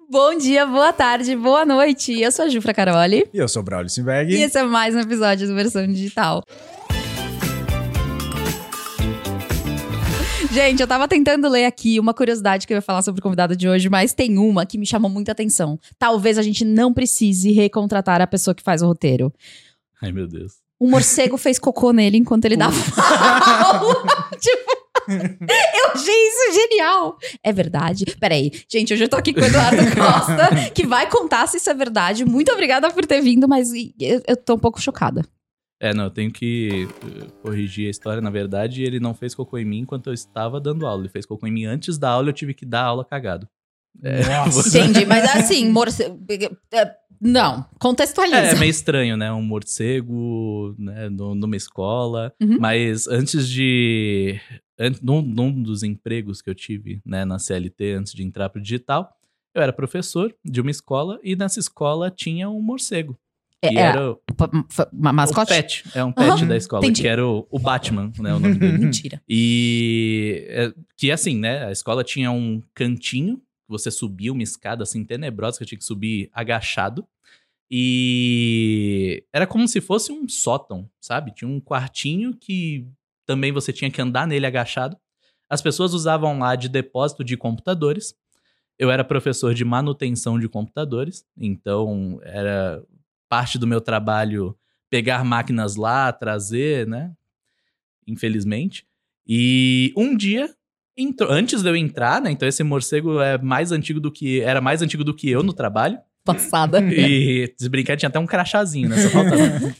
Bom dia, boa tarde, boa noite. Eu sou a Jufra Caroli. E eu sou o Braulio Simberg. E esse é mais um episódio do Versão Digital. Gente, eu tava tentando ler aqui uma curiosidade que eu ia falar sobre o convidado de hoje, mas tem uma que me chamou muita atenção. Talvez a gente não precise recontratar a pessoa que faz o roteiro. Ai, meu Deus. Um morcego fez cocô nele enquanto ele dava aula. Tipo... Eu achei isso genial. É verdade? Peraí, gente, hoje eu tô aqui com o Eduardo Costa, que vai contar se isso é verdade. Muito obrigada por ter vindo, mas eu tô um pouco chocada. Não, eu tenho que corrigir a história. Na verdade, ele não fez cocô em mim enquanto eu estava dando aula. Ele fez cocô em mim antes da aula, eu tive que dar aula cagado. Nossa. Entendi, mas assim, morcego... Não, contextualiza. É meio estranho, né? Um morcego, né? Numa escola. Uhum. Mas antes de... Num dos empregos que eu tive, né, na CLT, antes de entrar pro digital, eu era professor de uma escola e nessa escola tinha um morcego. Que era uma mascote? um pet. É um pet da escola, entendi. que era o Batman, né, o nome dele. Mentira. E que assim, né, a escola tinha um cantinho, você subia uma escada assim tenebrosa, que eu tinha que subir agachado. E era como se fosse um sótão, sabe? Tinha um quartinho que também você tinha que andar nele agachado. As pessoas usavam lá de depósito de computadores. Eu era professor de manutenção de computadores, então era parte do meu trabalho pegar máquinas lá, trazer, né? Infelizmente. E um dia, antes de eu entrar, né? Então esse morcego era mais antigo do que eu no trabalho. Passada. E se brincar, tinha até um crachazinho, né? Só faltava.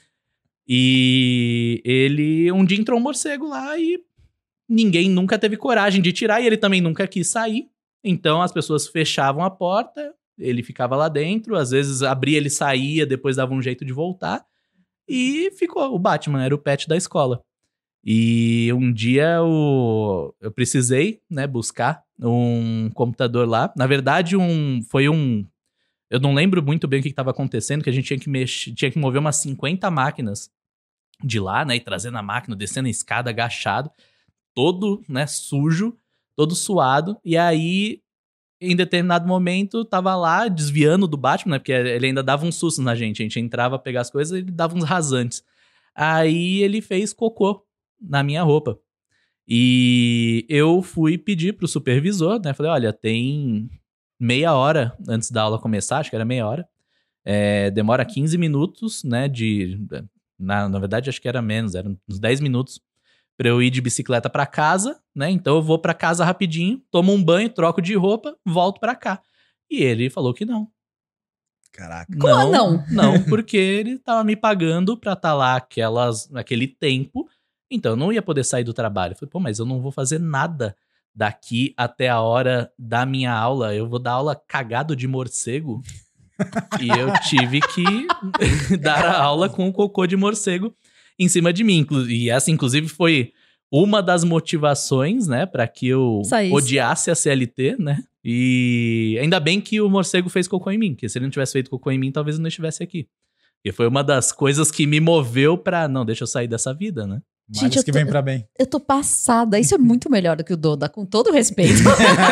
E ele, um dia entrou um morcego lá e ninguém nunca teve coragem de tirar e ele também nunca quis sair. Então as pessoas fechavam a porta, ele ficava lá dentro, às vezes abria, ele saía, depois dava um jeito de voltar. E ficou, o Batman era o pet da escola. E um dia eu precisei, né, buscar um computador lá. Na verdade, eu não lembro muito bem o que estava acontecendo, que a gente tinha que mover umas 50 máquinas de lá, né? E trazendo a máquina, descendo a escada, agachado, todo, né, sujo, todo suado. E aí, em determinado momento, tava lá desviando do Batman, né? Porque ele ainda dava um susto na gente. A gente entrava a pegar as coisas e ele dava uns rasantes. Aí ele fez cocô na minha roupa. E eu fui pedir pro supervisor, né? Falei, olha, tem meia hora antes da aula começar, acho que era meia hora. Demora 15 minutos, né? Na verdade, acho que era menos, eram uns 10 minutos pra eu ir de bicicleta pra casa, né? Então eu vou pra casa rapidinho, tomo um banho, troco de roupa, volto pra cá. E ele falou que não. Caraca. Como não? Não, porque ele tava me pagando pra estar lá aquele tempo, então eu não ia poder sair do trabalho. Eu falei, pô, mas eu não vou fazer nada daqui até a hora da minha aula. Eu vou dar aula cagado de morcego. E eu tive que dar a aula com o cocô de morcego em cima de mim. E essa, inclusive, foi uma das motivações, né, pra que eu odiasse a CLT, né? E ainda bem que o morcego fez cocô em mim, porque se ele não tivesse feito cocô em mim, talvez eu não estivesse aqui. E foi uma das coisas que me moveu pra, não, deixa eu sair dessa vida, né? Males que vem pra bem. Eu tô passada. Isso é muito melhor do que o Doda, com todo respeito.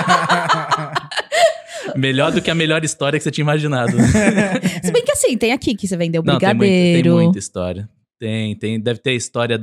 Melhor do que a melhor história que você tinha imaginado. Se bem que assim, tem aqui que você vendeu Não, brigadeiro. tem muita história. Deve ter a história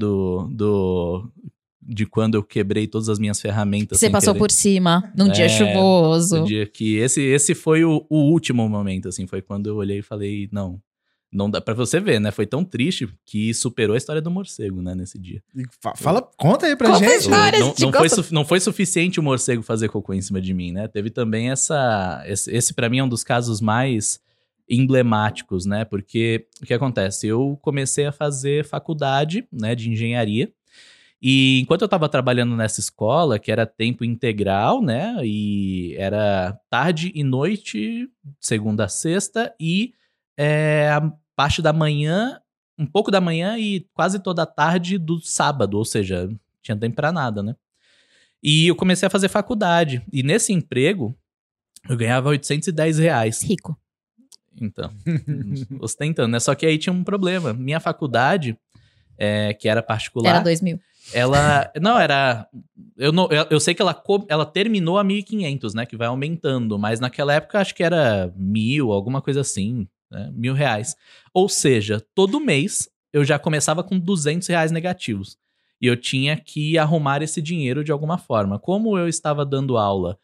de quando eu quebrei todas as minhas ferramentas. Você passou por cima, num dia chuvoso. No dia que esse foi o último momento, assim, foi quando eu olhei e falei, não dá pra você ver, né? Foi tão triste que superou a história do morcego, né, nesse dia. Conta aí pra Conta a gente. história. Não foi suficiente o morcego fazer cocô em cima de mim, né? Teve também esse pra mim é um dos casos mais emblemáticos, né? Porque o que acontece? Eu comecei a fazer faculdade, né, de engenharia. E enquanto eu estava trabalhando nessa escola, que era tempo integral, né? E era tarde e noite, segunda a sexta, e a parte da manhã, um pouco da manhã e quase toda a tarde do sábado, ou seja, não tinha tempo pra nada, né? E eu comecei a fazer faculdade. E nesse emprego, eu ganhava R$810. Rico. Então, ostentando, né? Só que aí tinha um problema. Minha faculdade, que era particular... Era 2.000. Ela... Não, era... Eu sei que ela terminou a 1.500, né? Que vai aumentando. Mas naquela época, acho que era 1.000, alguma coisa assim. Né, R$1.000. Ou seja, todo mês eu já começava com R$200 negativos. E eu tinha que arrumar esse dinheiro de alguma forma. Como eu estava dando aula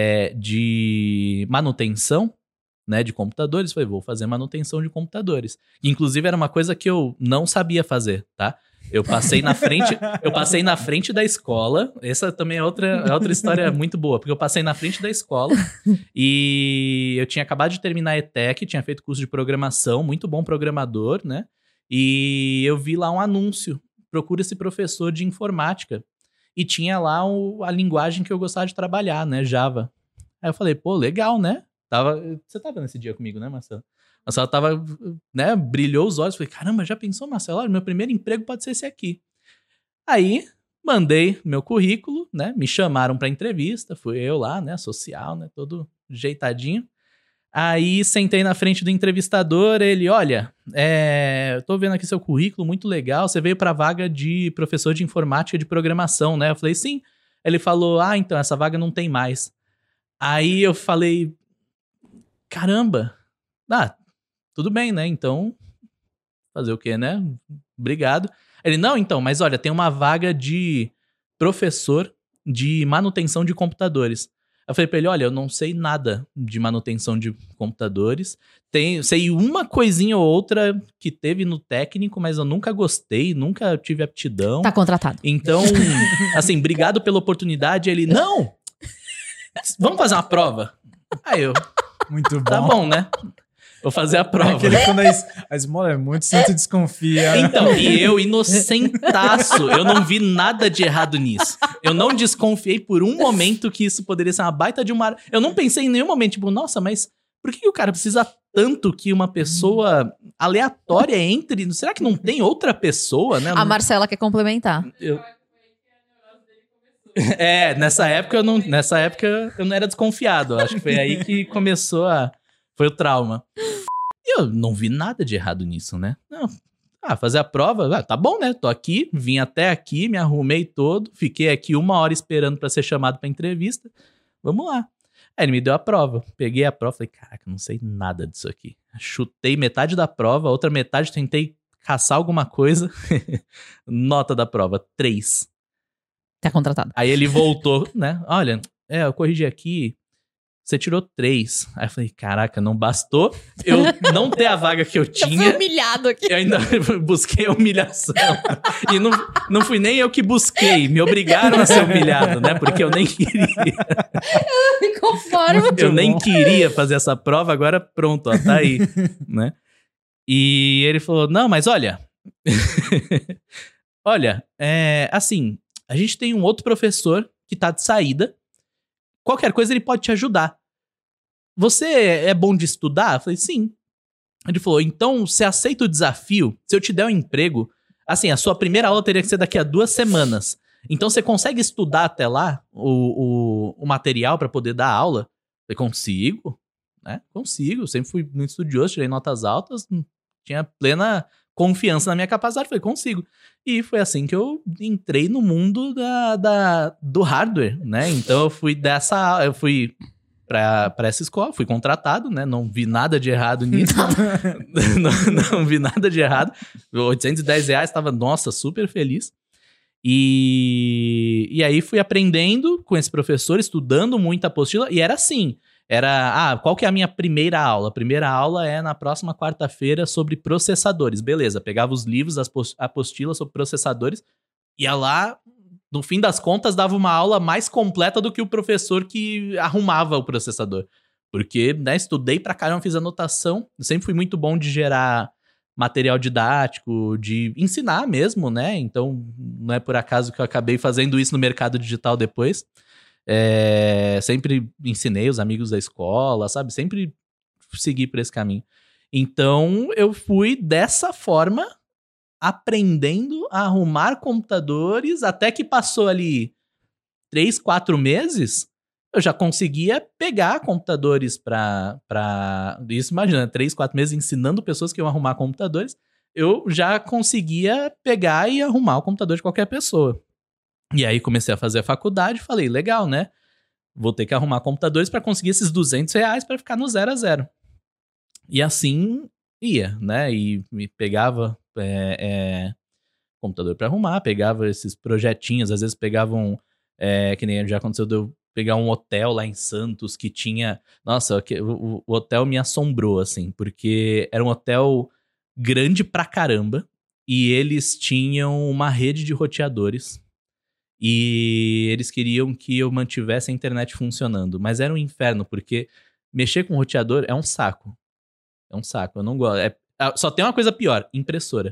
de manutenção, né, de computadores, falei, vou fazer manutenção de computadores. Inclusive, era uma coisa que eu não sabia fazer, tá? Eu passei na frente da escola. Essa também é outra história muito boa, porque eu passei na frente da escola e eu tinha acabado de terminar a ETEC, tinha feito curso de programação, muito bom programador, né? E eu vi lá um anúncio, procura esse professor de informática. E tinha lá a linguagem que eu gostava de trabalhar, né? Java. Aí eu falei, pô, legal, né? Você tava nesse dia comigo, né, Marcelo? Marcelo tava, né, brilhou os olhos. Falei, caramba, já pensou, Marcelo? Olha, meu primeiro emprego pode ser esse aqui. Aí, mandei meu currículo, né? Me chamaram pra entrevista. Fui eu lá, né, social, né, todo jeitadinho. Aí, sentei na frente do entrevistador. Ele, olha, eu tô vendo aqui seu currículo, muito legal. Você veio pra vaga de professor de informática de programação, né? Eu falei, sim. Ele falou, então, essa vaga não tem mais. Aí eu falei, caramba, tudo bem, né? Então, fazer o quê, né? Obrigado. Ele, não, então, mas olha, tem uma vaga de professor de manutenção de computadores. Eu falei pra ele, olha, eu não sei nada de manutenção de computadores. Sei uma coisinha ou outra que teve no técnico, mas eu nunca gostei, nunca tive aptidão. Tá contratado. Então, assim, obrigado pela oportunidade. Ele, não, vamos fazer uma prova. Aí eu, Muito bom. tá bom, né? Vou fazer a prova. Aquele quando a esmola é muito, você desconfia. Então, e eu, inocentaço, eu não vi nada de errado nisso. Eu não desconfiei por um momento que isso poderia ser uma baita de uma... Eu não pensei em nenhum momento, tipo, nossa, mas por que o cara precisa tanto que uma pessoa aleatória entre... Será que não tem outra pessoa, né? A Marcela quer complementar. Nessa época eu não era desconfiado. Acho que foi aí que começou foi o trauma. E eu não vi nada de errado nisso, né? Não. Fazer a prova, tá bom, né? Tô aqui, vim até aqui, me arrumei todo, fiquei aqui 1 hora esperando pra ser chamado pra entrevista. Vamos lá. Aí ele me deu a prova. Peguei a prova, falei, caraca, não sei nada disso aqui. Chutei metade da prova, a outra metade tentei caçar alguma coisa. Nota da prova, 3. Tá contratado. Aí ele voltou, né? Olha, eu corrigi aqui, você tirou 3. Aí eu falei, caraca, não bastou eu não ter a vaga que eu tinha. Eu fui humilhado aqui. Eu ainda busquei a humilhação. E não fui nem eu que busquei, me obrigaram a ser humilhado, né? Porque eu nem queria. Eu me conformo. Eu nem queria fazer essa prova, agora pronto, ó, tá aí, né? E ele falou, não, mas olha... olha, assim... A gente tem um outro professor que tá de saída. Qualquer coisa ele pode te ajudar. Você é bom de estudar? Eu falei, sim. Ele falou, então você aceita o desafio? Se eu te der um emprego, assim, a sua primeira aula teria que ser daqui a 2 semanas. Então você consegue estudar até lá o material pra poder dar aula? Eu falei, consigo, né? Consigo. Eu sempre fui muito estudioso, tirei notas altas, tinha plena confiança na minha capacidade. Falei, consigo. E foi assim que eu entrei no mundo do hardware, né? Então eu fui pra essa escola, fui contratado, né? Não vi nada de errado nisso. não vi nada de errado. R$810, tava, nossa, super feliz. E aí fui aprendendo com esse professor, estudando muita apostila, e era assim... qual que é a minha primeira aula? A primeira aula é na próxima quarta-feira sobre processadores. Beleza, pegava os livros, as apostilas sobre processadores, ia lá, no fim das contas, dava uma aula mais completa do que o professor que arrumava o processador. Porque, né, estudei pra caramba, fiz anotação, eu sempre fui muito bom de gerar material didático, de ensinar mesmo, né? Então, não é por acaso que eu acabei fazendo isso no mercado digital depois. Sempre ensinei os amigos da escola, sabe? Sempre segui por esse caminho. Então, eu fui dessa forma aprendendo a arrumar computadores, até que passou ali 3, 4 meses, eu já conseguia pegar computadores pra... Isso, imagina, 3, 4 meses ensinando pessoas que iam arrumar computadores, eu já conseguia pegar e arrumar o computador de qualquer pessoa. E aí comecei a fazer a faculdade, falei, legal, né? Vou ter que arrumar computadores para conseguir esses R$200 para ficar no 0 a 0. E assim ia, né? E me pegava computador para arrumar, pegava esses projetinhos, às vezes pegavam, que nem já aconteceu de eu pegar um hotel lá em Santos que tinha... Nossa, o hotel me assombrou, assim, porque era um hotel grande pra caramba e eles tinham uma rede de roteadores e eles queriam que eu mantivesse a internet funcionando, mas era um inferno, porque mexer com roteador é um saco. É um saco, eu não gosto. Só tem uma coisa pior, impressora.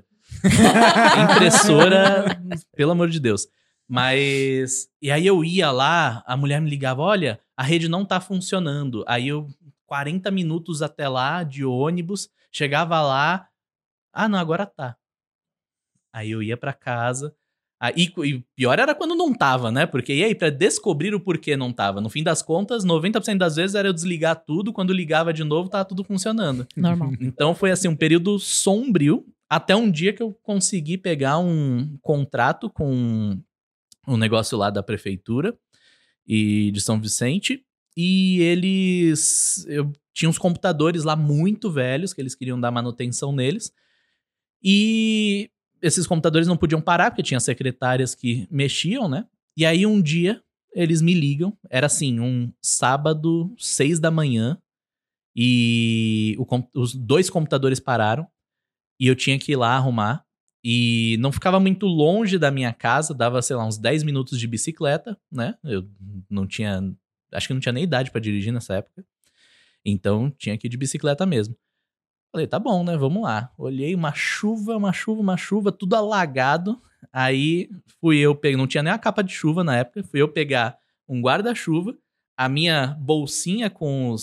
Impressora, pelo amor de Deus. Mas, e aí eu ia lá, a mulher me ligava, olha, a rede não tá funcionando. Aí eu, 40 minutos até lá, de ônibus, chegava lá, não, agora tá. Aí eu ia pra casa, e pior era quando não tava, né? Porque e aí, pra descobrir o porquê não tava. No fim das contas, 90% das vezes era eu desligar tudo, quando ligava de novo, tava tudo funcionando. Normal. Então foi assim, um período sombrio, até um dia que eu consegui pegar um contrato com um negócio lá da prefeitura e de São Vicente, e eu tinha uns computadores lá muito velhos, que eles queriam dar manutenção neles, e esses computadores não podiam parar, porque tinha secretárias que mexiam, né? E aí um dia eles me ligam, era assim, um sábado, 6 da manhã, e os 2 computadores pararam, e eu tinha que ir lá arrumar. E não ficava muito longe da minha casa, dava, sei lá, uns 10 minutos de bicicleta, né? Eu não tinha... Acho que não tinha nem idade pra dirigir nessa época. Então, tinha que ir de bicicleta mesmo. Falei, tá bom, né? Vamos lá. Olhei, uma chuva, tudo alagado. Aí, fui eu pegar... Não tinha nem a capa de chuva na época. Fui eu pegar um guarda-chuva, a minha bolsinha com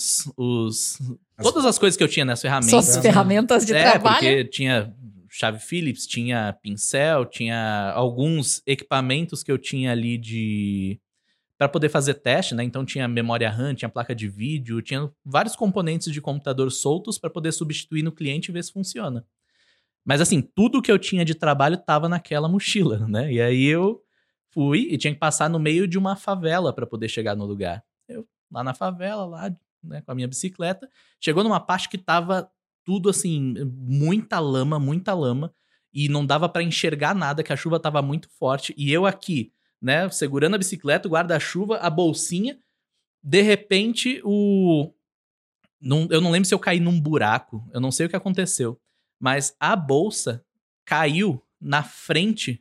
todas as coisas que eu tinha nas ferramentas. Suas ferramentas de trabalho. Porque tinha... chave Phillips, tinha pincel, tinha alguns equipamentos que eu tinha ali para poder fazer teste, né? Então tinha memória RAM, tinha placa de vídeo, tinha vários componentes de computador soltos para poder substituir no cliente e ver se funciona. Mas assim, tudo que eu tinha de trabalho tava naquela mochila, né? E aí eu fui e tinha que passar no meio de uma favela para poder chegar no lugar. Eu lá na favela, lá, né, com a minha bicicleta, chegou numa parte que tava tudo assim, muita lama, e não dava pra enxergar nada, que a chuva tava muito forte, e eu aqui, né, segurando a bicicleta, o guarda-chuva, a bolsinha, de repente eu não lembro se eu caí num buraco, eu não sei o que aconteceu, mas a bolsa caiu na frente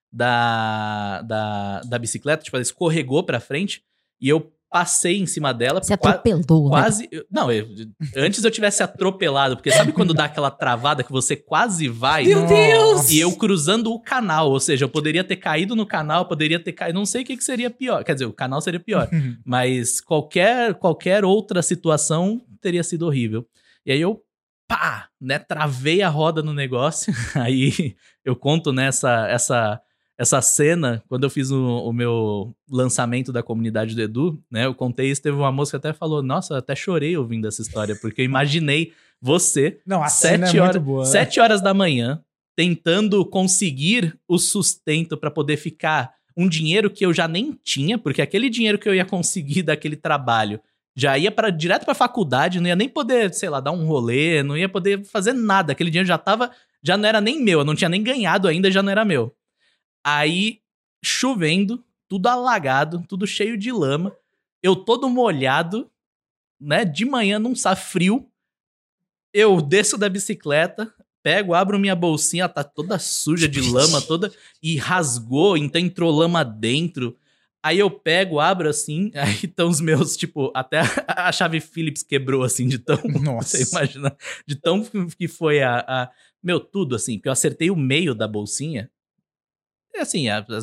da bicicleta, tipo, ela escorregou pra frente, e eu passei em cima dela. Você atropelou, quase, né? Não, antes eu tivesse atropelado, porque sabe quando dá aquela travada que você quase vai? Meu Deus! E eu cruzando o canal, ou seja, eu poderia ter caído no canal, poderia ter caído, não sei o que seria pior, quer dizer, o canal seria pior, mas qualquer outra situação teria sido horrível. E aí eu, né, travei a roda no negócio, aí eu conto nessa essa cena, quando eu fiz o meu lançamento da comunidade do Edu, né, eu contei isso, teve uma moça que até falou, nossa, eu até chorei ouvindo essa história, porque eu imaginei você, não, a cena é muito boa, 7 horas da manhã, tentando conseguir o sustento para poder ficar um dinheiro que eu já nem tinha, porque aquele dinheiro que eu ia conseguir daquele trabalho já ia direto pra faculdade, não ia nem poder, sei lá, dar um rolê, não ia poder fazer nada, aquele dinheiro já não era nem meu, eu não tinha nem ganhado ainda, já não era meu. Aí, chovendo, tudo alagado, tudo cheio de lama. Eu todo molhado, né? De manhã, num frio. Eu desço da bicicleta, abro minha bolsinha, tá toda suja de lama, toda... E rasgou, então entrou lama dentro. Aí eu abro assim, aí estão os meus, tipo... Até a chave Phillips quebrou, assim, de tão... Nossa. Você imagina? De tão que foi Meu, tudo, assim. Porque eu acertei o meio da bolsinha. Assim,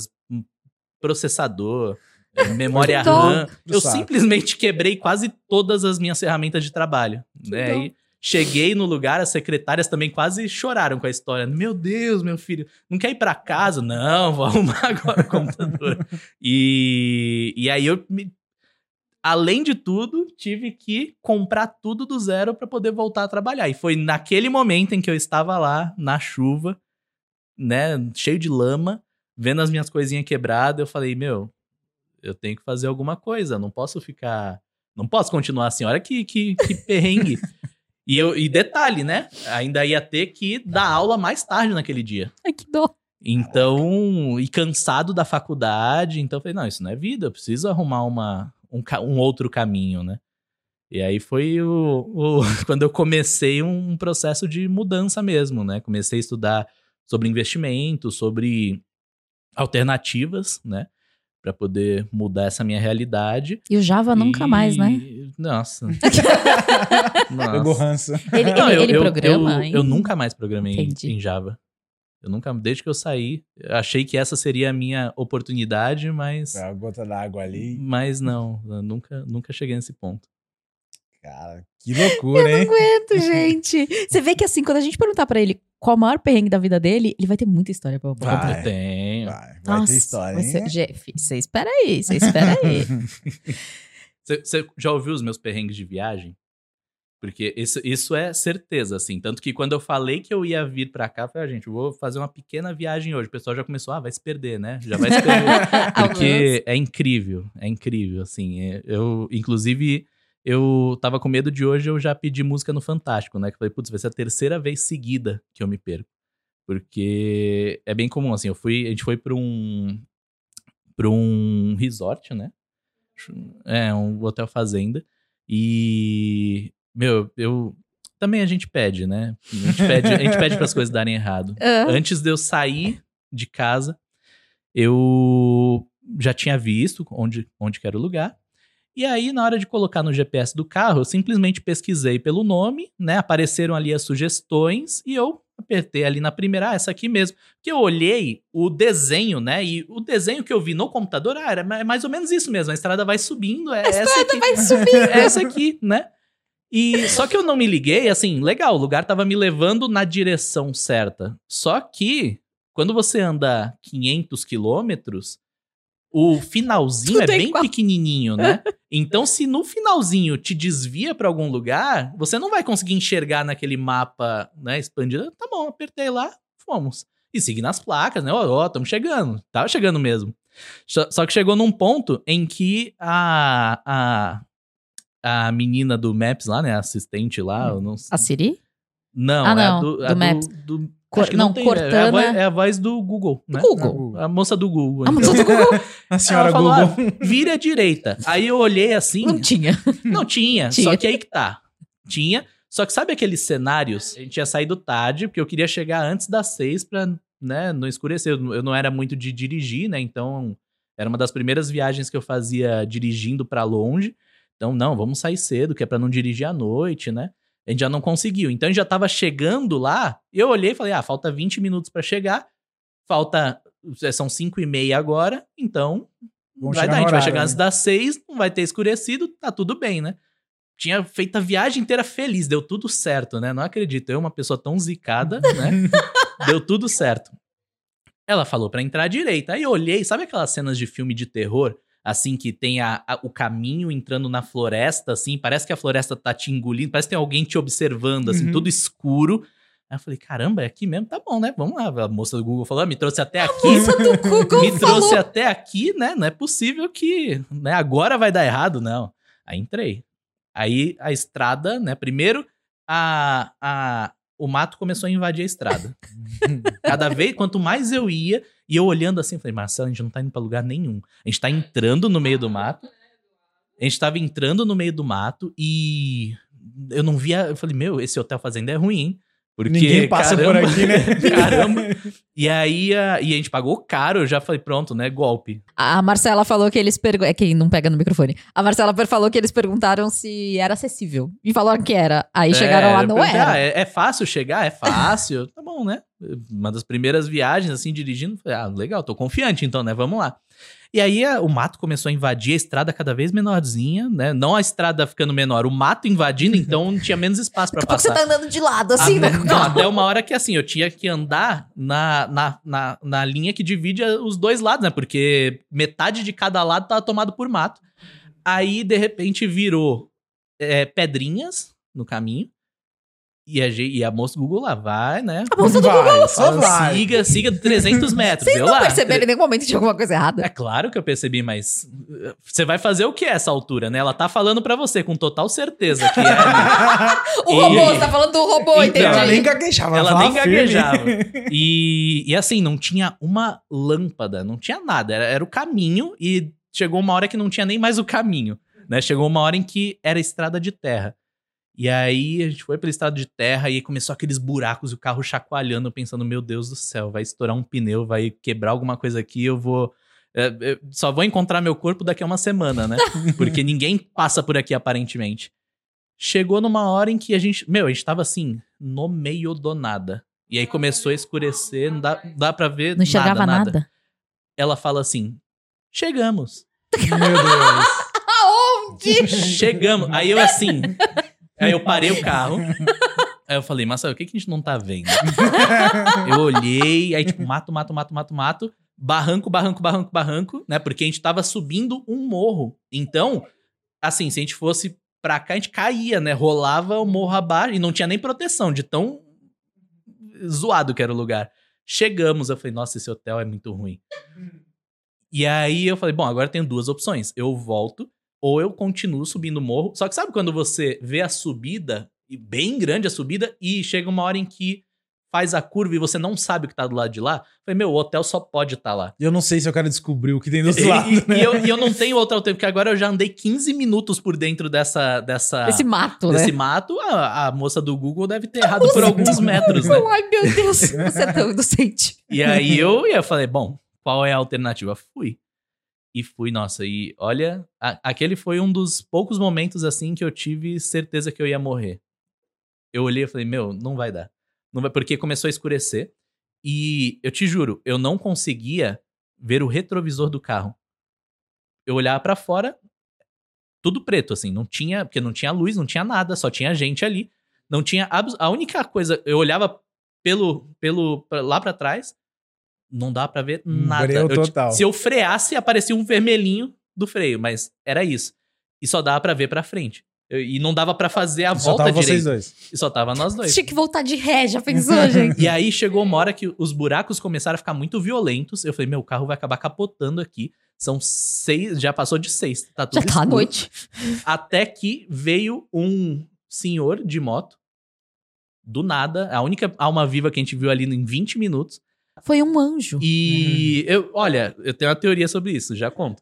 processador, memória RAM. Eu simplesmente quebrei quase todas as minhas ferramentas de trabalho. Né? E cheguei no lugar, as secretárias também quase choraram com a história. Meu Deus, meu filho, não quer ir pra casa? Não, vou arrumar agora o computador. E aí além de tudo, tive que comprar tudo do zero para poder voltar a trabalhar. E foi naquele momento em que eu estava lá, na chuva, né, cheio de lama, vendo as minhas coisinhas quebradas, eu falei, meu, eu tenho que fazer alguma coisa, não posso continuar assim, olha que perrengue. E detalhe, né? Ainda ia ter que dar aula mais tarde naquele dia. Ai, que dó. Então, e cansado da faculdade, então eu falei, não, isso não é vida, eu preciso arrumar um outro caminho, né? E aí foi quando eu comecei um processo de mudança mesmo, né? Comecei a estudar sobre investimento, sobre alternativas, né? Pra poder mudar essa minha realidade. E o Java nunca mais, né? Nossa. Pegou ranço. Ele programa, hein? Eu nunca mais programei Entendi. em Java. Desde que eu saí, eu achei que essa seria a minha oportunidade, mas... A gota d'água ali. Mas não, eu nunca cheguei nesse ponto. Cara, que loucura, hein? Aguento, gente. Você vê que assim, quando a gente perguntar pra ele qual o maior perrengue da vida dele, ele vai ter muita história pra contar. Vai. Eu tenho. Vai ter história, hein? Você espera aí, você espera aí. Você já ouviu os meus perrengues de viagem? Porque isso é certeza, assim. Tanto que quando eu falei que eu ia vir pra cá, eu falei, gente, eu vou fazer uma pequena viagem hoje. O pessoal já começou, vai se perder, né? Já vai se perder. Porque é incrível, assim. Inclusive, eu tava com medo de hoje, eu já pedi música no Fantástico, né? Que eu falei, putz, vai ser a terceira vez seguida que eu me perco. Porque é bem comum, assim, a gente foi pra um resort, né? Um hotel fazenda. E... Meu, também a gente pede, né? A gente pede para as coisas darem errado. Antes de eu sair de casa, eu já tinha visto onde que era o lugar. E aí, na hora de colocar no GPS do carro, eu simplesmente pesquisei pelo nome, né? Apareceram ali as sugestões e eu apertei ali na primeira, essa aqui mesmo. Porque eu olhei o desenho, né? E o desenho que eu vi no computador, era mais ou menos isso mesmo. A estrada vai subindo, essa aqui. Vai subir. É essa aqui, né? E só que eu não me liguei, assim, legal, o lugar tava me levando na direção certa. Só que, quando você anda 500 quilômetros, o finalzinho Tudo é bem igual. pequenininho, né? Então, se no finalzinho te desvia pra algum lugar, você não vai conseguir enxergar naquele mapa, né, expandido. Tá bom, apertei lá, fomos. E segui nas placas, né? Ó, estamos chegando. Tava chegando mesmo. Só que chegou num ponto em que a menina do Maps lá, né? A assistente lá. Eu não sei. A Siri? Não, Ah, é não, do Maps. Acho que não, tem, Cortana. é a voz do Google, né? Google. A moça do Google. A moça do Google A senhora Ela falou, Google. vira à direita. Aí eu olhei assim. não tinha. Não tinha. Tinha. Só que aí que tá. Tinha. Só que sabe aqueles cenários? A gente ia sair do tarde, porque eu queria chegar antes das 6 pra, né, não escurecer. Eu não era muito de dirigir, né? Então, era uma das primeiras viagens que eu fazia dirigindo pra longe. Então, não, vamos sair cedo, que é pra não dirigir à noite, né? A gente já não conseguiu. Então, a gente já tava chegando lá. Eu olhei e falei, falta 20 minutos pra chegar. São 5:30 agora. Então, Vamos vai chegar dar. A no gente vai horário, chegar né? antes das 6, não vai ter escurecido, tá tudo bem, né? Tinha feito a viagem inteira feliz, deu tudo certo, né? Não acredito, eu, uma pessoa tão zicada, né? Deu tudo certo. Ela falou pra entrar à direita. Aí eu olhei, sabe aquelas cenas de filme de terror? Assim, que tem o caminho entrando na floresta, assim, parece que a floresta tá te engolindo, parece que tem alguém te observando, assim, tudo escuro. Aí eu falei, caramba, é aqui mesmo? Tá bom, né? Vamos lá. A moça do Google falou, me trouxe até aqui. A moça do Google Me falou. trouxe até aqui, né? Não é possível que, né, agora vai dar errado, não. Aí entrei. Aí a estrada, né? Primeiro, o mato começou a invadir a estrada. Cada vez, quanto mais eu ia, e eu olhando assim, falei, Marcelo, a gente não tá indo pra lugar nenhum. A gente tá entrando no meio do mato. A gente tava entrando no meio do mato e eu não via. Eu falei, meu, esse hotel fazenda é ruim, hein? Porque, Ninguém passa por aqui, né? Caramba. E aí a gente pagou caro, eu já falei, pronto, né? Golpe. A Marcela falou que eles perguntaram. É quem não pega no microfone. A Marcela falou que eles perguntaram se era acessível. E falaram que era. Aí chegaram lá, não era. É fácil chegar? É fácil. Tá bom, né? Uma das primeiras viagens, assim, dirigindo. Falei, legal, tô confiante então, né? Vamos lá. E aí o mato começou a invadir a estrada cada vez menorzinha, né? Não a estrada ficando menor, o mato invadindo, então tinha menos espaço pra Daqui a pouco passar. você tá andando de lado, assim, né? Não, até uma hora que, assim, eu tinha que andar na linha que divide os dois lados, né? Porque metade de cada lado tava tomado por mato. Aí, de repente, virou pedrinhas no caminho. E a moça do Google lá, vai, né? A moça do Google. Só vai. Siga 300 metros. Vocês eu não lá. perceberam em nenhum momento que tinha alguma coisa errada? É claro que eu percebi, mas você vai fazer o que a essa altura, né? Ela tá falando pra você com total certeza que é... O robô, você tá falando do robô, Então, entendi. Ela nem gaguejava. Ela falava nem firme. gaguejava. E assim, não tinha uma lâmpada, não tinha nada. Era o caminho e chegou uma hora que não tinha nem mais o caminho, né? Chegou uma hora em que era estrada de terra. E aí a gente foi pela estrada de terra e começou aqueles buracos e o carro chacoalhando, pensando, meu Deus do céu, vai estourar um pneu, vai quebrar alguma coisa aqui, eu só vou encontrar meu corpo daqui a uma semana, né? Porque ninguém passa por aqui, aparentemente. Chegou numa hora em que a gente tava assim, no meio do nada. E aí começou a escurecer, não dá pra ver Não enxergava nada. Ela fala assim, chegamos. Meu Deus. Aonde? Chegamos. Aí eu assim... Aí eu parei o carro. Aí eu falei, Marcelo, o que a gente não tá vendo? Eu olhei, aí tipo, mato. Barranco, né? Porque a gente tava subindo um morro. Então, assim, se a gente fosse pra cá, a gente caía, né? Rolava o morro abaixo e não tinha nem proteção, de tão zoado que era o lugar. Chegamos, eu falei, nossa, esse hotel é muito ruim. E aí eu falei, bom, agora eu tenho duas opções. Eu volto ou eu continuo subindo o morro. Só que sabe quando você vê a subida, e bem grande a subida, e chega uma hora em que faz a curva e você não sabe o que tá do lado de lá? Eu falei, o hotel só pode estar lá. E eu não sei se eu quero descobrir o que tem do outro lado, né? E eu não tenho outra alternativa, porque agora eu já andei 15 minutos por dentro desse mato, desse né? mato. A moça do Google deve ter errado por alguns metros, né? Ai, meu Deus, você é tão inocente. E aí eu falei, bom, qual é a alternativa? Fui. E fui, nossa, e olha, aquele foi um dos poucos momentos assim que eu tive certeza que eu ia morrer. Eu olhei e falei, não vai dar. Não vai, porque começou a escurecer e eu te juro, eu não conseguia ver o retrovisor do carro. Eu olhava pra fora, tudo preto, assim, porque não tinha luz, não tinha nada, só tinha gente ali. Não tinha, a única coisa, eu olhava lá pra trás, não dá pra ver nada. Total. Se eu freasse, aparecia um vermelhinho do freio, mas era isso. E só dava pra ver pra frente. E não dava pra fazer a volta direito. Vocês dois. E só tava nós dois. Tinha que voltar de ré, já pensou, gente? E aí chegou uma hora que os buracos começaram a ficar muito violentos. Eu falei, o carro vai acabar capotando aqui. São 6, já passou de 6. Tá tudo Já tá à escuro. noite. Até que veio um senhor de moto. Do nada. A única alma viva que a gente viu ali em 20 minutos. Foi um anjo. E eu tenho uma teoria sobre isso, já conto.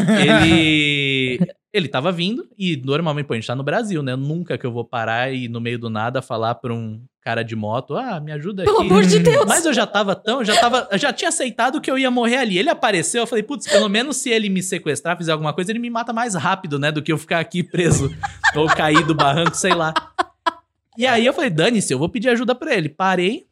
Ele tava vindo e normalmente, a gente tá no Brasil, né? Nunca que eu vou parar e no meio do nada falar pra um cara de moto, me ajuda aqui. Pelo amor de Deus. Mas eu já tinha aceitado que eu ia morrer ali. Ele apareceu, eu falei, putz, pelo menos se ele me sequestrar, fizer alguma coisa, ele me mata mais rápido, né? Do que eu ficar aqui preso ou cair do barranco, sei lá. E aí eu falei, dane-se, eu vou pedir ajuda pra ele. Parei.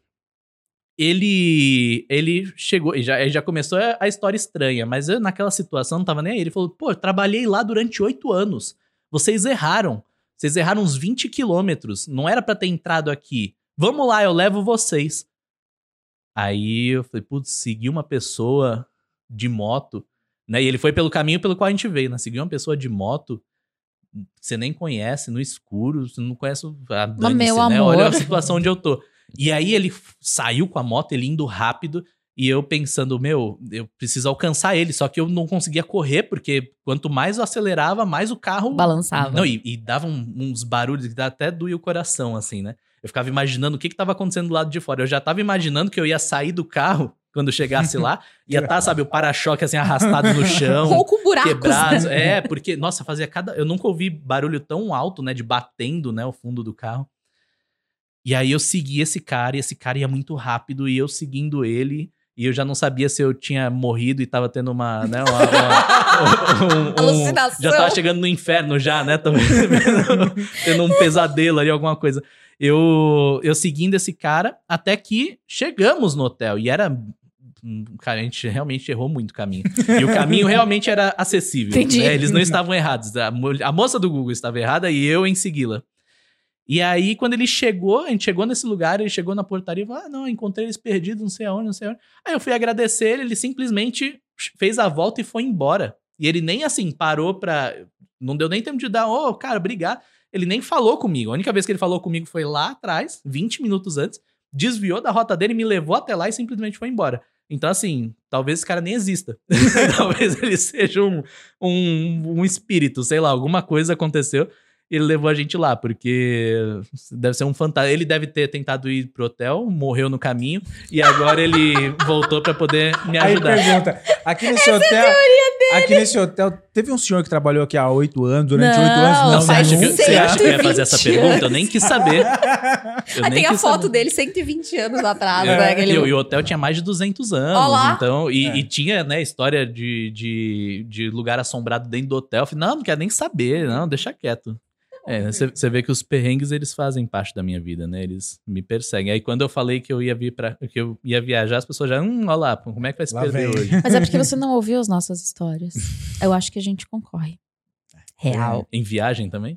Ele chegou, e já começou a história estranha, mas eu naquela situação não tava nem aí. Ele falou, eu trabalhei lá durante 8 anos. Vocês erraram uns 20 quilômetros. Não era pra ter entrado aqui. Vamos lá, eu levo vocês. Aí eu falei, putz, segui uma pessoa de moto, né? E ele foi pelo caminho pelo qual a gente veio, né? Seguiu uma pessoa de moto que você nem conhece, no escuro, você não conhece, Mas meu né? amor. Olha a situação onde eu tô. E aí ele saiu com a moto, ele indo rápido, e eu pensando, eu preciso alcançar ele, só que eu não conseguia correr, porque quanto mais eu acelerava, mais o carro... Balançava. Não, e dava uns barulhos que até doía o coração, assim, né? Eu ficava imaginando o que tava acontecendo do lado de fora. Eu já tava imaginando que eu ia sair do carro quando chegasse lá, ia estar, sabe, o para-choque assim arrastado no chão. Ou com buracos. Quebrado. Porque, nossa, eu nunca ouvi barulho tão alto, né, de batendo, né, o fundo do carro. E aí eu segui esse cara, e esse cara ia muito rápido, e eu seguindo ele, e eu já não sabia se eu tinha morrido e tava tendo uma, né, alucinação. Já tava chegando no inferno já, né, tendo um pesadelo ali, alguma coisa. Eu seguindo esse cara, até que chegamos no hotel, e era... Cara, a gente realmente errou muito o caminho. E o caminho realmente era acessível. Entendi. Né? Eles não estavam errados. A moça do Google estava errada e eu em segui-la. E aí, quando a gente chegou nesse lugar, ele chegou na portaria e falou, não, encontrei eles perdidos, não sei aonde. Aí eu fui agradecer ele simplesmente fez a volta e foi embora. E ele nem assim parou pra... Não deu nem tempo de dar, cara, obrigado. Ele nem falou comigo. A única vez que ele falou comigo foi lá atrás, 20 minutos antes, desviou da rota dele, me levou até lá e simplesmente foi embora. Então, assim, talvez esse cara nem exista. Talvez ele seja um espírito, sei lá, alguma coisa aconteceu e ele levou a gente lá, porque deve ser um fantasma. Ele deve ter tentado ir pro hotel, morreu no caminho e agora ele voltou pra poder me Aí ajudar. pergunta, aqui nesse hotel, teve um senhor que trabalhou aqui há 8 anos, durante 8 anos? Não, faz Você acha que eu ia fazer essa 120 pergunta? Eu nem quis saber. Aí tem a foto dele 120 anos atrás, né? Aquele... E o hotel tinha mais de 200 anos. Olá. Então, e tinha, né, história de lugar assombrado dentro do hotel. Eu falei, não quero nem saber, não, deixa quieto. Você vê que os perrengues, eles fazem parte da minha vida, né? Eles me perseguem. Aí quando eu falei que eu ia que eu ia viajar, as pessoas já, olha lá, como é que vai se Lá perder vem. hoje? Mas é porque você não ouviu as nossas histórias. Eu acho que a gente concorre. Real. Em viagem também?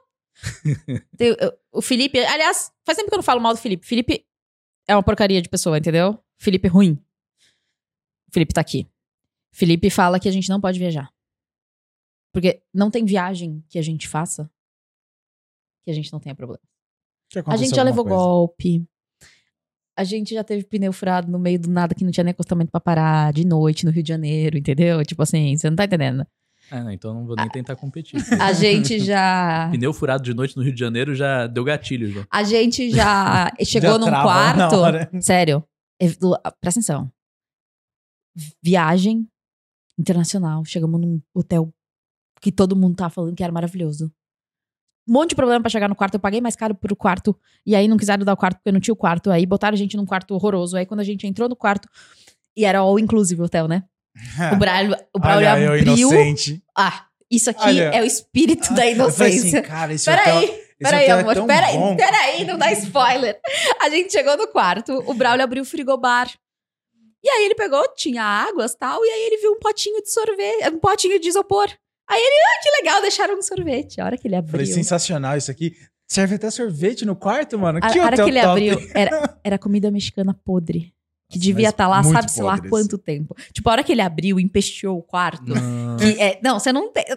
O Felipe, aliás, faz tempo que eu não falo mal do Felipe. Felipe é uma porcaria de pessoa, entendeu? Felipe é ruim. O Felipe tá aqui. Felipe fala que a gente não pode viajar. Porque não tem viagem que a gente faça que a gente não tenha problema. A gente já levou golpe. A gente já teve pneu furado no meio do nada que não tinha nem acostamento pra parar de noite no Rio de Janeiro, entendeu? Tipo assim, você não tá entendendo. Então eu não vou nem tentar competir. A gente já... Pneu furado de noite no Rio de Janeiro já deu gatilho. Já. A gente já chegou Já num trava na quarto... hora. Sério. Presta atenção. Viagem internacional. Chegamos num hotel que todo mundo tava falando que era maravilhoso. Um monte de problema pra chegar no quarto. Eu paguei mais caro pro quarto. E aí não quiseram dar o quarto porque não tinha o quarto. Aí botaram a gente num quarto horroroso. Aí quando a gente entrou no quarto... E era all inclusive o hotel, né? O Braulio Olha, abriu... eu inocente. Ah, isso aqui Olha. é o espírito da Eu falei inocência. assim, cara, esse hotel... Peraí, hotel é amor. tão bom. Peraí, não dá spoiler. A gente chegou no quarto, o Braulio abriu o frigobar. E aí ele pegou, tinha águas e tal, e aí ele viu um potinho de sorvete, um potinho de isopor. Aí ele, que legal, deixaram um sorvete. A hora que ele abriu... Falei, sensacional isso aqui. Serve até sorvete no quarto, mano. A Que hora hotel que ele top. abriu, era comida mexicana podre. Que devia Mas estar lá, muito sabe-se lá podres. quanto tempo. Tipo, a hora que ele abriu, empesteou o quarto. Não, você não tem...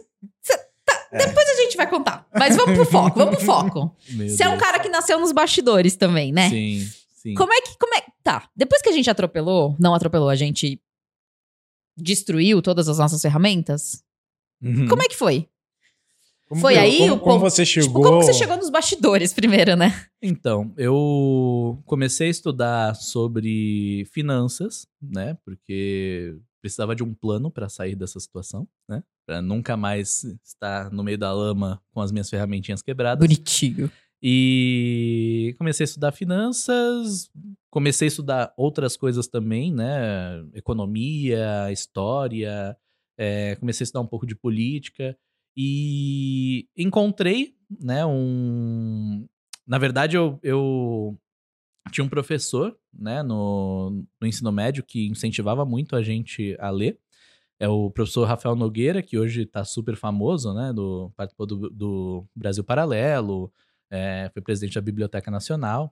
Depois a gente vai contar. Mas vamos pro foco. Você é um cara que nasceu nos bastidores também, né? Sim. Como é que... Tá, depois que a gente não atropelou, a gente destruiu todas as nossas ferramentas? Uhum. Como é que foi? Como Foi que- aí como, o como ponto- você chegou? Tipo, como que você chegou nos bastidores primeiro, né? Então, eu comecei a estudar sobre finanças, né? Porque precisava de um plano para sair dessa situação, né? Para nunca mais estar no meio da lama com as minhas ferramentinhas quebradas. Bonitinho. E comecei a estudar finanças, comecei a estudar outras coisas também, né? Economia, história, comecei a estudar um pouco de política e encontrei, né, Na verdade, eu tinha um professor, né, no ensino médio que incentivava muito a gente a ler. É o professor Rafael Nogueira, que hoje está super famoso, né? Participou do Brasil Paralelo, foi presidente da Biblioteca Nacional.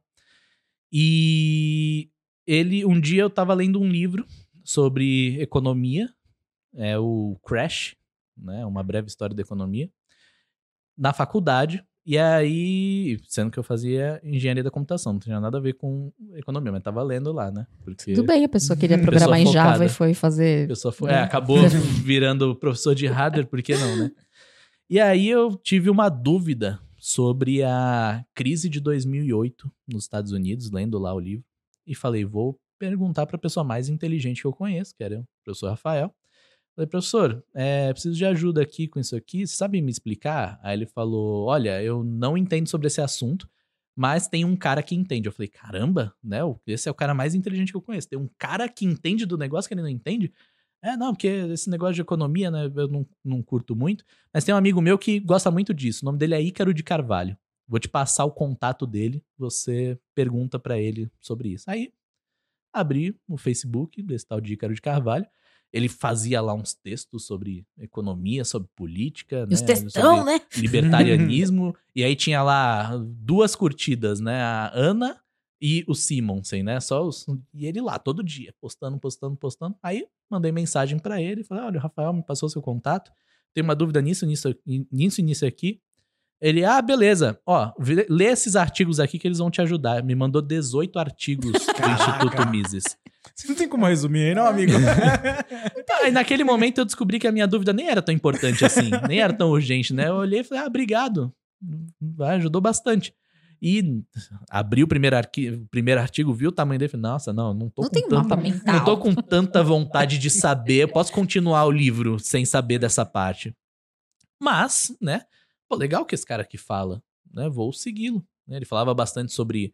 E um dia eu estava lendo um livro sobre economia, o Crash, né? Uma breve história da economia, na faculdade. E aí, sendo que eu fazia engenharia da computação, não tinha nada a ver com economia, mas tava lendo lá, né? Porque Tudo bem, a pessoa queria programar em focada. Java e foi fazer... a pessoa né? acabou virando professor de hardware, por que não, né? E aí eu tive uma dúvida sobre a crise de 2008 nos Estados Unidos, lendo lá o livro, e falei, vou perguntar para a pessoa mais inteligente que eu conheço, que era o professor Rafael. Falei, professor, preciso de ajuda aqui com isso aqui, você sabe me explicar? Aí ele falou, olha, eu não entendo sobre esse assunto, mas tem um cara que entende. Eu falei, caramba, né? Esse é o cara mais inteligente que eu conheço. Tem um cara que entende do negócio que ele não entende? Não, porque esse negócio de economia, né, eu não curto muito. Mas tem um amigo meu que gosta muito disso. O nome dele é Ícaro de Carvalho. Vou te passar o contato dele, você pergunta pra ele sobre isso. Aí, abri o Facebook desse tal de Ícaro de Carvalho. Ele fazia lá uns textos sobre economia, sobre política, E os né? textão, sobre né? libertarianismo. E aí tinha lá 2 curtidas, né? A Ana e o Simonsen, né? E ele lá, todo dia, postando. Aí mandei mensagem pra ele, falei, olha, o Rafael me passou seu contato, tem uma dúvida nisso aqui. Ele, beleza. Ó, lê esses artigos aqui que eles vão te ajudar. Me mandou 18 artigos do Instituto Mises. Você não tem como resumir aí, não, amigo? Aí naquele momento eu descobri que a minha dúvida nem era tão importante assim, nem era tão urgente, né? Eu olhei e falei, obrigado. Ajudou bastante. E abri o primeiro artigo, viu o tamanho dele e falei, nossa, não tô tem mapa mental. Não tô com tanta vontade de saber. Eu posso continuar o livro sem saber dessa parte. Mas, né? Pô, legal que esse cara aqui fala, né? Vou segui-lo. Ele falava bastante sobre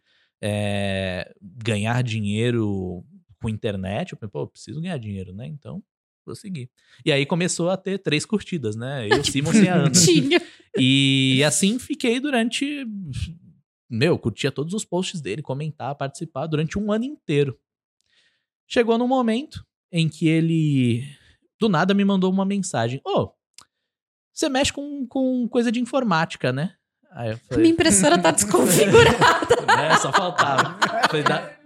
ganhar dinheiro com internet. Eu falei, pô, preciso ganhar dinheiro, né? Então, vou seguir. E aí começou a ter 3 curtidas, né? Eu, Simon e a Ana. E assim fiquei durante... curtia todos os posts dele, comentar, participar durante um ano inteiro. Chegou num momento em que ele, do nada, me mandou uma mensagem. Você mexe com coisa de informática, né? Aí eu falei, minha impressora tá desconfigurada. Só faltava. Falei,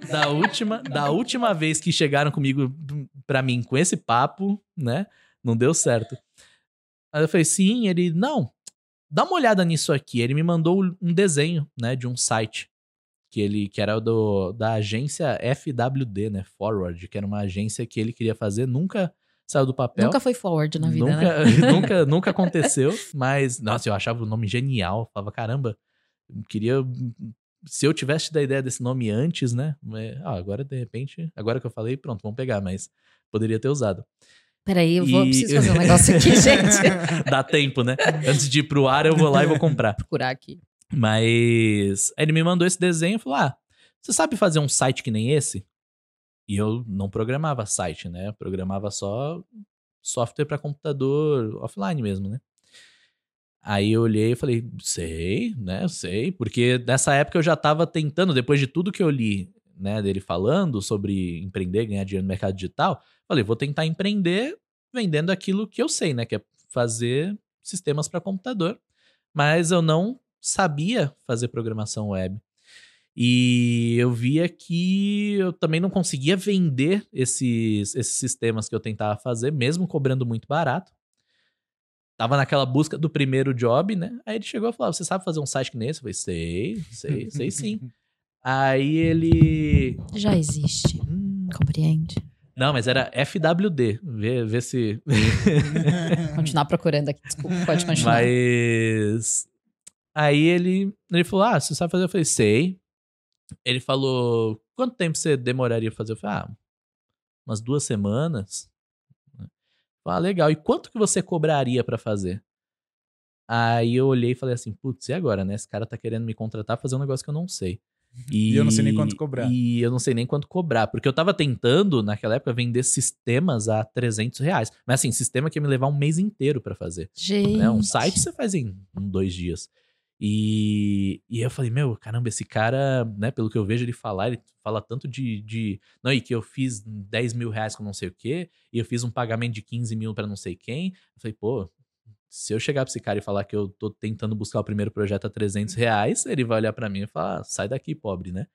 da última vez que chegaram comigo, pra mim, com esse papo, né? Não deu certo. Aí eu falei, sim. Ele, não, dá uma olhada nisso aqui. Ele me mandou um desenho, né? De um site que era da agência FWD, né? Forward, que era uma agência que ele queria fazer, nunca saiu do papel. Nunca foi forward na vida, né? Nunca aconteceu, mas, nossa, eu achava o nome genial. Eu falava, caramba, queria... Se eu tivesse da ideia desse nome antes, né? Agora, de repente, agora que eu falei, pronto, vamos pegar, mas poderia ter usado. Peraí, preciso fazer um negócio aqui, gente. Dá tempo, né? Antes de ir pro ar, eu vou lá e vou comprar. Procurar aqui. Mas ele me mandou esse desenho e falou, você sabe fazer um site que nem esse? E eu não programava site, né? Eu programava só software para computador offline mesmo, né? Aí eu olhei e falei, sei, né? Sei. Porque nessa época eu já tava tentando, depois de tudo que eu li, né, dele falando sobre empreender, ganhar dinheiro no mercado digital, falei, vou tentar empreender vendendo aquilo que eu sei, né? Que é fazer sistemas para computador. Mas eu não sabia fazer programação web. E eu via que eu também não conseguia vender esses sistemas que eu tentava fazer, mesmo cobrando muito barato. Tava naquela busca do primeiro job, né? Aí ele chegou e falou, você sabe fazer um site que nem esse? Eu falei, sei sim. Aí ele... Já existe, compreende? Não, mas era FWD, vê se... Continuar procurando aqui, desculpa, pode continuar. Mas... Aí ele falou, você sabe fazer? Eu falei, sei. Ele falou, quanto tempo você demoraria pra fazer? Eu falei, umas 2 semanas. Legal. E quanto que você cobraria pra fazer? Aí eu olhei e falei assim, putz, e agora, né? Esse cara tá querendo me contratar pra fazer um negócio que eu não sei. E eu não sei nem quanto cobrar. E eu não sei nem quanto cobrar. Porque eu tava tentando, naquela época, vender sistemas a R$300. Mas assim, sistema que ia me levar um mês inteiro pra fazer. Gente. Né? Um site você faz em 2 dias. E eu falei, caramba, esse cara, né, pelo que eu vejo ele fala tanto não, e que eu fiz R$10 mil com não sei o quê, e eu fiz um pagamento de 15 mil pra não sei quem. Eu falei, pô, se eu chegar pra esse cara e falar que eu tô tentando buscar o primeiro projeto a R$300, ele vai olhar pra mim e falar, sai daqui, pobre, né?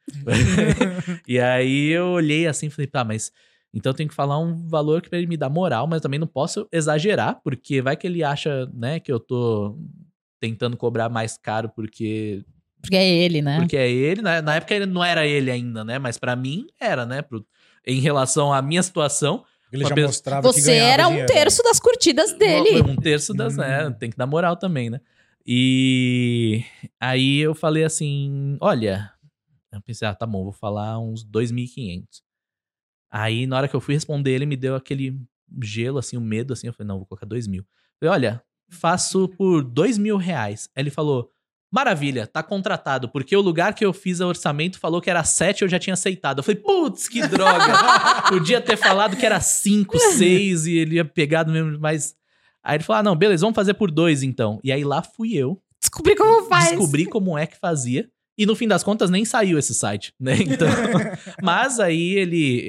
E aí eu olhei assim e falei, mas então eu tenho que falar um valor que pra ele me dar moral, mas também não posso exagerar, porque vai que ele acha, né, que eu tô tentando cobrar mais caro porque é ele, né? Porque é ele. Na época ele não era ele ainda, né? Mas pra mim era, né? Em relação à minha situação. Ele já mostrava que você era dinheiro. 1/3 das curtidas dele. 1/3 das, né? Tem que dar moral também, né? E aí eu falei assim, olha... Eu pensei, tá bom, vou falar uns 2.500. Aí na hora que eu fui responder, ele me deu aquele gelo, assim, o medo, assim. Eu falei, não, vou colocar 2.000. Eu falei, olha... faço por R$2.000. Aí ele falou, maravilha, tá contratado, porque o lugar que eu fiz o orçamento falou que era 7, eu já tinha aceitado. Eu falei, putz, que droga. Podia ter falado que era 5, 6 e ele ia pegar do mesmo, mas... Aí ele falou, não, beleza, vamos fazer por 2 então. E aí lá fui eu. Descobri como faz. Descobri como é que fazia. E no fim das contas nem saiu esse site, né? Então, mas aí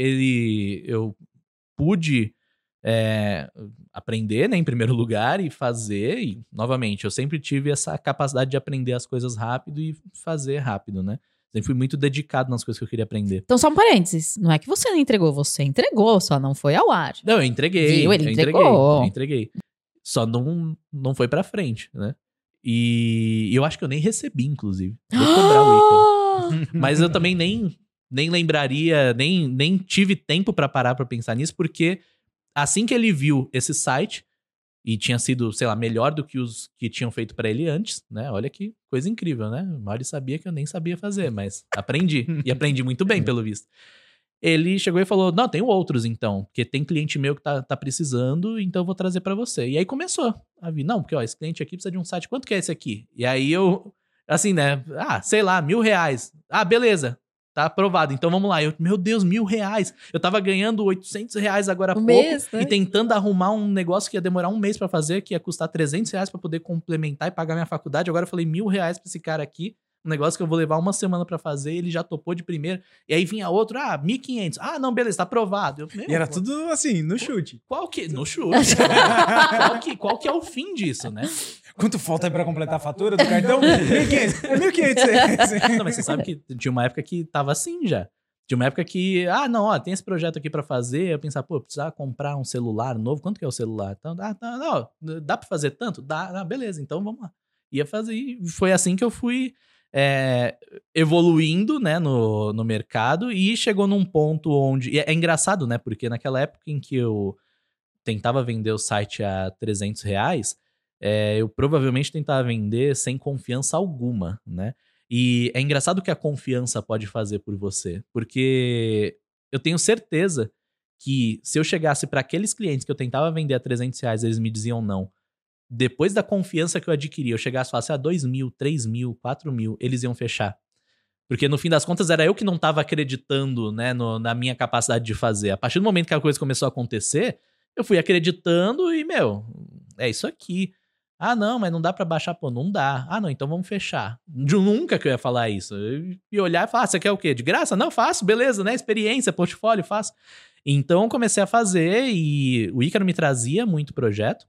eu pude... aprender, né, em primeiro lugar e fazer, e novamente, eu sempre tive essa capacidade de aprender as coisas rápido e fazer rápido, né? Sempre fui muito dedicado nas coisas que eu queria aprender. Então, só um parênteses, não é que você não entregou, você entregou, só não foi ao ar. Não, eu entreguei. Viu? Ele entregou. Eu entreguei. Só não foi pra frente, né? E eu acho que eu nem recebi, inclusive. Vou cobrar o Ícaro. Mas eu também nem lembraria, nem tive tempo pra parar pra pensar nisso, porque assim que ele viu esse site, e tinha sido, sei lá, melhor do que os que tinham feito pra ele antes, né? Olha que coisa incrível, né? O Mauri sabia que eu nem sabia fazer, mas aprendi. E aprendi muito bem, pelo visto. Ele chegou e falou, não, tem outros então, porque tem cliente meu que tá precisando, então eu vou trazer pra você. E aí começou a vir, não, porque ó, esse cliente aqui precisa de um site, quanto que é esse aqui? E aí eu, assim, né, sei lá, R$1.000. Beleza, tá aprovado, então vamos lá. Eu, meu Deus, R$1.000. Eu tava ganhando R$800 agora há pouco, mês, né? e tentando arrumar um negócio que ia demorar um mês pra fazer, que ia custar R$300 pra poder complementar e pagar minha faculdade. Agora eu falei R$1.000 pra esse cara aqui, um negócio que eu vou levar uma semana pra fazer, ele já topou de primeira. E aí vinha outro, 1.500. Não, beleza, tá aprovado. E era tudo assim, no chute. Qual que? No chute. Qual que é o fim disso, né? Quanto falta aí pra completar a fatura do cartão? 1.500. É 1.500. Não, mas você sabe que tinha uma época que tava assim já. Tinha uma época que, não, ó, tem esse projeto aqui pra fazer. Eu pensava, pô, eu precisava comprar um celular novo. Quanto que é o celular? Então, não, dá pra fazer tanto? Dá, beleza, então vamos lá. Ia fazer. E foi assim que eu fui evoluindo, né, no mercado, e chegou num ponto onde... E é engraçado, né, porque naquela época em que eu tentava vender o site a R$300, eu provavelmente tentava vender sem confiança alguma, né? E é engraçado o que a confiança pode fazer por você, porque eu tenho certeza que se eu chegasse para aqueles clientes que eu tentava vender a R$300, eles me diziam não. Depois da confiança que eu adquiri, eu chegasse e falasse, 2.000, 3.000, 4.000, eles iam fechar. Porque no fim das contas era eu que não tava acreditando, né, na minha capacidade de fazer. A partir do momento que a coisa começou a acontecer, eu fui acreditando e, é isso aqui. Não, mas não dá pra baixar, pô, não dá. Não, então vamos fechar. Nunca que eu ia falar isso. Eu ia olhar e falar, você quer o quê? De graça? Não, faço, beleza, né, experiência, portfólio, faço. Então comecei a fazer e o Ícaro me trazia muito projeto.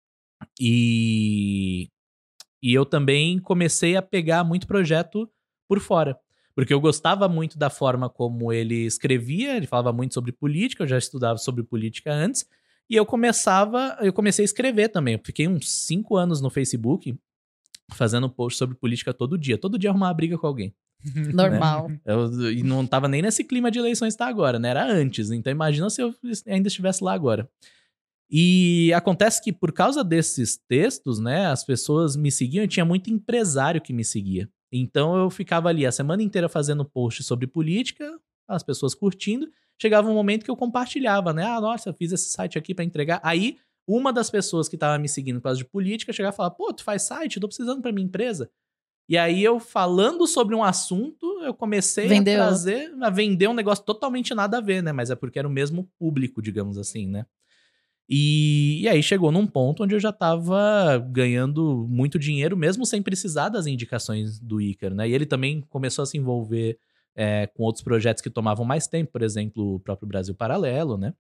E eu também comecei a pegar muito projeto por fora. Porque eu gostava muito da forma como ele escrevia, ele falava muito sobre política, eu já estudava sobre política antes, e eu comecei a escrever também. Eu fiquei uns 5 anos no Facebook fazendo post sobre política todo dia. Todo dia arrumava briga com alguém. Normal. Né? E não tava nem nesse clima de eleições que tá agora, né? Era antes. Então imagina se eu ainda estivesse lá agora. E acontece que por causa desses textos, né, as pessoas me seguiam e tinha muito empresário que me seguia. Então eu ficava ali a semana inteira fazendo post sobre política, as pessoas curtindo. Chegava um momento que eu compartilhava, né? Nossa, eu fiz esse site aqui pra entregar. Aí uma das pessoas que tava me seguindo por causa de política chegava e falava, pô, tu faz site? Eu tô precisando pra minha empresa. E aí eu falando sobre um assunto, eu comecei a vender um negócio totalmente nada a ver, né? Mas é porque era o mesmo público, digamos assim, né? E aí chegou num ponto onde eu já tava ganhando muito dinheiro, mesmo sem precisar das indicações do Ícaro, né? E ele também começou a se envolver com outros projetos que tomavam mais tempo, por exemplo, o próprio Brasil Paralelo, né?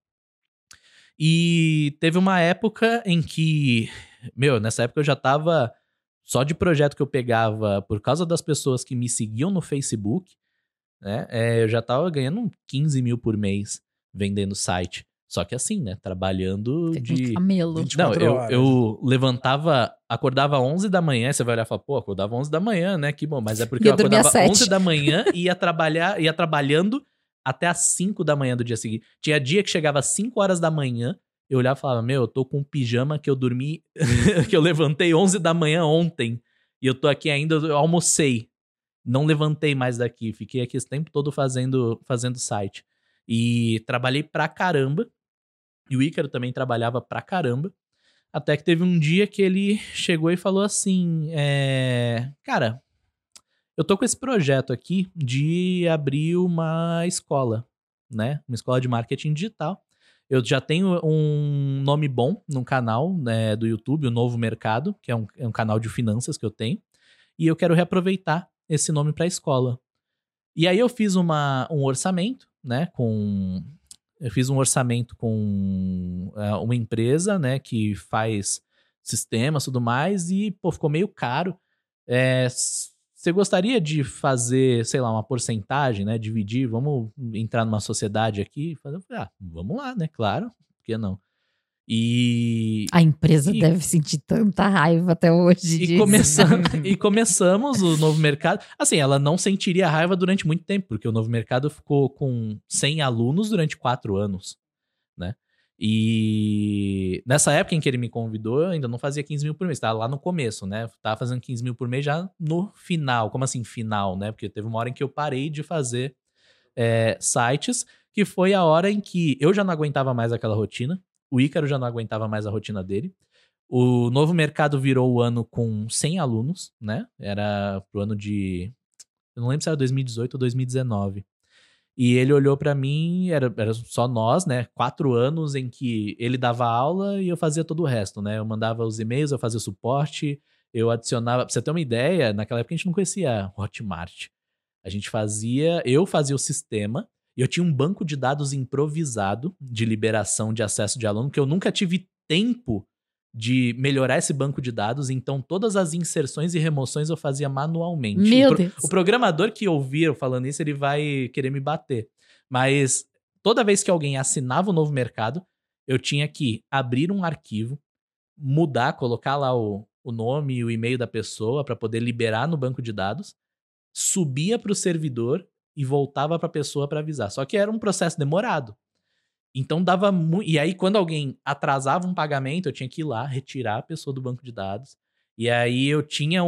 E teve uma época em que, nessa época eu já tava, só de projeto que eu pegava, por causa das pessoas que me seguiam no Facebook, né? Eu já tava ganhando 15 mil por mês vendendo site. Só que assim, né? Trabalhando de... Camelo. Não, eu levantava, acordava 11 da manhã, você vai olhar e falar, pô, acordava 11 da manhã, né? Que bom, mas é porque eu acordava 11 da manhã e ia trabalhando até às 5 da manhã do dia seguinte. Tinha dia que chegava às 5 horas da manhã, eu olhava e falava, eu tô com um pijama que eu dormi, que eu levantei 11 da manhã ontem, e eu tô aqui ainda, eu almocei. Não levantei mais daqui, fiquei aqui esse tempo todo fazendo site. E trabalhei pra caramba. E o Ícaro também trabalhava pra caramba. Até que teve um dia que ele chegou e falou assim, cara, eu tô com esse projeto aqui de abrir uma escola, né? Uma escola de marketing digital. Eu já tenho um nome bom no canal, né, do YouTube, o Novo Mercado, que é um canal de finanças que eu tenho. E eu quero reaproveitar esse nome pra escola. E aí eu fiz um orçamento, né, eu fiz um orçamento com uma empresa, né, que faz sistemas e tudo mais, e, pô, ficou meio caro. Você gostaria de fazer, sei lá, uma porcentagem, né, dividir, vamos entrar numa sociedade aqui? Eu falei, vamos lá, né, claro, por que não? E A empresa deve sentir tanta raiva até hoje disso. e começamos o Novo Mercado. Assim, ela não sentiria raiva durante muito tempo, porque o Novo Mercado ficou com 100 alunos durante 4 anos, né? E nessa época em que ele me convidou, eu ainda não fazia 15 mil por mês. Tava lá no começo, né? Tava fazendo 15 mil por mês já no final. Como assim final, né? Porque teve uma hora em que eu parei de fazer sites, que foi a hora em que eu já não aguentava mais aquela rotina. O Ícaro já não aguentava mais a rotina dele. O Novo Mercado virou o ano com 100 alunos, né? Era pro ano de... Eu não lembro se era 2018 ou 2019. E ele olhou pra mim, era só nós, né? 4 anos em que ele dava aula e eu fazia todo o resto, né? Eu mandava os e-mails, eu fazia o suporte, eu adicionava... Pra você ter uma ideia, naquela época a gente não conhecia Hotmart. Eu fazia o sistema, e eu tinha um banco de dados improvisado de liberação de acesso de aluno, que eu nunca tive tempo de melhorar esse banco de dados, então todas as inserções e remoções eu fazia manualmente. Meu Deus. O programador que ouvir eu falando isso, ele vai querer me bater. Mas toda vez que alguém assinava o Novo Mercado, eu tinha que abrir um arquivo, mudar, colocar lá o nome e o e-mail da pessoa para poder liberar no banco de dados, subia para o servidor e voltava para a pessoa para avisar. Só que era um processo demorado. Então dava muito... E aí, quando alguém atrasava um pagamento, eu tinha que ir lá, retirar a pessoa do banco de dados. E aí eu tinha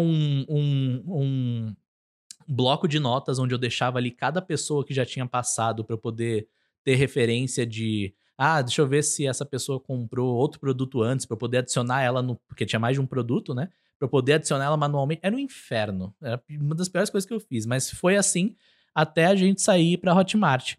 um bloco de notas onde eu deixava ali cada pessoa que já tinha passado para eu poder ter referência de... deixa eu ver se essa pessoa comprou outro produto antes, para eu poder adicionar ela no... Porque tinha mais de um produto, né? Para eu poder adicionar ela manualmente. Era um inferno. Era uma das piores coisas que eu fiz. Mas foi assim até a gente sair para Hotmart.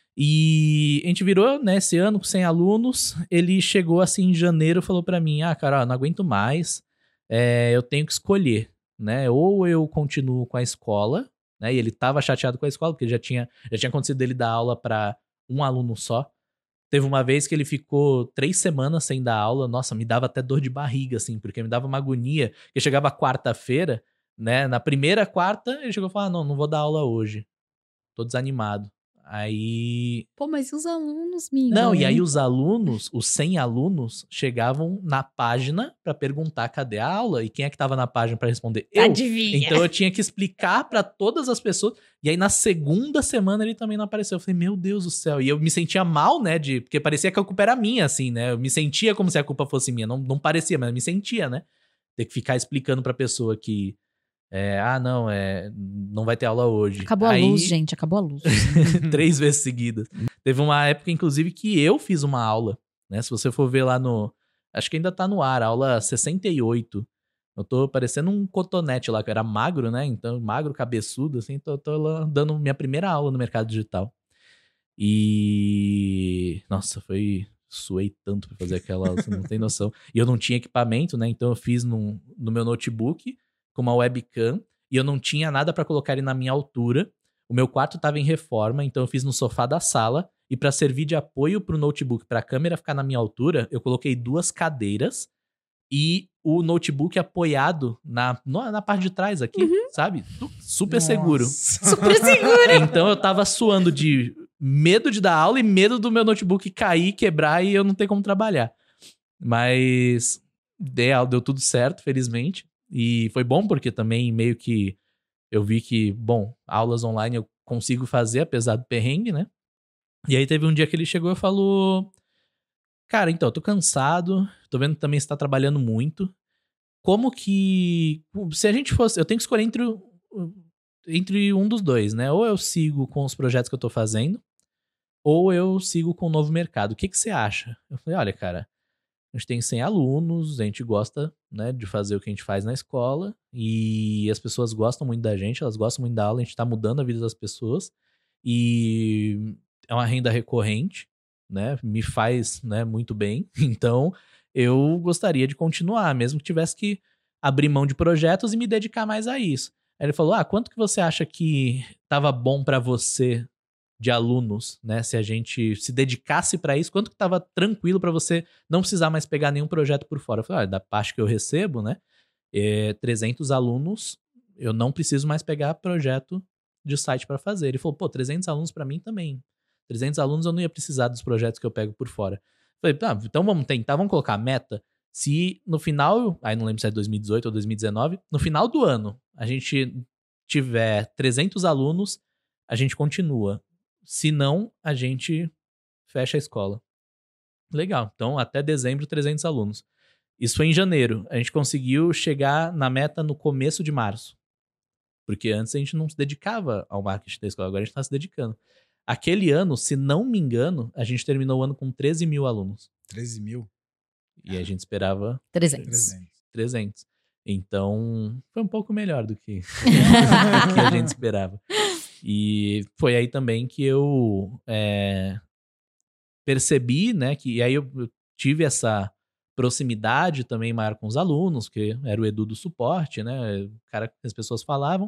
E a gente virou, né, esse ano com 100 alunos. Ele chegou assim em janeiro e falou para mim, cara, eu não aguento mais. Eu tenho que escolher, né? Ou eu continuo com a escola, né? E ele tava chateado com a escola, porque já tinha acontecido dele dar aula para um aluno só. Teve uma vez que ele ficou 3 semanas sem dar aula. Nossa, me dava até dor de barriga, assim, porque me dava uma agonia. Eu chegava quarta-feira, né? Na primeira quarta, ele chegou e falou, não vou dar aula hoje. Tô desanimado. Aí... Pô, mas e os alunos, Mingo? Não, e aí os alunos, os 100 alunos, chegavam na página pra perguntar cadê a aula e quem é que tava na página pra responder? Eu. Adivinha. Então eu tinha que explicar pra todas as pessoas. E aí na segunda semana ele também não apareceu. Eu falei, meu Deus do céu. E eu me sentia mal, né, porque parecia que a culpa era minha, assim, né? Eu me sentia como se a culpa fosse minha. Não parecia, mas eu me sentia, né? Ter que ficar explicando pra pessoa que... não vai ter aula hoje. Acabou a luz, gente, acabou a luz. 3 vezes seguidas. Teve uma época, inclusive, que eu fiz uma aula, né? Se você for ver lá no... Acho que ainda tá no ar, aula 68. Eu tô parecendo um cotonete lá, que eu era magro, né? Então, magro, cabeçudo, assim. Tô lá dando minha primeira aula no mercado digital. E... Nossa, suei tanto pra fazer aquela aula, você não tem noção. E eu não tinha equipamento, né? Então eu fiz no meu notebook, com uma webcam, e eu não tinha nada pra colocar ele na minha altura. O meu quarto tava em reforma, então eu fiz no sofá da sala, e pra servir de apoio pro notebook, pra câmera ficar na minha altura, eu coloquei 2 cadeiras e o notebook apoiado na parte de trás aqui, sabe? Super seguro. Super seguro. Então eu tava suando de medo de dar aula e medo do meu notebook cair, quebrar e eu não ter como trabalhar. Mas deu tudo certo, felizmente. E foi bom porque também meio que eu vi que, bom, aulas online eu consigo fazer, apesar do perrengue, né? E aí teve um dia que ele chegou e falou... Cara, então, eu tô cansado, tô vendo que também você tá trabalhando muito. Como que... Se a gente fosse... Eu tenho que escolher entre um dos dois, né? Ou eu sigo com os projetos que eu tô fazendo, ou eu sigo com o Novo Mercado. O que você acha? Eu falei, olha, cara... A gente tem 100 alunos, a gente gosta, né, de fazer o que a gente faz na escola e as pessoas gostam muito da gente, elas gostam muito da aula, a gente tá mudando a vida das pessoas e é uma renda recorrente, né, me faz, né, muito bem. Então, eu gostaria de continuar, mesmo que tivesse que abrir mão de projetos e me dedicar mais a isso. Aí ele falou, quanto que você acha que tava bom pra você de alunos, né? Se a gente se dedicasse pra isso, quanto que tava tranquilo pra você não precisar mais pegar nenhum projeto por fora? Eu falei, da parte que eu recebo, né? 300 alunos, eu não preciso mais pegar projeto de site pra fazer. Ele falou, 300 alunos pra mim também. 300 alunos eu não ia precisar dos projetos que eu pego por fora. Falei, tá, então vamos tentar, vamos colocar a meta. Se no final, aí não lembro se é 2018 ou 2019, no final do ano a gente tiver 300 alunos, a gente continua. Se não, a gente fecha a escola. Legal, então até dezembro 300 alunos. Isso foi em janeiro. A gente conseguiu chegar na meta no começo de março. Porque antes a gente não se dedicava ao marketing da escola, agora a gente está se dedicando. Aquele ano, se não me engano, a gente terminou o ano com 13 mil alunos. 13 mil? E a gente esperava 300. Então, foi um pouco melhor do que, do que a gente esperava. E foi aí também que eu percebi, né, que aí eu tive essa proximidade também maior com os alunos, que era o Edu do suporte, né, o cara que as pessoas falavam.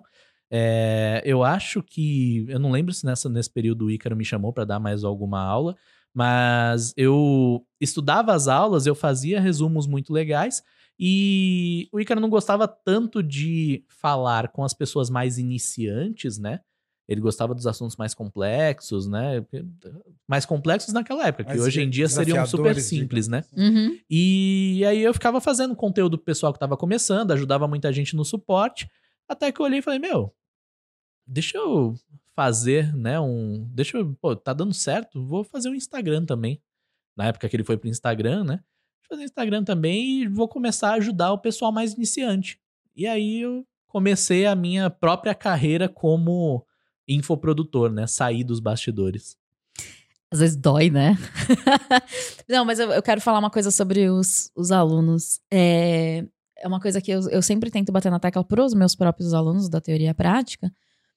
Eu acho que, eu não lembro se nesse período o Ícaro me chamou para dar mais alguma aula, mas eu estudava as aulas, eu fazia resumos muito legais e o Ícaro não gostava tanto de falar com as pessoas mais iniciantes, né? Ele gostava dos assuntos mais complexos, né? Mais complexos naquela época, que hoje em dia seriam super simples, né? Uhum. E aí eu ficava fazendo conteúdo pro pessoal que tava começando, ajudava muita gente no suporte, até que eu olhei e falei, deixa eu fazer, né, tá dando certo, vou fazer um Instagram também. Na época que ele foi pro Instagram, né? Vou fazer Instagram também e vou começar a ajudar o pessoal mais iniciante. E aí eu comecei a minha própria carreira como infoprodutor, né? Sair dos bastidores. Às vezes dói, né? Não, mas eu quero falar uma coisa sobre os alunos. É uma coisa que eu sempre tento bater na tecla pros meus próprios alunos da teoria prática,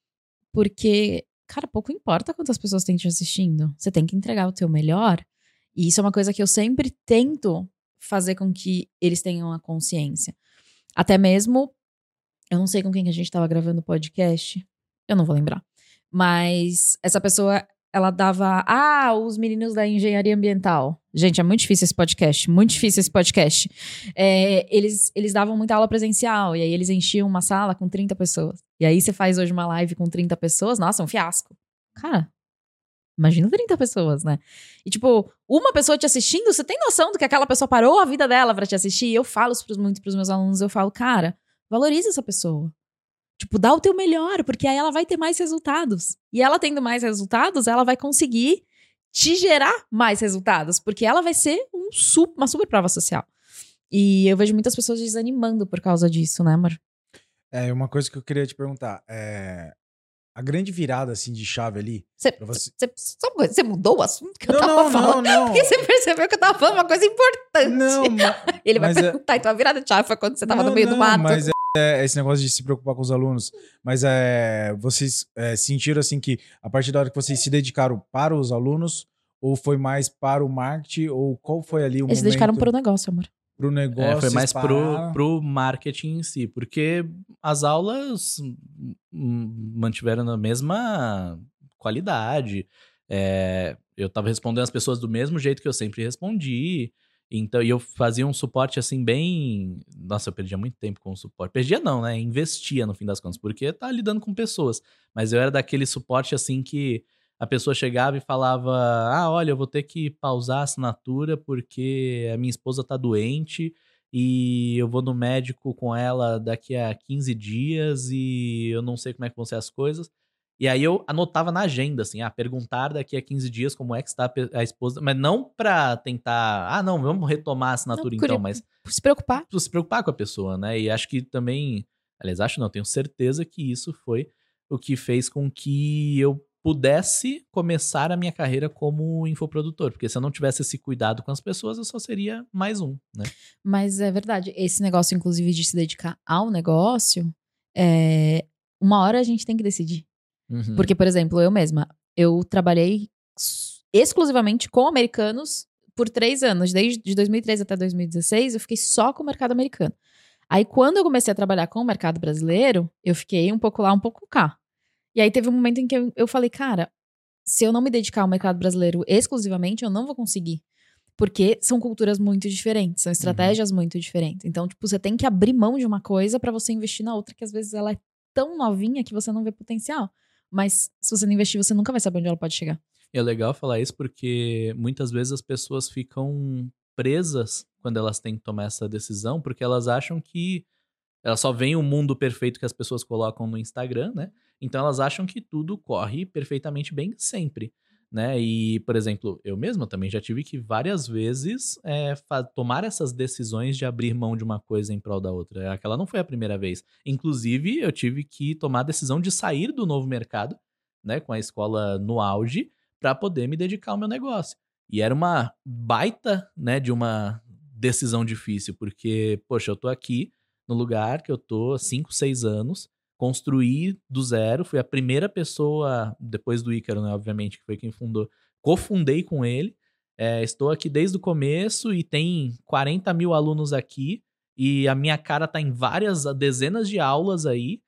porque, cara, pouco importa quantas pessoas têm te assistindo. Você tem que entregar o teu melhor. E isso é uma coisa que eu sempre tento fazer com que eles tenham a consciência. Até mesmo, eu não sei com quem que a gente tava gravando o podcast. Eu não vou lembrar. Mas essa pessoa, ela dava... os meninos da engenharia ambiental. Gente, é muito difícil esse podcast. Muito difícil esse podcast. Eles davam muita aula presencial. E aí eles enchiam uma sala com 30 pessoas. E aí você faz hoje uma live com 30 pessoas. Nossa, é um fiasco. Cara, imagina 30 pessoas, né? E tipo, uma pessoa te assistindo, você tem noção do que aquela pessoa parou a vida dela pra te assistir? E eu falo muito pros meus alunos. Eu falo, cara, valoriza essa pessoa. Tipo, dá o teu melhor, porque aí ela vai ter mais resultados. E ela tendo mais resultados, ela vai conseguir te gerar mais resultados, porque ela vai ser uma super prova social. E eu vejo muitas pessoas desanimando por causa disso, né, amor? Uma coisa que eu queria te perguntar, a grande virada, assim, de chave ali... Só uma coisa, você mudou o assunto que eu tava falando? Não. Porque você percebeu que eu tava falando uma coisa importante. Não, Ele vai perguntar, então a virada de chave foi quando você tava no meio do mato. Mas esse negócio de se preocupar com os alunos. Mas vocês sentiram, assim, que a partir da hora que vocês se dedicaram para os alunos, ou foi mais para o marketing, ou qual foi ali o momento... Eles se dedicaram pro negócio, amor. Pro negócio, foi mais pro marketing em si, porque as aulas mantiveram na mesma qualidade. Eu tava respondendo as pessoas do mesmo jeito que eu sempre respondi. Então, e eu fazia um suporte assim bem... Nossa, eu perdia muito tempo com o suporte. Perdia não, né? Investia no fim das contas, porque tá lidando com pessoas. Mas eu era daquele suporte assim que a pessoa chegava e falava, olha, eu vou ter que pausar a assinatura porque a minha esposa tá doente e eu vou no médico com ela daqui a 15 dias e eu não sei como é que vão ser as coisas. E aí eu anotava na agenda, assim, perguntar daqui a 15 dias como é que está a esposa, mas não pra tentar, não, vamos retomar a assinatura então, mas... Se preocupar. Se preocupar com a pessoa, né? E acho que também, aliás, tenho certeza que isso foi o que fez com que eu pudesse começar a minha carreira como infoprodutor, porque se eu não tivesse esse cuidado com as pessoas, eu só seria mais um, né? Mas é verdade, esse negócio, inclusive, de se dedicar ao negócio, uma hora a gente tem que decidir. Uhum. Porque, por exemplo, eu mesma, eu trabalhei exclusivamente com americanos por 3 anos. Desde 2013 até 2016, eu fiquei só com o mercado americano. Aí, quando eu comecei a trabalhar com o mercado brasileiro, eu fiquei um pouco lá, um pouco cá. E aí, teve um momento em que eu falei, cara, se eu não me dedicar ao mercado brasileiro exclusivamente, eu não vou conseguir. Porque são culturas muito diferentes, são estratégias muito diferentes. Então, tipo, você tem que abrir mão de uma coisa pra você investir na outra, que às vezes ela é tão novinha que você não vê potencial. Mas se você não investir, você nunca vai saber onde ela pode chegar. É legal falar isso porque muitas vezes as pessoas ficam presas quando elas têm que tomar essa decisão, porque elas acham que elas só veem o mundo perfeito que as pessoas colocam no Instagram, né? Então elas acham que tudo corre perfeitamente bem sempre, né? E, por exemplo, eu mesmo também já tive que várias vezes tomar essas decisões de abrir mão de uma coisa em prol da outra. Aquela não foi a primeira vez. Inclusive, eu tive que tomar a decisão de sair do novo mercado, né? Com a escola no auge, para poder me dedicar ao meu negócio. E era uma baita, né, de uma decisão difícil, porque, poxa, eu tô aqui no lugar que eu tô há 5, 6 anos, construí do zero, fui a primeira pessoa, depois do Ícaro, né, obviamente, que foi quem fundou, cofundei com ele, estou aqui desde o começo e tem 40 mil alunos aqui, e a minha cara tá em várias dezenas de aulas aí,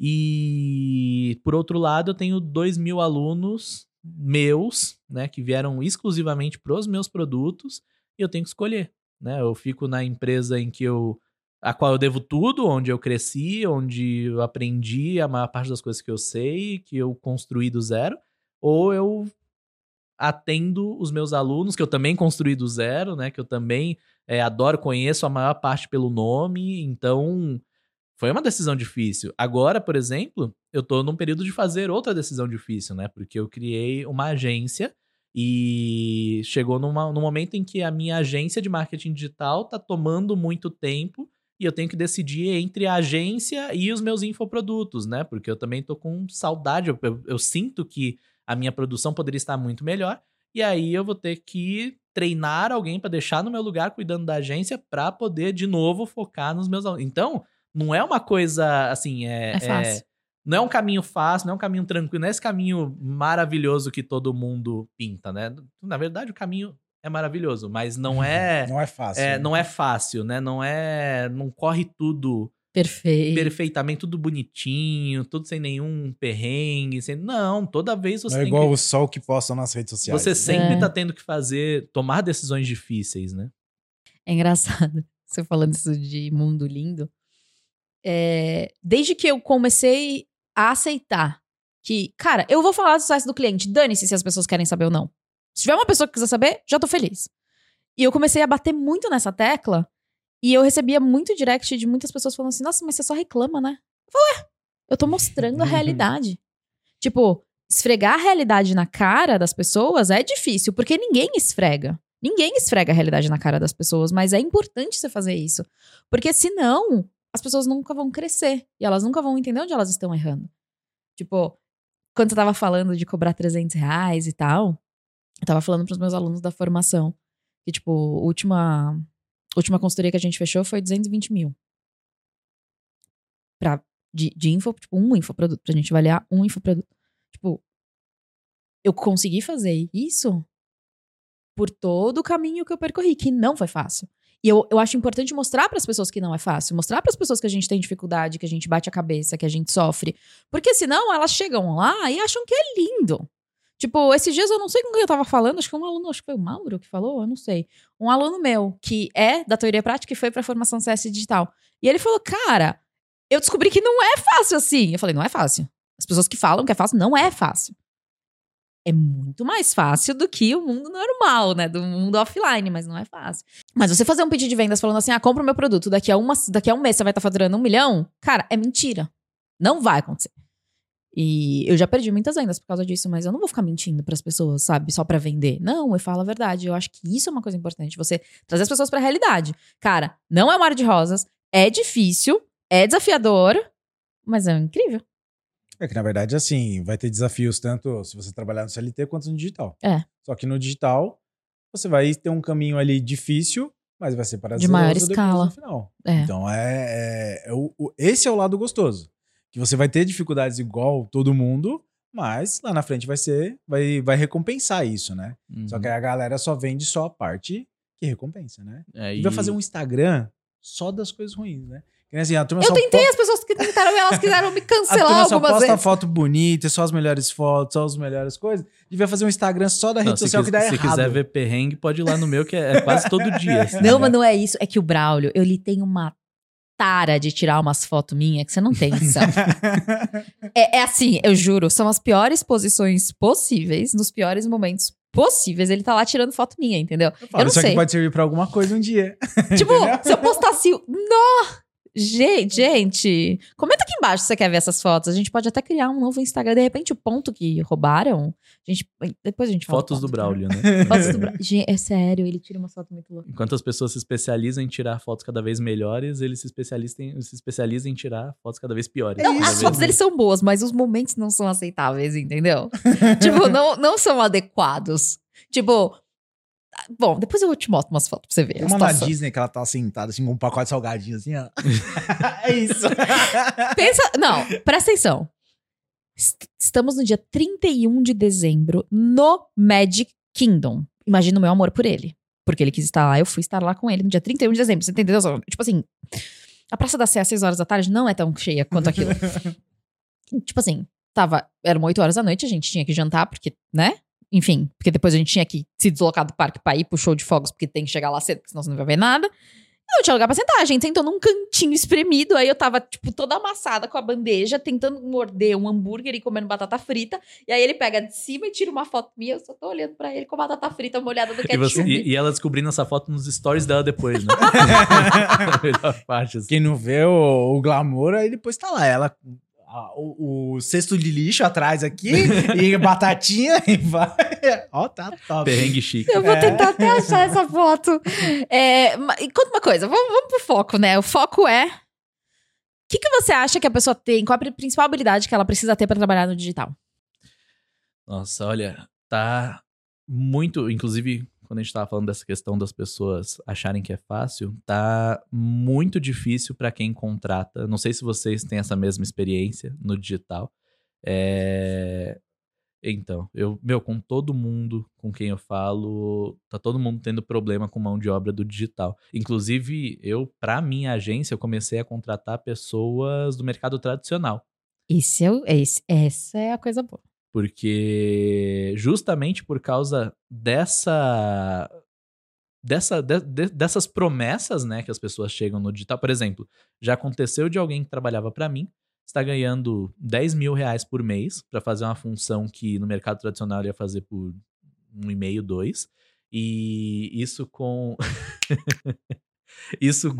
e por outro lado eu tenho 2.000 alunos meus, né, que vieram exclusivamente pros meus produtos, e eu tenho que escolher, né, eu fico na empresa a qual eu devo tudo, onde eu cresci, onde eu aprendi a maior parte das coisas que eu sei, que eu construí do zero, ou eu atendo os meus alunos, que eu também construí do zero, né, que eu também adoro, conheço a maior parte pelo nome, então foi uma decisão difícil. Agora, por exemplo, eu tô num período de fazer outra decisão difícil, né? Porque eu criei uma agência e chegou num momento em que a minha agência de marketing digital tá tomando muito tempo e eu tenho que decidir entre a agência e os meus infoprodutos, né? Porque eu também tô com saudade, eu sinto que a minha produção poderia estar muito melhor e aí eu vou ter que treinar alguém para deixar no meu lugar cuidando da agência para poder de novo focar nos meus alunos. Então, não é uma coisa, assim, fácil. não é um caminho fácil, não é um caminho tranquilo, não é esse caminho maravilhoso que todo mundo pinta, né? Na verdade, o caminho é maravilhoso, mas não é... Não é fácil. Né? Não é fácil, né? Não corre tudo perfeitamente, tudo bonitinho, tudo sem nenhum perrengue, não, toda vez você não é igual o sol que posta nas redes sociais. Você sempre tá tendo que tomar decisões difíceis, né? É engraçado, você falando isso de mundo lindo. Desde que eu comecei a aceitar que, cara, eu vou falar do sucesso do cliente, dane-se se as pessoas querem saber ou não. Se tiver uma pessoa que quiser saber, já tô feliz. E eu comecei a bater muito nessa tecla e eu recebia muito direct de muitas pessoas falando assim, nossa, mas você só reclama, né? Eu falei, eu tô mostrando a realidade. Tipo, esfregar a realidade na cara das pessoas é difícil, porque ninguém esfrega. Ninguém esfrega a realidade na cara das pessoas, mas é importante você fazer isso. Porque senão, as pessoas nunca vão crescer. E elas nunca vão entender onde elas estão errando. Tipo, quando você tava falando de cobrar R$300 e tal, eu tava falando pros meus alunos da formação. Que, tipo, a última consultoria que a gente fechou foi 220 mil. De info, tipo, um infoproduto. Pra gente avaliar um infoproduto. Tipo, eu consegui fazer isso por todo o caminho que eu percorri, que não foi fácil. E eu acho importante mostrar para as pessoas que não é fácil. Mostrar para as pessoas que a gente tem dificuldade, que a gente bate a cabeça, que a gente sofre. Porque senão elas chegam lá e acham que é lindo. Tipo, esses dias eu não sei com quem eu tava falando, acho que um aluno, acho que foi o Mauro que falou, eu não sei. Um aluno meu, que é da teoria prática e foi pra formação CS digital. E ele falou, cara, eu descobri que não é fácil assim. Eu falei, não é fácil. As pessoas que falam que é fácil, não é fácil. É muito mais fácil do que o mundo normal, né? Do mundo offline, mas não é fácil. Mas você fazer um pedido de vendas falando assim, compra o meu produto, daqui a um mês você vai estar faturando 1 milhão, cara, é mentira. Não vai acontecer. E eu já perdi muitas vendas por causa disso, mas eu não vou ficar mentindo pras pessoas, sabe? Só pra vender. Não, eu falo a verdade. Eu acho que isso é uma coisa importante. Você trazer as pessoas pra realidade. Cara, não é um mar de rosas, é difícil, é desafiador, mas é incrível. É que, na verdade, assim, vai ter desafios tanto se você trabalhar no CLT quanto no digital. Só que no digital, você vai ter um caminho ali difícil, mas vai ser prazeroso de maior escala. No final. Então, esse é o lado gostoso. Que você vai ter dificuldades igual todo mundo, mas lá na frente vai recompensar isso, né? Uhum. Só que a galera só vende só a parte que recompensa, né? E vai fazer um Instagram só das coisas ruins, né? Assim, a turma eu tentei, as pessoas que tentaram, elas quiseram me cancelar algumas vezes. A turma só posta foto bonita, só as melhores fotos, só as melhores coisas. Devia fazer um Instagram só da rede social que dá errado. Se quiser ver perrengue, pode ir lá no meu, que é quase todo dia. Assim, não, mas não é isso. É que o Braulio, ele tem uma tara de tirar umas fotos minhas que você não tem noção. É assim, eu juro, são as piores posições possíveis, nos piores momentos possíveis. Ele tá lá tirando foto minha, entendeu? Eu não Isso sei. aqui pode servir pra alguma coisa um dia. Tipo, se eu postasse... Gente, comenta aqui embaixo se você quer ver essas fotos. A gente pode até criar um novo Instagram. De repente, o ponto que roubaram... depois a gente fala. Fotos do Braulio, né? Fotos do Braulio. Gente, é sério, ele tira uma foto muito louca. Enquanto as pessoas se especializam em tirar fotos cada vez melhores, ele se especializa em tirar fotos cada vez piores. Não, Cada as vez fotos mais. deles são boas, mas os momentos não são aceitáveis, entendeu? Tipo, não são adequados. Tipo... Bom, depois eu te mostro umas fotos pra você ver. Tem a uma na situação. Disney que ela tá sentada assim com um pacote de salgadinho assim, ó. É isso. Pensa... Não, presta atenção. Estamos no dia 31 de dezembro no Magic Kingdom. Imagina o meu amor por ele. Porque ele quis estar lá, eu fui estar lá com ele no dia 31 de dezembro. Você entendeu? Tipo assim, a Praça da Sé às 6 horas da tarde não é tão cheia quanto aquilo. Tipo assim, eram 8 horas da noite, a gente tinha que jantar, porque, né? Enfim, porque depois a gente tinha que se deslocar do parque pra ir pro show de fogos, porque tem que chegar lá cedo, porque senão você não vai ver nada. Eu não tinha lugar pra sentar, a gente sentou num cantinho espremido, aí eu tava, tipo, toda amassada com a bandeja, tentando morder um hambúrguer e comendo batata frita, e aí ele pega de cima e tira uma foto minha, eu só tô olhando pra ele com batata frita molhada do ketchup. E ela descobrindo essa foto nos stories dela depois, né? A melhor parte, assim. Quem não vê o glamour, aí depois tá lá. Ela... O cesto de lixo atrás aqui, e batatinha, e vai. Ó, tá top. Perrengue chique. Eu vou tentar até achar essa foto. E conta uma coisa, vamos pro foco, né? O foco é... O que você acha que a pessoa tem? Qual a principal habilidade que ela precisa ter pra trabalhar no digital? Nossa, olha, tá muito... Inclusive, quando a gente tava falando dessa questão das pessoas acharem que é fácil, tá muito difícil pra quem contrata. Não sei se vocês têm essa mesma experiência no digital. Então, com todo mundo com quem eu falo, tá todo mundo tendo problema com mão de obra do digital. Inclusive, pra minha agência, eu comecei a contratar pessoas do mercado tradicional. Essa é a coisa boa. Porque justamente por causa dessas promessas, né, que as pessoas chegam no digital. Por exemplo, já aconteceu de alguém que trabalhava para mim, está ganhando 10 mil reais por mês para fazer uma função que no mercado tradicional ia fazer por 1,5, 2. E isso com... isso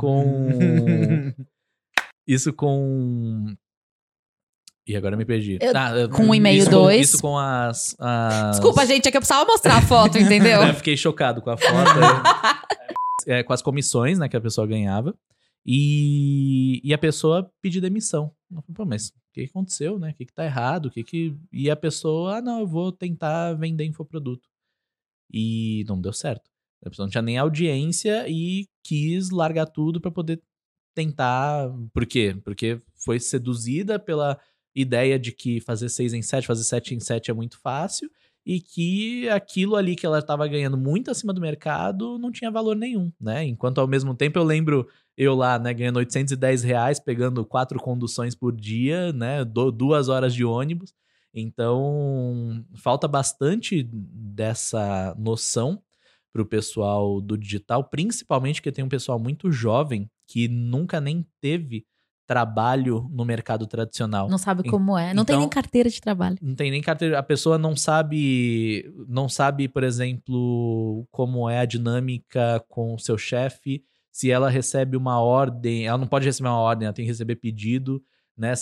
com... E agora eu me perdi. Com 1,5, 2. Isso com as... Desculpa, gente, é que eu precisava mostrar a foto, entendeu? Eu fiquei chocado com a foto. Com as comissões, né, que a pessoa ganhava. E a pessoa pediu demissão. Eu falei, pô, mas o que aconteceu, né? O que tá errado? E a pessoa, não, eu vou tentar vender infoproduto. E não deu certo. A pessoa não tinha nem audiência e quis largar tudo pra poder tentar... Por quê? Porque foi seduzida pela ideia de que fazer 6 em 7, fazer 7 em 7 é muito fácil e que aquilo ali que ela estava ganhando muito acima do mercado não tinha valor nenhum, né? Enquanto ao mesmo tempo eu lembro eu lá, né, ganhando 810 reais, pegando 4 conduções por dia, né, 2 horas de ônibus. Então, falta bastante dessa noção pro pessoal do digital, principalmente porque tem um pessoal muito jovem que nunca nem teve trabalho no mercado tradicional. Não sabe como é. Não tem nem carteira de trabalho. Não tem nem carteira. A pessoa não sabe, por exemplo, como é a dinâmica com o seu chefe. Se ela recebe uma ordem, ela não pode receber uma ordem, ela tem que receber pedido, né?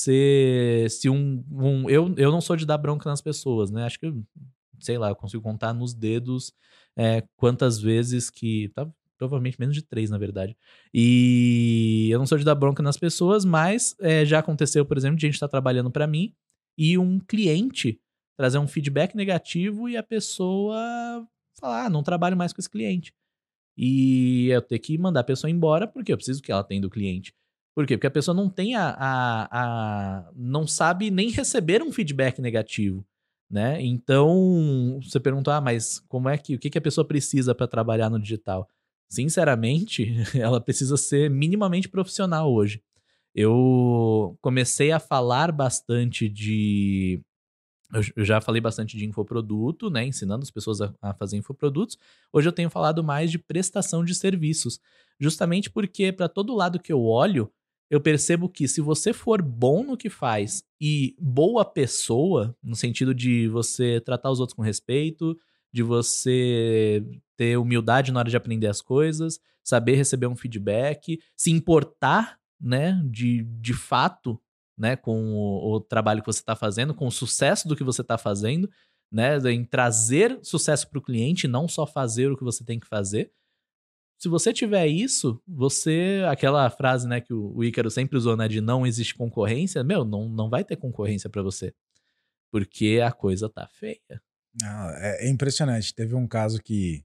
Eu não sou de dar bronca nas pessoas, né? Acho que, sei lá, eu consigo contar nos dedos quantas vezes que... Provavelmente menos de 3, na verdade. E eu não sou de dar bronca nas pessoas, mas já aconteceu, por exemplo, de a gente estar trabalhando para mim e um cliente trazer um feedback negativo e a pessoa falar, não trabalho mais com esse cliente. E eu ter que mandar a pessoa embora porque eu preciso que ela tenha do cliente. Por quê? Porque a pessoa não tem não sabe nem receber um feedback negativo, né? Então, você pergunta, mas como é o que a pessoa precisa para trabalhar no digital? Sinceramente, ela precisa ser minimamente profissional hoje. Eu comecei a falar bastante de Eu já falei bastante de infoproduto, né? Ensinando as pessoas a fazer infoprodutos. Hoje eu tenho falado mais de prestação de serviços. Justamente porque, para todo lado que eu olho, eu percebo que se você for bom no que faz e boa pessoa, no sentido de você tratar os outros com respeito, de você ter humildade na hora de aprender as coisas, saber receber um feedback, se importar, né, de fato, né, com o trabalho que você está fazendo, com o sucesso do que você está fazendo, né, em trazer sucesso para o cliente, não só fazer o que você tem que fazer. Se você tiver isso, aquela frase, né, que o Ícaro sempre usou, né, de não existe concorrência, não vai ter concorrência para você, porque a coisa tá feia. É impressionante. Teve um caso que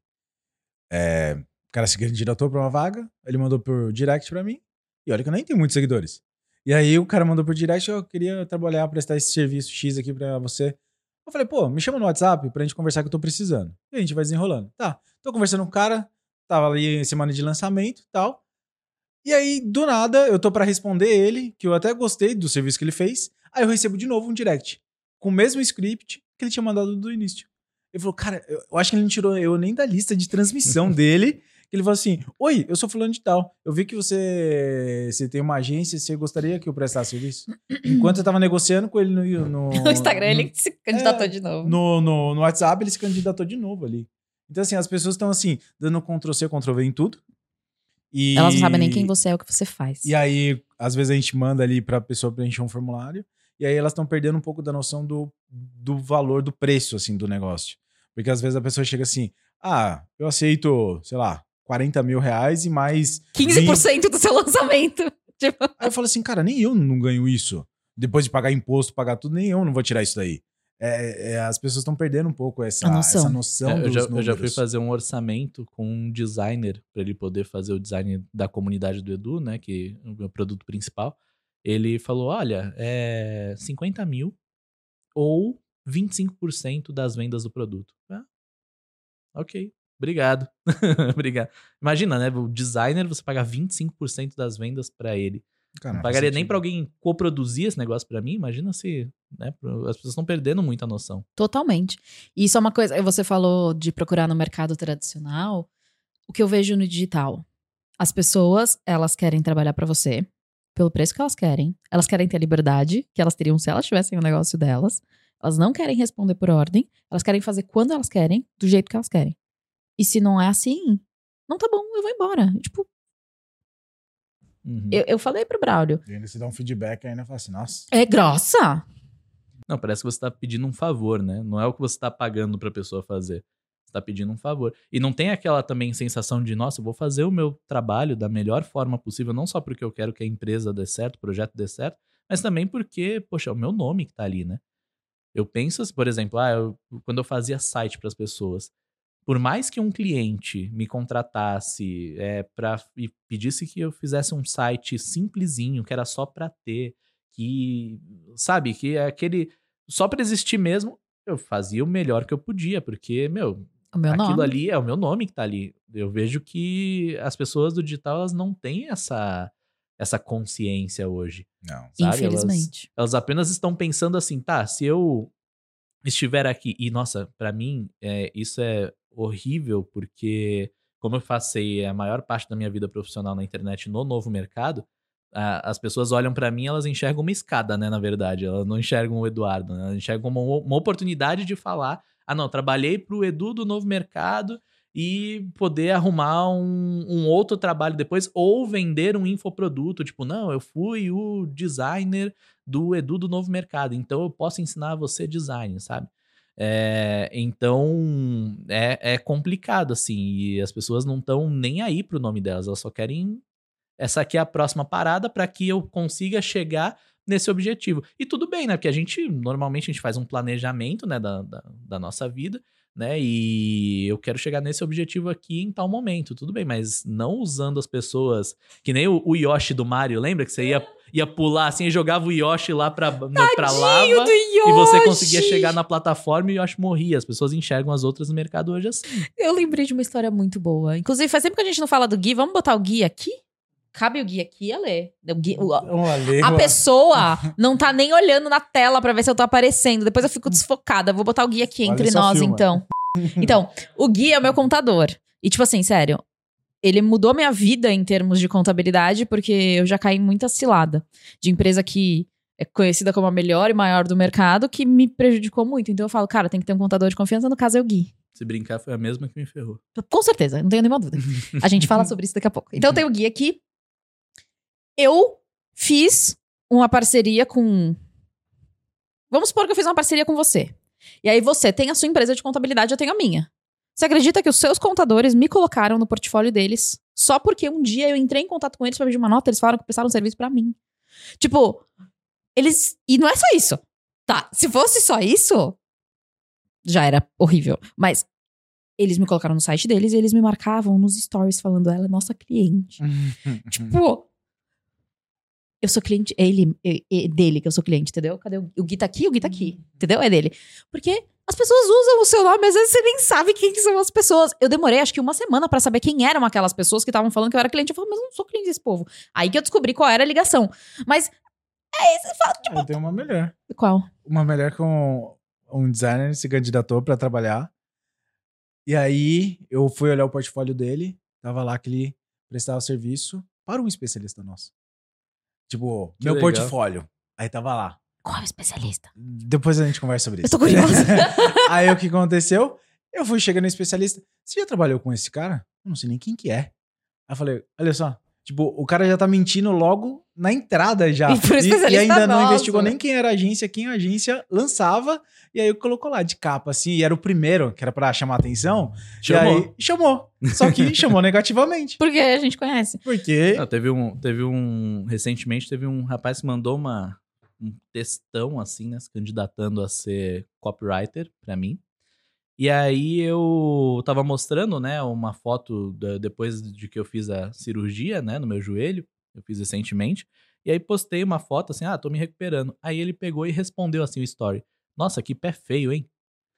o cara se candidatou pra uma vaga, ele mandou por direct pra mim, e olha que eu nem tenho muitos seguidores. E aí o cara mandou por direct, eu queria trabalhar, prestar esse serviço X aqui pra você. Eu falei, pô, me chama no WhatsApp pra gente conversar que eu tô precisando. E a gente vai desenrolando. Tá, tô conversando com o cara, tava ali em semana de lançamento e tal. E aí, do nada, eu tô pra responder ele, que eu até gostei do serviço que ele fez. Aí eu recebo de novo um direct, com o mesmo script que ele tinha mandado do início. Ele falou, cara, eu acho que ele não tirou eu nem da lista de transmissão dele. Ele falou assim, oi, eu sou fulano de tal. Eu vi que você tem uma agência, você gostaria que eu prestasse serviço? Enquanto eu tava negociando com ele no Instagram, ele se candidatou de novo. No WhatsApp, ele se candidatou de novo ali. Então, assim, as pessoas estão, assim, dando Ctrl-C, Ctrl-V em tudo. E elas não sabem nem quem você é, o que você faz. E aí, às vezes a gente manda ali pra pessoa preencher um formulário. E aí elas estão perdendo um pouco da noção do valor, do preço, assim, do negócio. Porque às vezes a pessoa chega assim, eu aceito, sei lá, 40 mil reais e mais 15% do seu lançamento. Tipo... Aí eu falo assim, cara, nem eu não ganho isso. Depois de pagar imposto, pagar tudo, nem eu não vou tirar isso daí. As pessoas estão perdendo um pouco essa noção dos números. Eu já fui fazer um orçamento com um designer para ele poder fazer o design da comunidade do Edu, né, que é o meu produto principal. Ele falou, olha, 50 mil ou 25% das vendas do produto. Ok, obrigado. Obrigado. Imagina, né, o designer, você pagar 25% das vendas para ele. Cara, não pagaria nem pra alguém coproduzir esse negócio pra mim. Imagina se, né, as pessoas estão perdendo muita noção. Totalmente. E isso é uma coisa, você falou de procurar no mercado tradicional, o que eu vejo no digital. As pessoas, elas querem trabalhar pra você pelo preço que elas querem ter a liberdade que elas teriam se elas tivessem o negócio delas, elas não querem responder por ordem, elas querem fazer quando elas querem, do jeito que elas querem. E se não é assim, não tá bom, eu vou embora. Tipo, eu falei pro Braulio. E ainda se dá um feedback, ainda fala assim, nossa. É grossa. Não, parece que você tá pedindo um favor, né? Não é o que você tá pagando pra pessoa fazer. Você tá pedindo um favor. E não tem aquela também sensação de, nossa, eu vou fazer o meu trabalho da melhor forma possível, não só porque eu quero que a empresa dê certo, o projeto dê certo, mas também porque, poxa, é o meu nome que tá ali, né? Eu penso, por exemplo, quando eu fazia site pras pessoas, por mais que um cliente me contratasse e pedisse que eu fizesse um site simplesinho, que era só pra ter, que, sabe, que é aquele... Só pra existir mesmo, eu fazia o melhor que eu podia, porque, aquilo ali é o meu nome que tá ali. Eu vejo que as pessoas do digital, elas não têm essa consciência hoje. Não. Sabe? Infelizmente. Elas apenas estão pensando assim, tá, se eu estiver aqui... E, nossa, pra mim, isso é horrível, porque como eu passei a maior parte da minha vida profissional na internet no novo mercado, as pessoas olham pra mim, elas enxergam uma escada, né, na verdade. Elas não enxergam o Eduardo, né? Elas enxergam uma oportunidade de falar, não, trabalhei pro Edu do novo mercado e poder arrumar um outro trabalho depois, ou vender um infoproduto, tipo, não, eu fui o designer do Edu do novo mercado, então eu posso ensinar você design, sabe? Então, é complicado, assim, e as pessoas não estão nem aí pro nome delas, elas só querem... Essa aqui é a próxima parada para que eu consiga chegar nesse objetivo. E tudo bem, né? Porque normalmente a gente faz um planejamento, né, da nossa vida, né? E eu quero chegar nesse objetivo aqui em tal momento, tudo bem, mas não usando as pessoas, que nem o Yoshi do Mario, lembra que você ia pular assim e jogava o Yoshi lá pra lava e você conseguia chegar na plataforma e o Yoshi morria. As pessoas enxergam as outras no mercado hoje assim. Eu lembrei de uma história muito boa. Inclusive, faz tempo que a gente não fala do Gui. Vamos botar o Gui aqui? Cabe o Gui aqui, Ale. Olha, A pessoa não tá nem olhando na tela pra ver se eu tô aparecendo. Depois eu fico desfocada. Vou botar o Gui aqui entre só nós, filma. então. Então, o Gui é o meu contador. E tipo assim, sério, ele mudou minha vida em termos de contabilidade, porque eu já caí em muita cilada. De empresa que é conhecida como a melhor e maior do mercado, que me prejudicou muito. Então eu falo, cara, tem que ter um contador de confiança, no caso é o Gui. Se brincar, foi a mesma que me ferrou. Com certeza, não tenho nenhuma dúvida. A gente fala sobre isso daqui a pouco. Então tem o Gui aqui. Eu fiz uma parceria com... Vamos supor que eu fiz uma parceria com você. E aí você tem a sua empresa de contabilidade, eu tenho a minha. Você acredita que os seus contadores me colocaram no portfólio deles só porque um dia eu entrei em contato com eles pra pedir uma nota, eles falaram que prestaram um serviço pra mim. Tipo, eles... E não é só isso. Tá, se fosse só isso, já era horrível. Mas eles me colocaram no site deles e eles me marcavam nos stories falando, ela é nossa cliente. Tipo... Eu sou cliente, dele que eu sou cliente, entendeu? Cadê o Gui tá aqui? O Gui tá aqui, entendeu? É dele. Porque as pessoas usam o seu nome, às vezes você nem sabe quem que são as pessoas. Eu demorei acho que uma semana pra saber quem eram aquelas pessoas que estavam falando que eu era cliente. Eu falei, mas eu não sou cliente desse povo. Aí que eu descobri qual era a ligação. Mas, você fala, tipo... Eu tenho uma melhor. Qual? Uma melhor que um designer se candidatou pra trabalhar. E aí, eu fui olhar o portfólio dele. Tava lá que ele prestava serviço para um especialista nosso. Tipo, Que meu legal. portfólio. Aí tava lá. Qual é o especialista? Depois a gente conversa sobre Eu isso. tô curiosa. Aí o que aconteceu? Eu fui chegando no especialista. Você já trabalhou com esse cara? Eu não sei nem quem que é. Aí eu falei, olha só. Tipo, o cara já tá mentindo logo na entrada já. E pro especialista e ainda não nosso. investigou nem quem era a agência, quem a agência lançava. E aí colocou lá de capa, assim. E era o primeiro, que era pra chamar atenção. Chamou. E aí chamou. Só que chamou negativamente. Porque a gente conhece. Porque... Não, recentemente teve um rapaz que mandou um textão, assim, né? Se candidatando a ser copywriter pra mim. E aí eu tava mostrando, né, uma foto depois de que eu fiz a cirurgia, né, no meu joelho. Eu fiz recentemente. E aí postei uma foto assim, tô me recuperando. Aí ele pegou e respondeu assim o story. Nossa, que pé feio, hein?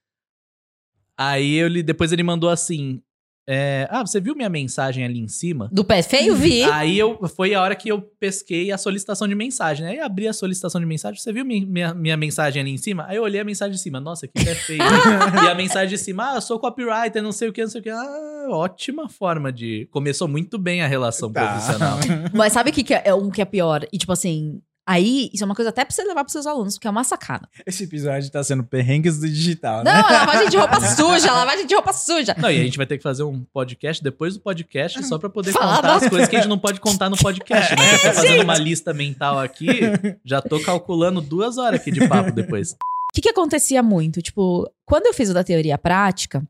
Aí depois ele mandou assim... você viu minha mensagem ali em cima? Do pé feio, vi. Aí foi a hora que eu pesquei a solicitação de mensagem, né? Aí abri a solicitação de mensagem, você viu minha mensagem ali em cima? Aí eu olhei a mensagem de cima, nossa, que pé feio. E a mensagem de cima, eu sou copywriter, não sei o que, não sei o que. Ótima forma de... Começou muito bem a relação profissional. Mas sabe o que é um que é pior? E tipo assim... Aí, isso é uma coisa até pra você levar pros seus alunos, porque é uma sacada. Esse episódio tá sendo perrengues do digital, né? Não, lavagem de roupa suja, lavagem de roupa suja. Não, e a gente vai ter que fazer um podcast depois do podcast só pra poder Fala contar as coisas que a gente não pode contar no podcast, né? Eu tô fazendo gente. uma lista mental aqui, já tô calculando 2 horas aqui de papo depois. O que acontecia muito? Tipo, quando eu fiz o da teoria prática,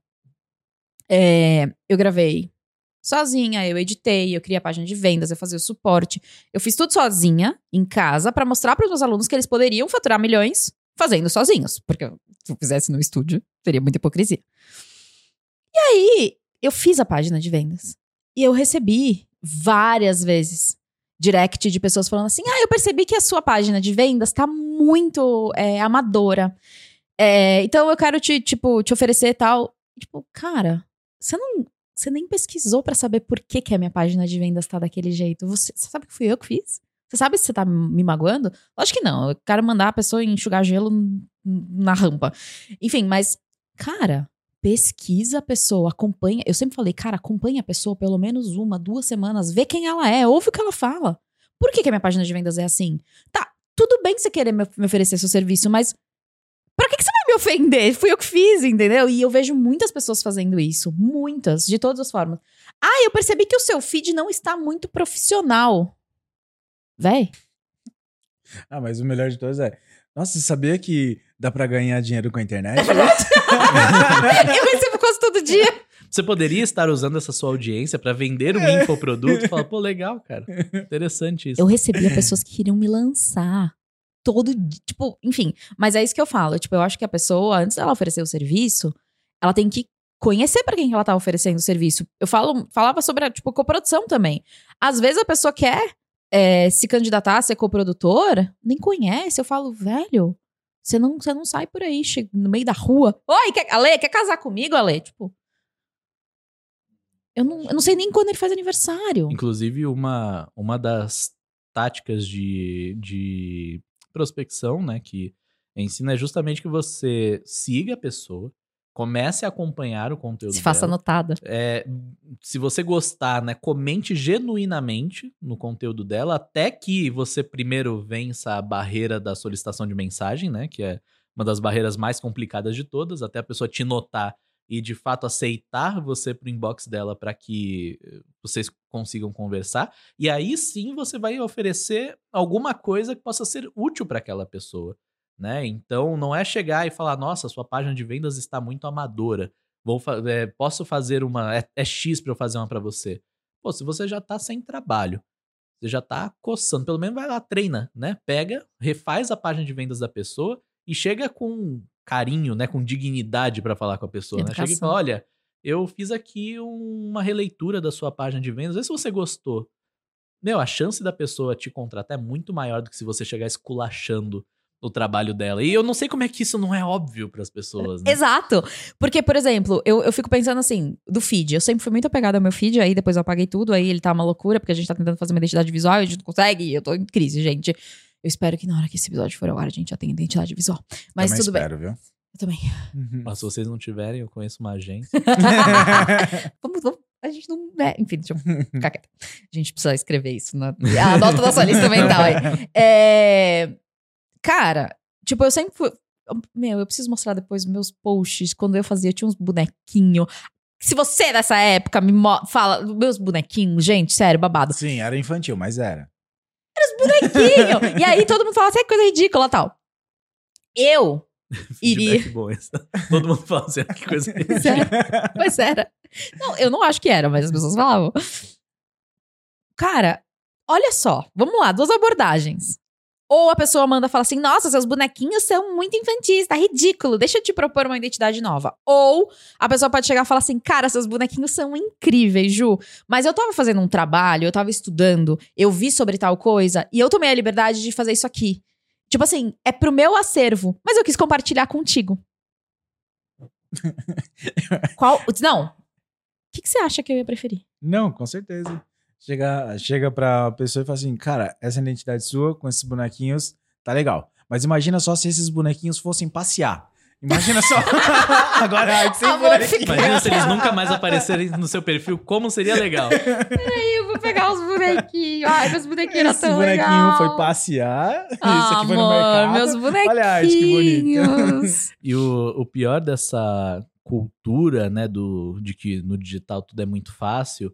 eu gravei sozinha, eu editei, eu criei a página de vendas, eu fazia o suporte. Eu fiz tudo sozinha, em casa, pra mostrar pros meus alunos que eles poderiam faturar milhões fazendo sozinhos. Porque se eu fizesse no estúdio, teria muita hipocrisia. E aí, eu fiz a página de vendas. E eu recebi várias vezes direct de pessoas falando assim, eu percebi que a sua página de vendas tá muito amadora. Então eu quero te oferecer tal. E, tipo, cara, você nem pesquisou pra saber por que a minha página de vendas tá daquele jeito. Você sabe que fui eu que fiz? Você sabe se você tá me magoando? Lógico que não. Eu quero mandar a pessoa enxugar gelo na rampa. Enfim, mas, cara, pesquisa a pessoa, acompanha. Eu sempre falei, cara, acompanha a pessoa pelo menos 1, 2 semanas, vê quem ela é, ouve o que ela fala. Por que a minha página de vendas é assim? Tá, tudo bem que você querer me oferecer seu serviço, mas pra que você vai me ofender? Fui eu que fiz, entendeu? E eu vejo muitas pessoas fazendo isso. Muitas, de todas as formas. Eu percebi que o seu feed não está muito profissional. Véi. Mas o melhor de todos nossa, você sabia que dá pra ganhar dinheiro com a internet? Eu recebo quase todo dia. Você poderia estar usando essa sua audiência pra vender um infoproduto e falar, pô, legal, cara. Interessante isso. Eu recebia pessoas que queriam me lançar. Todo dia, tipo, enfim. Mas é isso que eu falo. Tipo, eu acho que a pessoa, antes dela oferecer o serviço, ela tem que conhecer pra quem ela tá oferecendo o serviço. Eu falava sobre, tipo, coprodução também. Às vezes a pessoa quer se candidatar a ser coprodutor, nem conhece. Eu falo, velho, você não sai por aí, no meio da rua. Oi, Ale, quer casar comigo, Ale? Tipo, Eu não sei nem quando ele faz aniversário. Inclusive, uma das táticas de prospecção, né, que ensina é justamente que você siga a pessoa, comece a acompanhar o conteúdo Se faça dela. notada. Se você gostar, né, comente genuinamente no conteúdo dela, até que você primeiro vença a barreira da solicitação de mensagem, né, que é uma das barreiras mais complicadas de todas, até a pessoa te notar e de fato aceitar você pro inbox dela para que vocês consigam conversar. E aí sim você vai oferecer alguma coisa que possa ser útil para aquela pessoa, né? Então não é chegar e falar, nossa, sua página de vendas está muito amadora. Posso fazer uma. É X para eu fazer uma para você. Pô, se você já tá sem trabalho, você já tá coçando, pelo menos vai lá, treina, né? Pega, refaz a página de vendas da pessoa e chega com carinho, né? Com dignidade para falar com a pessoa, né? Chega e fala, olha, eu fiz aqui uma releitura da sua página de vendas, vê se você gostou. Meu, a chance da pessoa te contratar é muito maior do que se você chegar esculachando o trabalho dela. E eu não sei como é que isso não é óbvio pras pessoas, né? Exato. Porque, por exemplo, eu fico pensando assim, do feed. Eu sempre fui muito apegada ao meu feed, aí depois eu apaguei tudo, aí ele tá uma loucura, porque a gente tá tentando fazer uma identidade visual e a gente não consegue, e eu tô em crise, gente. Eu espero que na hora que esse episódio for ao ar, a gente já tenha identidade visual. Mas também tudo espero, bem. Viu? Eu também. Mas se vocês não tiverem, eu conheço uma agência. Vamos, a gente não... enfim, deixa eu ficar quieta. A gente precisa escrever isso. Anota na sua lista mental aí. Cara, tipo, eu sempre fui... eu preciso mostrar depois meus posts. Quando eu fazia, tinha uns bonequinhos. Se você é dessa época, fala... Meus bonequinhos, gente, sério, babado. Sim, era infantil, mas era. Era os bonequinhos. E aí todo mundo fala assim, que coisa ridícula e tal. Eu iria... Bom, todo mundo fala assim, que coisa Sério? Mas era. Não, eu não acho que era, mas as pessoas falavam. Cara, olha só. Vamos lá, 2 abordagens. Ou a pessoa manda falar assim, nossa, seus bonequinhos são muito infantis, tá ridículo, deixa eu te propor uma identidade nova. Ou a pessoa pode chegar e falar assim, cara, seus bonequinhos são incríveis, Ju, mas eu tava fazendo um trabalho, eu tava estudando, eu vi sobre tal coisa, e eu tomei a liberdade de fazer isso aqui. Tipo assim, é pro meu acervo, mas eu quis compartilhar contigo. Não. O que você acha que eu ia preferir? Não, com certeza. Chega pra pessoa e fala assim, cara, essa identidade sua com esses bonequinhos tá legal. Mas imagina só se esses bonequinhos fossem passear. Imagina só. Agora a arte sem bonequinho. Imagina se eles nunca mais aparecerem no seu perfil, como seria legal. Peraí, eu vou pegar os bonequinhos. Ai, meus bonequinhos eram tão legais. Esse bonequinho foi passear. Isso aqui foi no mercado. Meus bonequinhos. Olha a arte, que bonito. E o pior dessa cultura, né, de que no digital tudo é muito fácil,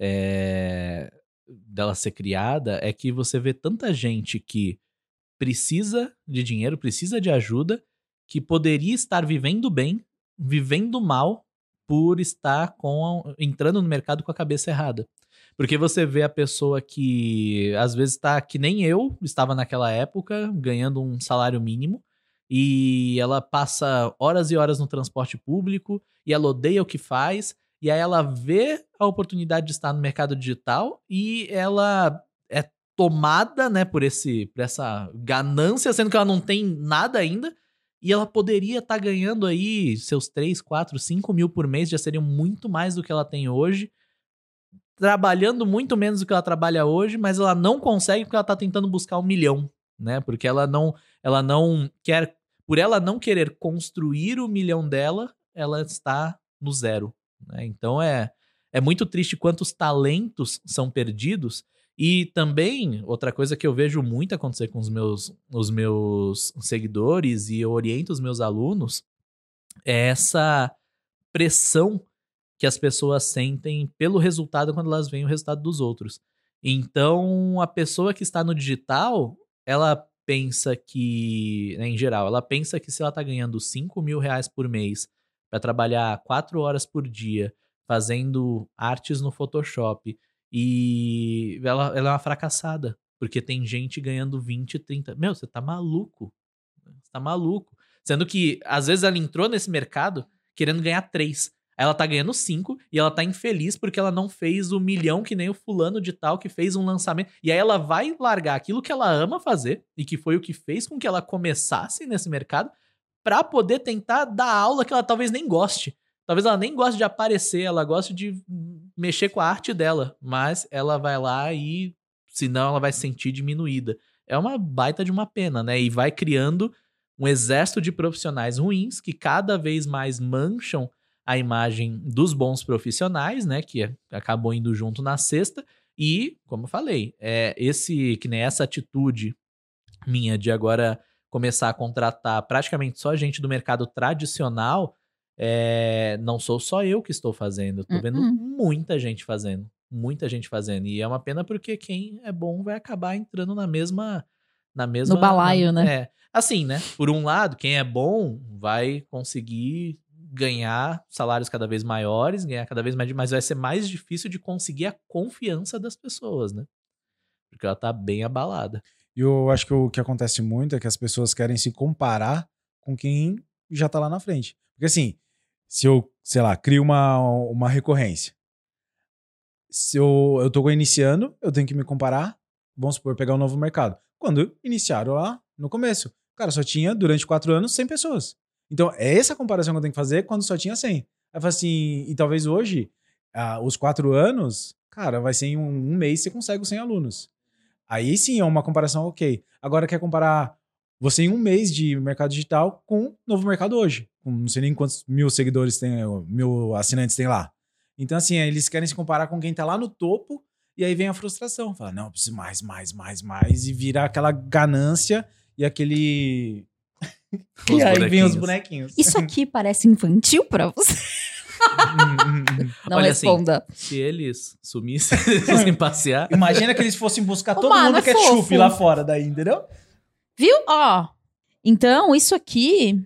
dela ser criada, é que você vê tanta gente que precisa de dinheiro, precisa de ajuda, que poderia estar vivendo bem, vivendo mal, por estar entrando no mercado com a cabeça errada. Porque você vê a pessoa que às vezes está que nem eu estava naquela época, ganhando um salário mínimo, e ela passa horas e horas no transporte público, e ela odeia o que faz, e aí ela vê a oportunidade de estar no mercado digital, e ela é tomada, né, por essa ganância, sendo que ela não tem nada ainda, e ela poderia estar ganhando aí seus 3, 4, 5 mil por mês, já seriam muito mais do que ela tem hoje, trabalhando muito menos do que ela trabalha hoje, mas ela não consegue porque ela tá tentando buscar 1 milhão, né? Porque ela não quer, por ela não querer construir o 1 milhão dela, ela está no zero, né? Então é muito triste quantos talentos são perdidos. E também, outra coisa que eu vejo muito acontecer com os meus seguidores, e eu oriento os meus alunos, é essa pressão que as pessoas sentem pelo resultado quando elas veem o resultado dos outros. Então, a pessoa que está no digital, ela pensa que, né, em geral, ela pensa que se ela está ganhando 5 mil reais por mês para trabalhar 4 horas por dia, fazendo artes no Photoshop, e ela é uma fracassada, porque tem gente ganhando 20, 30... Meu, você tá maluco. Você tá maluco. Sendo que, às vezes, ela entrou nesse mercado querendo ganhar 3. Aí ela tá ganhando 5 e ela tá infeliz porque ela não fez o 1 milhão que nem o fulano de tal que fez um lançamento. E aí ela vai largar aquilo que ela ama fazer e que foi o que fez com que ela começasse nesse mercado pra poder tentar dar aula que ela talvez nem goste. Talvez ela nem goste de aparecer, ela goste de mexer com a arte dela, mas ela vai lá e, senão ela vai se sentir diminuída. É uma baita de uma pena, né? E vai criando um exército de profissionais ruins que cada vez mais mancham a imagem dos bons profissionais, né? Que acabou indo junto na cesta. E, como eu falei, que nem essa atitude minha de agora começar a contratar praticamente só gente do mercado tradicional, não sou só eu que estou fazendo. Eu tô vendo muita gente fazendo. Muita gente fazendo. E é uma pena porque quem é bom vai acabar entrando na mesma... No balaio, né? Assim, né? Por um lado, quem é bom vai conseguir ganhar salários cada vez maiores, ganhar cada vez mais, mas vai ser mais difícil de conseguir a confiança das pessoas, né? Porque ela tá bem abalada. E eu acho que o que acontece muito é que as pessoas querem se comparar com quem já tá lá na frente. Porque assim, se eu, sei lá, crio uma recorrência, se eu tô iniciando, eu tenho que me comparar, vamos supor, pegar um novo mercado. Quando iniciaram lá no começo, cara, só tinha, durante 4 anos, 100 pessoas. Então, é essa comparação que eu tenho que fazer quando só tinha 100. Aí eu falo assim, e talvez hoje, os 4 anos, cara, vai ser em um mês você consegue os 100 alunos. Aí sim é uma comparação ok. Agora quer comparar você em um mês de mercado digital com o novo mercado hoje. Com não sei nem quantos mil seguidores tem, 1000 assinantes tem lá. Então, assim, eles querem se comparar com quem tá lá no topo e aí vem a frustração. Fala, não, eu preciso mais. E vira aquela ganância e aquele... e aí vem os bonequinhos. Isso aqui parece infantil pra você? Não Olha, responda. assim, se eles sumissem, se fossem passear... Imagina que eles fossem buscar todo Mano, mundo ketchup fofo. lá fora daí, entendeu? Viu? Ó. Então, isso aqui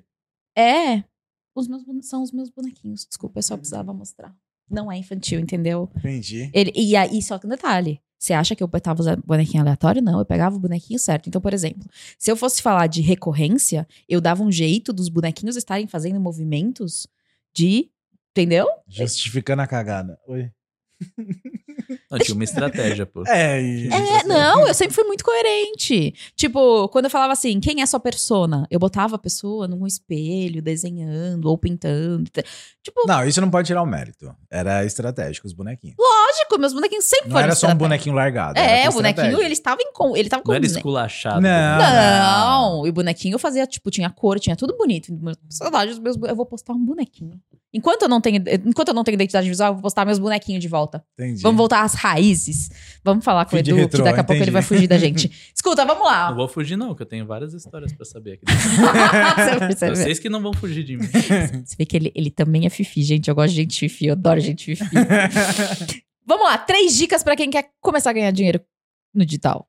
são os meus bonequinhos. Desculpa, eu só precisava mostrar. Não é infantil, entendeu? Entendi. E aí, só que um detalhe. Você acha que eu botava o bonequinho aleatório? Não, eu pegava o bonequinho certo. Então, por exemplo, se eu fosse falar de recorrência, eu dava um jeito dos bonequinhos estarem fazendo movimentos de... Entendeu? Justificando a cagada. Oi. Não, tinha uma estratégia, pô. Não, eu sempre fui muito coerente. Tipo, quando eu falava assim, quem é sua persona? Eu botava a pessoa num espelho, desenhando ou pintando. Tipo, Não, isso não pode tirar o mérito. Era estratégico, os bonequinhos. lógico, meus bonequinhos sempre Não foram era só um estratégicos. bonequinho largado. O bonequinho, ele estava com Não era esculachado. Não, e o bonequinho eu fazia, tipo, tinha cor, tinha tudo bonito. Saudades dos meus... Eu vou postar um bonequinho. Enquanto eu não tenho identidade visual, eu vou postar meus bonequinhos de volta. Entendi. Vamos voltar às raízes. Vamos falar com o Feed Edu, retrô, que daqui a pouco entendi. ele vai fugir da gente. Escuta, vamos lá. Não vou fugir, não, que eu tenho várias histórias pra saber aqui. Você percebe? Vocês que não vão fugir de mim. Você vê que ele também é fifi, gente. Eu gosto de gente fifi, eu adoro gente fifi. Vamos lá, 3 dicas pra quem quer começar a ganhar dinheiro no digital.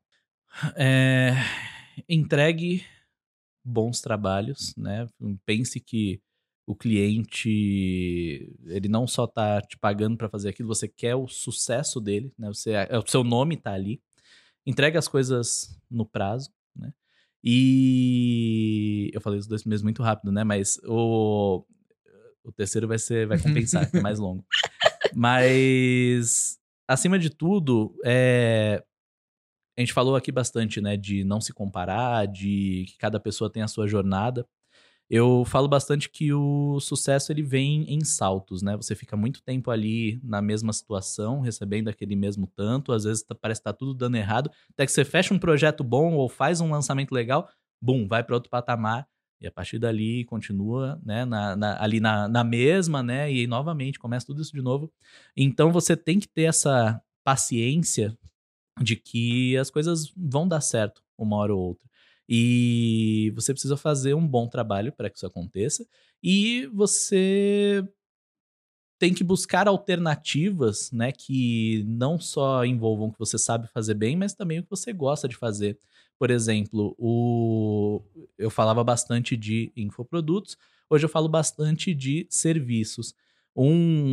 Entregue bons trabalhos, né? Pense que o cliente, ele não só tá te pagando pra fazer aquilo, você quer o sucesso dele, né? O seu nome tá ali. Entregue as coisas no prazo, né? E eu falei os 2 primeiros muito rápido, né? Mas o terceiro vai compensar, que é mais longo. Mas, acima de tudo, a gente falou aqui bastante, né? De não se comparar, de que cada pessoa tem a sua jornada. Eu falo bastante que o sucesso, ele vem em saltos, né? Você fica muito tempo ali na mesma situação, recebendo aquele mesmo tanto, às vezes parece que tá tudo dando errado, até que você fecha um projeto bom ou faz um lançamento legal, bum, vai para outro patamar, e a partir dali continua, né, ali na mesma, né, e aí novamente começa tudo isso de novo. Então você tem que ter essa paciência de que as coisas vão dar certo uma hora ou outra. E você precisa fazer um bom trabalho para que isso aconteça. E você tem que buscar alternativas, né, que não só envolvam o que você sabe fazer bem, mas também o que você gosta de fazer. Por exemplo, eu falava bastante de infoprodutos, hoje eu falo bastante de serviços. O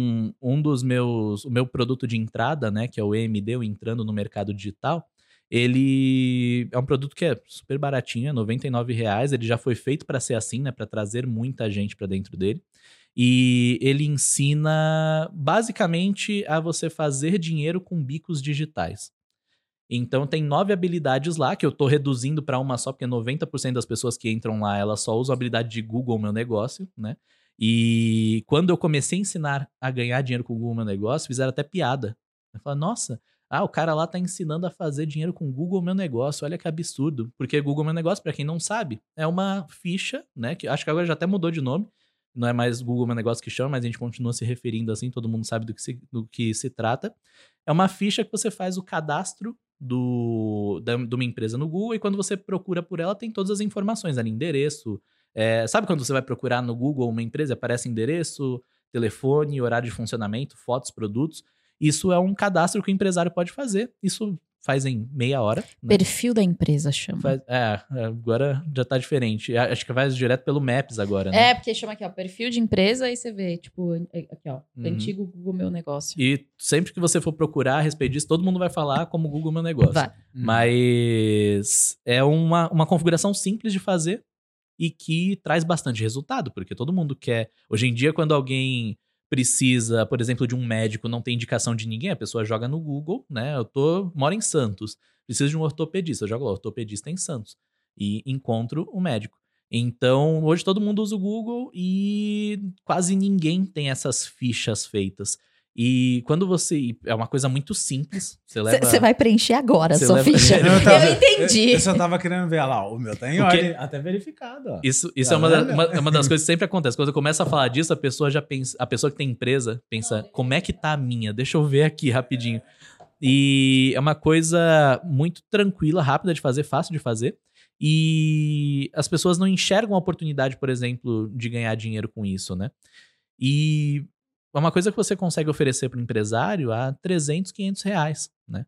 meu produto de entrada, né, que é o EMD, o Entrando no Mercado Digital, ele é um produto que é super baratinho, é R$99. Ele já foi feito para ser assim, né? Para trazer muita gente para dentro dele. E ele ensina basicamente a você fazer dinheiro com bicos digitais. Então tem 9 habilidades lá, que eu tô reduzindo para uma só, porque 90% das pessoas que entram lá, elas só usam a habilidade de Google Meu Negócio, né? E quando eu comecei a ensinar a ganhar dinheiro com o Google Meu Negócio, fizeram até piada. Eu falei, nossa, o cara lá tá ensinando a fazer dinheiro com o Google Meu Negócio, olha que absurdo. Porque Google Meu Negócio, pra quem não sabe, é uma ficha, né, que acho que agora já até mudou de nome. Não é mais Google Meu Negócio que chama, mas a gente continua se referindo assim, todo mundo sabe do que se trata. É uma ficha que você faz o cadastro de uma empresa no Google e quando você procura por ela tem todas as informações ali, endereço. Sabe quando você vai procurar no Google uma empresa, aparece endereço, telefone, horário de funcionamento, fotos, produtos. Isso é um cadastro que o empresário pode fazer. Isso faz em meia hora. Né? Perfil da empresa chama. Agora já tá diferente. Acho que faz direto pelo Maps agora, né? Porque chama aqui, ó, perfil de empresa, aí você vê, tipo, aqui, ó, antigo Google Meu Negócio. E sempre que você for procurar a respeito disso, todo mundo vai falar como Google Meu Negócio. Vai. Mas é uma configuração simples de fazer e que traz bastante resultado, porque todo mundo quer... Hoje em dia, quando alguém precisa, por exemplo, de um médico, não tem indicação de ninguém, a pessoa joga no Google, né? Moro em Santos, preciso de um ortopedista, eu jogo lá, ortopedista em Santos, e encontro o médico. Então, hoje todo mundo usa o Google e quase ninguém tem essas fichas feitas. E quando você... É uma coisa muito simples. Você vai preencher agora a sua leva- ficha. Eu entendi. Eu só tava querendo ver lá, o meu tá em Porque- ordem, até verificado, ó. Isso Tá é uma vendo? das coisas que sempre acontece. Quando eu começo a falar disso, a pessoa já pensa... A pessoa que tem empresa pensa, como é que tá a minha? Deixa eu ver aqui rapidinho. E é uma coisa muito tranquila, rápida de fazer, fácil de fazer. E as pessoas não enxergam a oportunidade, por exemplo, de ganhar dinheiro com isso, né? E é uma coisa que você consegue oferecer para o empresário a 300, 500 reais, né?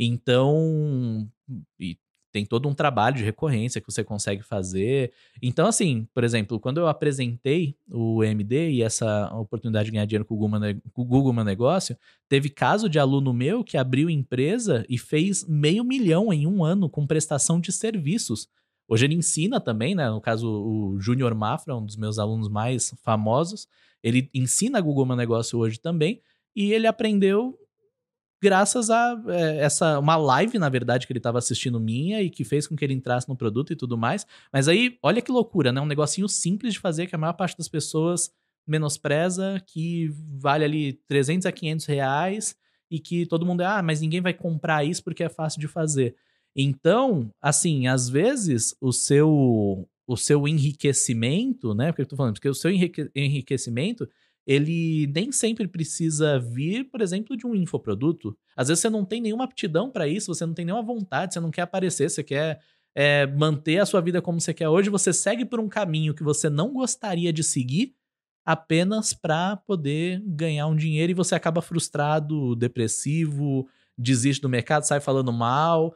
Então, e tem todo um trabalho de recorrência que você consegue fazer. Então, assim, por exemplo, quando eu apresentei o EMD e essa oportunidade de ganhar dinheiro com o Google Meu Negócio, teve caso de aluno meu que abriu empresa e fez $500 mil em um ano com prestação de serviços. Hoje ele ensina também, né? No caso, o Júnior Mafra, um dos meus alunos mais famosos, ele ensina Google Meu Negócio hoje também, e ele aprendeu graças a uma live, na verdade, que ele estava assistindo minha e que fez com que ele entrasse no produto e tudo mais. Mas aí, olha que loucura, né? Um negocinho simples de fazer que a maior parte das pessoas menospreza, que vale ali 300 a 500 reais e que todo mundo mas ninguém vai comprar isso porque é fácil de fazer. Então, assim, às vezes o seu enriquecimento, né? Porque eu tô falando, porque o seu enriquecimento, ele nem sempre precisa vir, por exemplo, de um infoproduto. Às vezes você não tem nenhuma aptidão para isso, você não tem nenhuma vontade, você não quer aparecer, você quer manter a sua vida como você quer hoje, você segue por um caminho que você não gostaria de seguir apenas para poder ganhar um dinheiro e você acaba frustrado, depressivo, desiste do mercado, sai falando mal,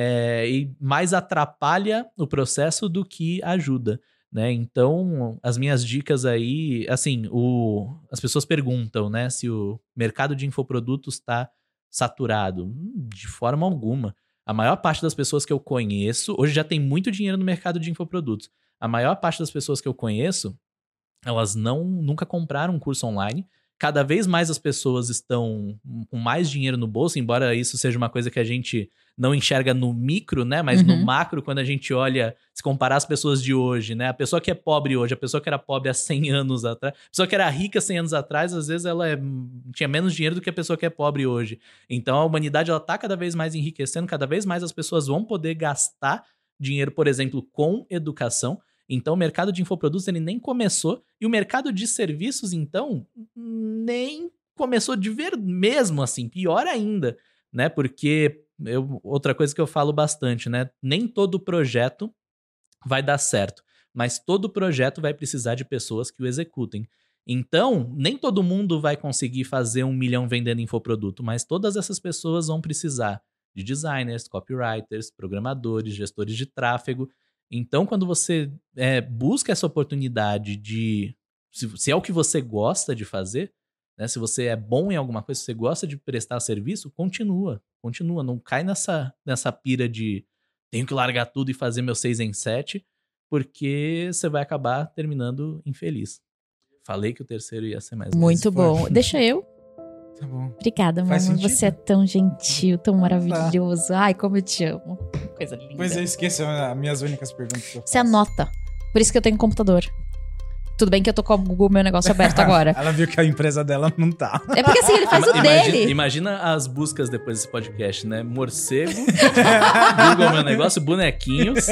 e mais atrapalha o processo do que ajuda. Né? Então, as minhas dicas aí, assim, as pessoas perguntam, né, se o mercado de infoprodutos está saturado. De forma alguma. A maior parte das pessoas que eu conheço, hoje já tem muito dinheiro no mercado de infoprodutos. A maior parte das pessoas que eu conheço, elas nunca compraram um curso online. Cada vez mais as pessoas estão com mais dinheiro no bolso, embora isso seja uma coisa que a gente não enxerga no micro, né? Mas no macro, quando a gente olha, se comparar as pessoas de hoje, né? A pessoa que é pobre hoje, a pessoa que era pobre há 100 anos atrás, a pessoa que era rica 100 anos atrás, às vezes ela tinha menos dinheiro do que a pessoa que é pobre hoje. Então a humanidade, ela tá cada vez mais enriquecendo, cada vez mais as pessoas vão poder gastar dinheiro, por exemplo, com educação. Então, o mercado de infoprodutos, ele nem começou. E o mercado de serviços, então, nem começou de ver mesmo, assim. Pior ainda, né? Porque, outra coisa que eu falo bastante, né? Nem todo projeto vai dar certo. Mas todo projeto vai precisar de pessoas que o executem. Então, nem todo mundo vai conseguir fazer 1 milhão vendendo infoproduto. Mas todas essas pessoas vão precisar de designers, copywriters, programadores, gestores de tráfego. Então, quando você busca essa oportunidade de... Se é o que você gosta de fazer, né? Se você é bom em alguma coisa, se você gosta de prestar serviço, continua. Não cai nessa pira de tenho que largar tudo e fazer meu 6 em 7, porque você vai acabar terminando infeliz. Falei que o terceiro ia ser mais Muito bom. Deixa eu. Tá bom. Obrigada, Faz mano. sentido? Você é tão gentil, tão maravilhoso. Ai, como eu te amo. Coisa linda. Pois eu esqueço as minhas únicas perguntas que eu faço. Você anota. Por isso que eu tenho computador. Tudo bem que eu tô com o Google Meu Negócio aberto agora. Ela viu que a empresa dela não tá. É porque assim, ele faz o dele. Imagina as buscas depois desse podcast, né? Morcego, Google Meu Negócio, bonequinhos.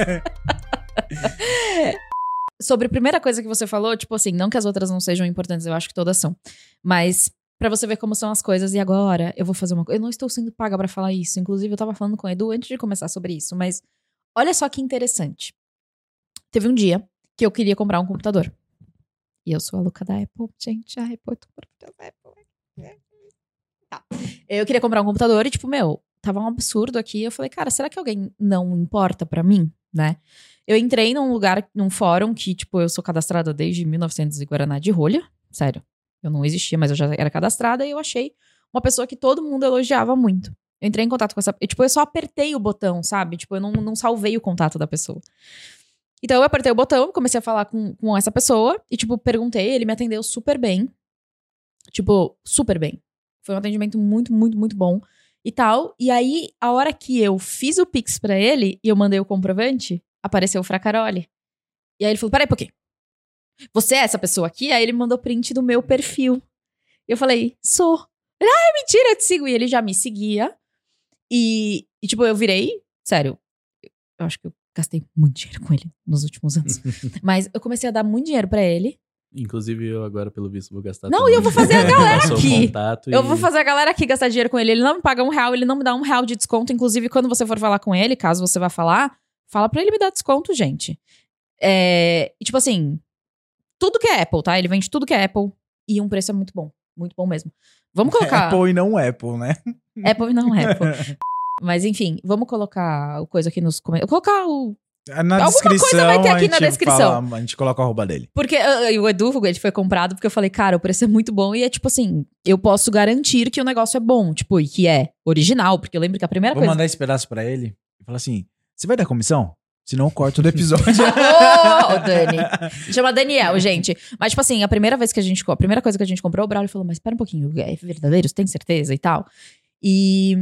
Sobre a primeira coisa que você falou, tipo assim, não que as outras não sejam importantes, eu acho que todas são. Mas pra você ver como são as coisas, e agora eu vou fazer uma coisa. Eu não estou sendo paga pra falar isso. Inclusive, eu tava falando com o Edu antes de começar sobre isso. Mas olha só que interessante. Teve um dia que eu queria comprar um computador. E eu sou a louca da Apple, gente. A Apple, eu tô comprando a Apple. Tá. Eu queria comprar um computador e, tipo, tava um absurdo aqui. Eu falei, cara, será que alguém não importa pra mim, né? Eu entrei num lugar, num fórum que, tipo, eu sou cadastrada desde 1900 e Guaraná de rolha. Sério. Eu não existia, mas eu já era cadastrada. E eu achei uma pessoa que todo mundo elogiava muito. Eu entrei em contato com essa... eu só apertei o botão, sabe? Tipo, eu não salvei o contato da pessoa. Então, eu apertei o botão, comecei a falar com essa pessoa. E, tipo, perguntei. Ele me atendeu super bem. Tipo, super bem. Foi um atendimento muito, muito, muito bom. E tal. E aí, a hora que eu fiz o Pix pra ele e eu mandei o comprovante, apareceu o Fracaroli. E aí ele falou, peraí, por quê? Você é essa pessoa aqui? Aí ele mandou print do meu perfil. E eu falei, sou. Ele, mentira, eu te sigo. E ele já me seguia. E tipo, eu virei, sério, eu acho que eu gastei muito dinheiro com ele nos últimos anos. Mas eu comecei a dar muito dinheiro pra ele. Inclusive, eu agora, pelo visto, vou gastar. Não, e eu vou fazer a galera aqui. Eu vou fazer a galera aqui gastar dinheiro com ele. Ele não me paga R$1, ele não me dá R$1 de desconto. Inclusive, quando você for falar com ele, caso você vá falar, fala pra ele me dar desconto, gente. E tipo assim, tudo que é Apple, tá? Ele vende tudo que é Apple. E um preço é muito bom. Muito bom mesmo. Vamos colocar... Apple e não Apple, né? Apple e não Apple. Mas enfim, vamos colocar o coisa aqui nos comentários. Colocar o... Na alguma descrição, coisa vai ter aqui na descrição. A gente coloca o arroba dele. Porque o Edu, ele foi comprado porque eu falei, cara, o preço é muito bom. E é tipo assim, eu posso garantir que o negócio é bom. Tipo, e que é original. Porque eu lembro que a primeira Vou coisa... mandar esse pedaço pra ele e falar assim, você vai dar comissão? Senão eu corto do episódio. Ô, Dani. Chama Daniel, gente. Mas, tipo assim, a primeira coisa que a gente comprou, o Braulio falou, mas espera um pouquinho, é verdadeiro? Você tem certeza e tal? E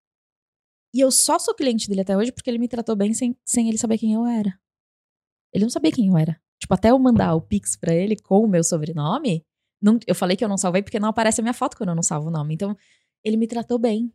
eu só sou cliente dele até hoje porque ele me tratou bem sem ele saber quem eu era. Ele não sabia quem eu era. Tipo, até eu mandar o Pix pra ele com o meu sobrenome, eu falei que eu não salvei porque não aparece a minha foto quando eu não salvo o nome. Então, ele me tratou bem.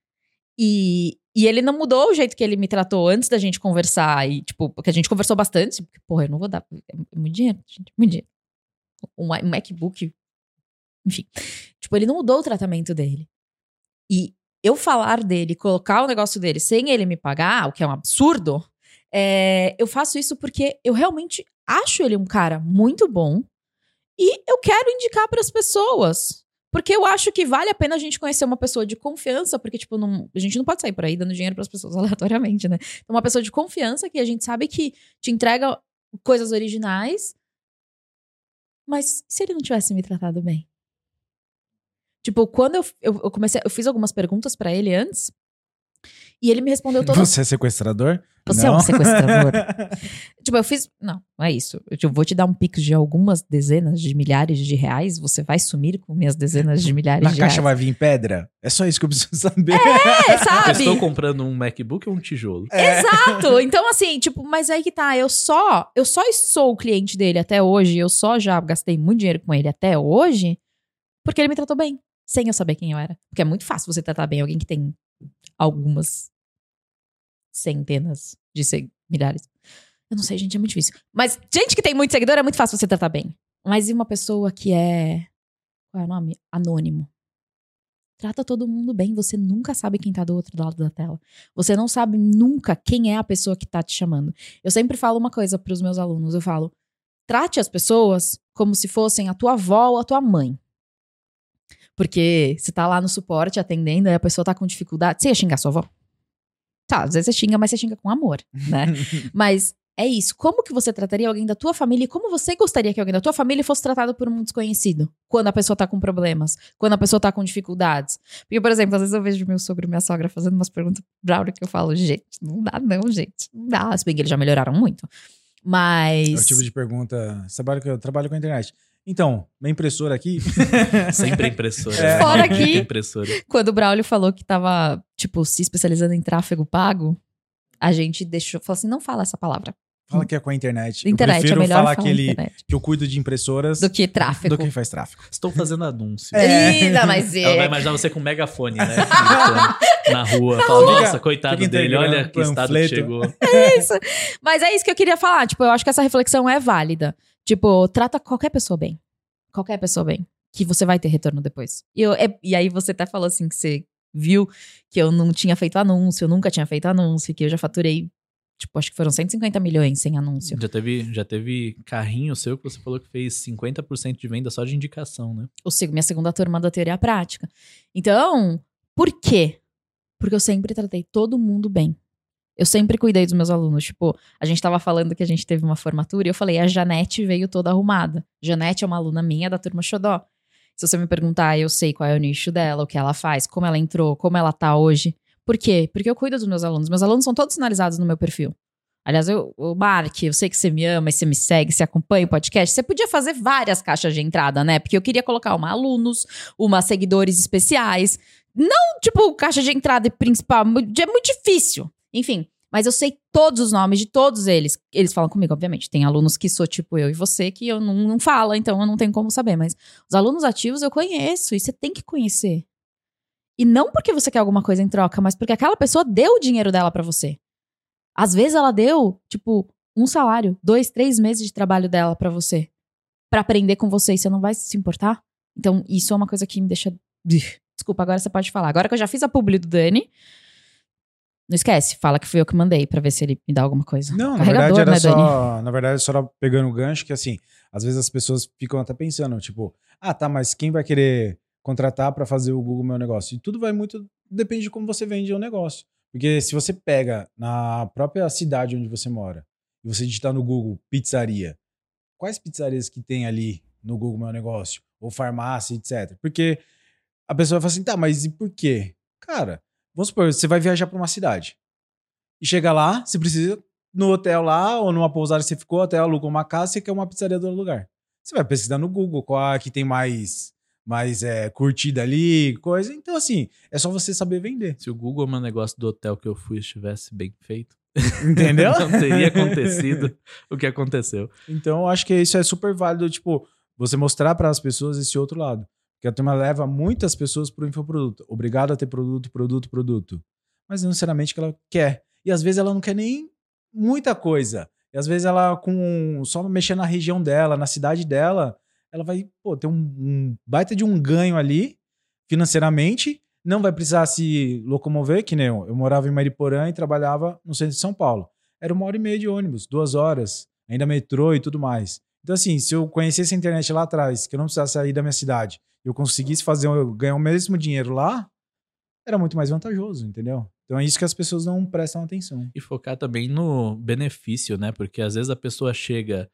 E ele não mudou o jeito que ele me tratou antes da gente conversar. E, tipo, porque a gente conversou bastante. Porque, porra, eu não vou dar. É muito dinheiro, gente. Muito dinheiro. Um MacBook. Enfim. Tipo, ele não mudou o tratamento dele. E eu falar dele, colocar o negócio dele sem ele me pagar, o que é um absurdo, eu faço isso porque eu realmente acho ele um cara muito bom. E eu quero indicar para as pessoas. Porque eu acho que vale a pena a gente conhecer uma pessoa de confiança, porque, tipo, a gente não pode sair por aí dando dinheiro pras pessoas aleatoriamente, né? Então, uma pessoa de confiança que a gente sabe que te entrega coisas originais, mas se ele não tivesse me tratado bem? Tipo, quando eu comecei, eu fiz algumas perguntas pra ele antes, e ele me respondeu todas. Você é sequestrador? Você não. É um sequestrador. Tipo, eu fiz... Não é isso. Eu vou te dar um pix de algumas dezenas de milhares de reais. Você vai sumir com minhas dezenas de milhares de reais. Na caixa vai vir pedra? É só isso que eu preciso saber. Sabe? Eu estou comprando um MacBook ou um tijolo? Exato. Então, assim, tipo, mas aí que tá. Eu só sou o cliente dele até hoje. Eu só já gastei muito dinheiro com ele até hoje porque ele me tratou bem. Sem eu saber quem eu era. Porque é muito fácil você tratar bem alguém que tem algumas centenas de milhares. Eu não sei, gente, é muito difícil. Mas gente que tem muito seguidor é muito fácil você tratar bem. Mas e uma pessoa que é... Qual é o nome? Anônimo. Trata todo mundo bem. Você nunca sabe quem tá do outro lado da tela. Você não sabe nunca quem é a pessoa que tá te chamando. Eu sempre falo uma coisa pros meus alunos. Eu falo, trate as pessoas como se fossem a tua avó ou a tua mãe. Porque você tá lá no suporte atendendo e a pessoa tá com dificuldade. Você ia xingar sua avó? Tá, às vezes você xinga, mas você xinga com amor, né? Mas é isso. Como que você trataria alguém da tua família e como você gostaria que alguém da tua família fosse tratado por um desconhecido? Quando a pessoa tá com problemas, quando a pessoa tá com dificuldades. Porque, por exemplo, às vezes eu vejo meu sogro e minha sogra fazendo umas perguntas Braulio que eu falo, gente, não dá não, gente. Não dá. Se bem que eles já melhoraram muito. Mas... É o tipo de pergunta... Eu trabalho com a internet. Então, minha impressora aqui... Sempre impressora. Fora aqui, impressora. quando o Braulio falou que tava, tipo, se especializando em tráfego pago, a gente falou assim, não fala essa palavra. Fala que é com a internet. Internet, eu prefiro é melhor falar que, internet. que eu cuido de impressoras Do que tráfego. do que faz tráfego. Estou fazendo anúncio. Ih, não, mas Ela vai imaginar você com um megafone, né? Gritando na rua. Fala, nossa, coitado fica dele, entregando olha que estado que panfleto. chegou. isso. Mas é isso que eu queria falar. Tipo, eu acho que essa reflexão é válida. Tipo, trata qualquer pessoa bem. Qualquer pessoa bem. Que você vai ter retorno depois. E aí você até falou assim que você viu que eu não tinha feito anúncio, eu nunca tinha feito anúncio, que eu já faturei, tipo, acho que foram 150 milhões sem anúncio. Já teve carrinho seu que você falou que fez 50% de venda só de indicação, né? Minha segunda turma da teoria prática. Então, por quê? Porque eu sempre tratei todo mundo bem. Eu sempre cuidei dos meus alunos. Tipo, a gente tava falando que a gente teve uma formatura e eu falei, a Janete veio toda arrumada. Janete é uma aluna minha da turma Xodó. Se você me perguntar, eu sei qual é o nicho dela, o que ela faz, como ela entrou, como ela tá hoje. Por quê? Porque eu cuido dos meus alunos. Meus alunos são todos sinalizados no meu perfil. Aliás, o Mark, eu sei que você me ama, você me segue, você acompanha o podcast. Você podia fazer várias caixas de entrada, né? Porque eu queria colocar uma alunos, uma seguidores especiais. Não, tipo, caixa de entrada principal. É muito difícil. Enfim, mas eu sei todos os nomes de todos eles. Eles falam comigo, obviamente. Tem alunos que sou tipo eu e você, que eu não falo, então eu não tenho como saber. Mas os alunos ativos eu conheço e você tem que conhecer. E não porque você quer alguma coisa em troca, mas porque aquela pessoa deu o dinheiro dela pra você. Às vezes ela deu, tipo, um salário, 2, 3 meses de trabalho dela pra você. Pra aprender com você e você não vai se importar? Então isso é uma coisa que me deixa... Desculpa, agora você pode falar. Agora que eu já fiz a publi do Dani... Não esquece, fala que fui eu que mandei pra ver se ele me dá alguma coisa. Não, Carregador, na verdade era né, só... Dani? Na verdade, só era pegando o gancho que, assim, às vezes as pessoas ficam até pensando, tipo... Ah, tá, mas quem vai querer contratar pra fazer o Google Meu Negócio? E tudo vai muito... Depende de como você vende o negócio. Porque se você pega na própria cidade onde você mora e você digitar no Google pizzaria, quais pizzarias que tem ali no Google Meu Negócio? Ou farmácia, etc. Porque a pessoa fala assim, tá, mas e por quê? Cara, vamos supor, você vai viajar pra uma cidade e chega lá, você precisa no hotel lá ou numa pousada que você ficou, até alugou uma casa, você quer uma pizzaria do lugar. Você vai pesquisar no Google qual a que tem mais curtida ali, coisa. Então, assim, é só você saber vender. Se o Google Meu Negócio do hotel que eu fui estivesse bem feito, Entendeu? não teria acontecido o que aconteceu. Então, eu acho que isso é super válido, tipo, você mostrar para as pessoas esse outro lado. Porque a turma leva muitas pessoas pro infoproduto. Obrigado a ter produto. Mas não necessariamente que ela quer. E às vezes ela não quer nem muita coisa. E às vezes ela, só mexer na região dela, na cidade dela, ela vai ter um baita de um ganho ali, financeiramente. Não vai precisar se locomover, que nem eu morava em Mariporã e trabalhava no centro de São Paulo. Era 1h30 de ônibus, 2 horas, ainda metrô e tudo mais. Então, assim, se eu conhecesse a internet lá atrás, que eu não precisasse sair da minha cidade, eu conseguisse ganhar o mesmo dinheiro lá, era muito mais vantajoso, entendeu? Então é isso que as pessoas não prestam atenção. E focar também no benefício, né? Porque às vezes a pessoa chega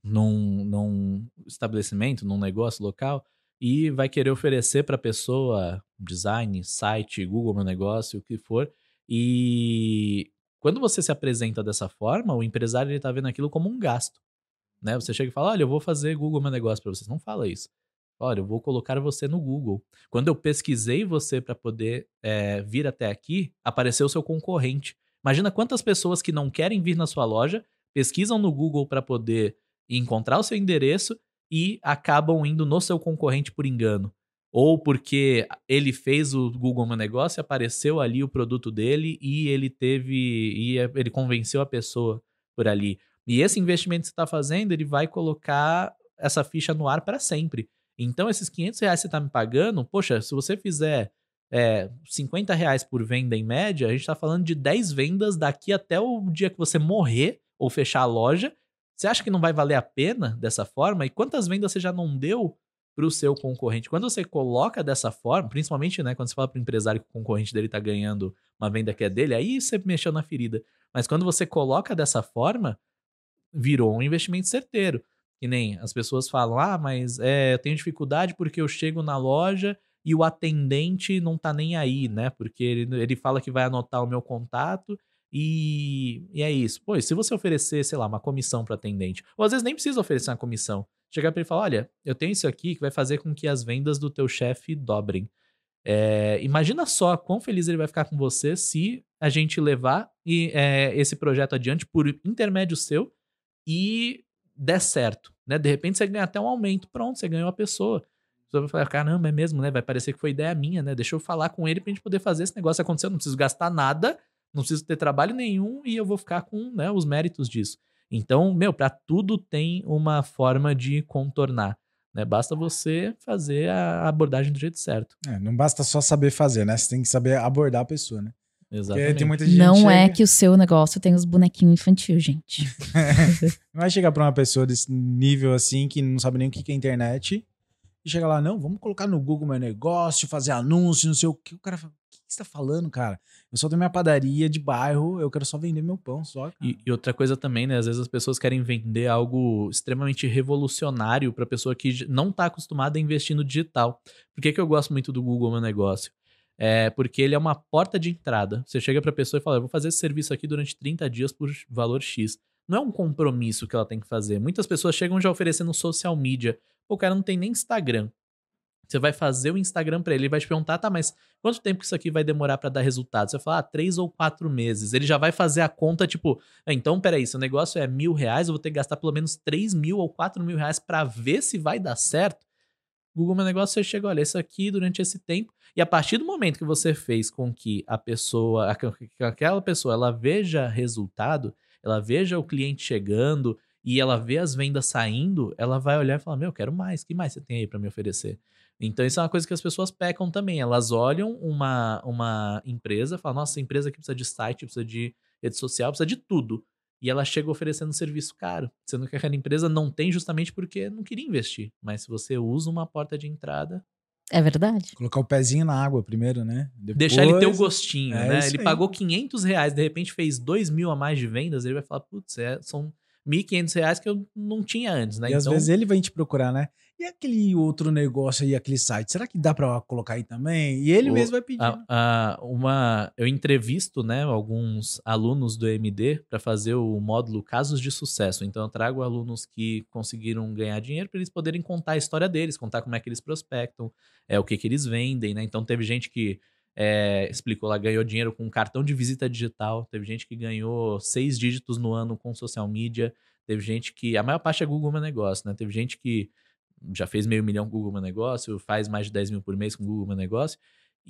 num estabelecimento, num negócio local e vai querer oferecer para a pessoa design, site, Google Meu Negócio, o que for. E quando você se apresenta dessa forma, o empresário ele tá vendo aquilo como um gasto, né? Você chega e fala, olha, eu vou fazer Google Meu Negócio para vocês. Não fala isso. Olha, eu vou colocar você no Google. Quando eu pesquisei você para poder vir até aqui, apareceu o seu concorrente. Imagina quantas pessoas que não querem vir na sua loja, pesquisam no Google para poder encontrar o seu endereço e acabam indo no seu concorrente por engano. Ou porque ele fez o Google Meu Negócio, apareceu ali o produto dele e ele convenceu a pessoa por ali. E esse investimento que você está fazendo, ele vai colocar essa ficha no ar para sempre. Então, esses R$500 que você tá me pagando, poxa, se você fizer R$50 por venda em média, a gente tá falando de 10 vendas daqui até o dia que você morrer ou fechar a loja. Você acha que não vai valer a pena dessa forma? E quantas vendas você já não deu pro seu concorrente? Quando você coloca dessa forma, principalmente, né, quando você fala pro empresário que o concorrente dele tá ganhando uma venda que é dele, aí você mexeu na ferida. Mas quando você coloca dessa forma, virou um investimento certeiro. Que nem as pessoas falam, mas eu tenho dificuldade porque eu chego na loja e o atendente não tá nem aí, né? Porque ele fala que vai anotar o meu contato e é isso. Pô, e se você oferecer, sei lá, uma comissão pro atendente, ou às vezes nem precisa oferecer uma comissão, chegar pra ele e falar, olha, eu tenho isso aqui que vai fazer com que as vendas do teu chefe dobrem. Imagina só quão feliz ele vai ficar com você se a gente levar esse projeto adiante por intermédio seu e der certo, né? De repente você ganha até um aumento, pronto, você ganhou a pessoa. A pessoa vai falar, caramba, é mesmo, né? Vai parecer que foi ideia minha, né? Deixa eu falar com ele pra gente poder fazer esse negócio acontecer. Eu não preciso gastar nada, não preciso ter trabalho nenhum e eu vou ficar com, né, os méritos disso. Então, pra tudo tem uma forma de contornar, né? Basta você fazer a abordagem do jeito certo. Não basta só saber fazer, né? Você tem que saber abordar a pessoa, né? Exatamente. Porque tem muita gente Não é chega... que o seu negócio tem os bonequinhos infantil, gente. Não vai chegar pra uma pessoa desse nível assim, que não sabe nem o que é internet, e chega lá, não, vamos colocar no Google meu negócio, fazer anúncio, não sei o que. O cara fala, o que você tá falando, cara? Eu só tenho minha padaria de bairro, eu quero só vender meu pão só. E outra coisa também, né? Às vezes as pessoas querem vender algo extremamente revolucionário pra pessoa que não tá acostumada a investir no digital. Por que eu gosto muito do Google Meu Negócio? Porque ele é uma porta de entrada. Você chega pra pessoa e fala, eu vou fazer esse serviço aqui durante 30 dias por valor X. Não é um compromisso que ela tem que fazer. Muitas pessoas chegam já oferecendo social media. O cara não tem nem Instagram. Você vai fazer o Instagram pra ele vai te perguntar, tá, mas quanto tempo que isso aqui vai demorar pra dar resultado? Você vai falar, 3 ou 4 meses. Ele já vai fazer a conta, tipo, então, peraí, se o negócio é R$1.000, eu vou ter que gastar pelo menos 3.000 ou 4.000 reais pra ver se vai dar certo. Google Meu Negócio, você chega, olha, isso aqui durante esse tempo, e a partir do momento que você fez com que a pessoa, aquela pessoa, ela veja resultado, ela veja o cliente chegando, e ela vê as vendas saindo, ela vai olhar e falar, eu quero mais, o que mais você tem aí pra me oferecer? Então isso é uma coisa que as pessoas pecam também, elas olham uma empresa, falam, nossa, essa empresa aqui precisa de site, precisa de rede social, precisa de tudo. E ela chega oferecendo um serviço caro, sendo que aquela empresa não tem justamente porque não queria investir. Mas se você usa uma porta de entrada... É verdade. Colocar o pezinho na água primeiro, né? Depois... Deixar ele ter o gostinho, né? Ele aí. pagou R$500, de repente fez 2.000 a mais de vendas, ele vai falar, putz, são R$1.500 que eu não tinha antes, né? E às vezes ele vai te procurar, né? E aquele outro negócio aí, aquele site, será que dá pra colocar aí também? E ele mesmo vai pedir. Eu entrevisto, né, alguns alunos do EMD para fazer o módulo Casos de Sucesso. Então eu trago alunos que conseguiram ganhar dinheiro para eles poderem contar a história deles, contar como é que eles prospectam, o que eles vendem, né? Então teve gente que explicou lá, ganhou dinheiro com cartão de visita digital, teve gente que ganhou 6 dígitos no ano com social media, teve gente que, a maior parte é Google Meu Negócio, né? Teve gente que já fez $500 000 com o Google Meu Negócio, faz mais de 10 mil por mês com o Google Meu Negócio.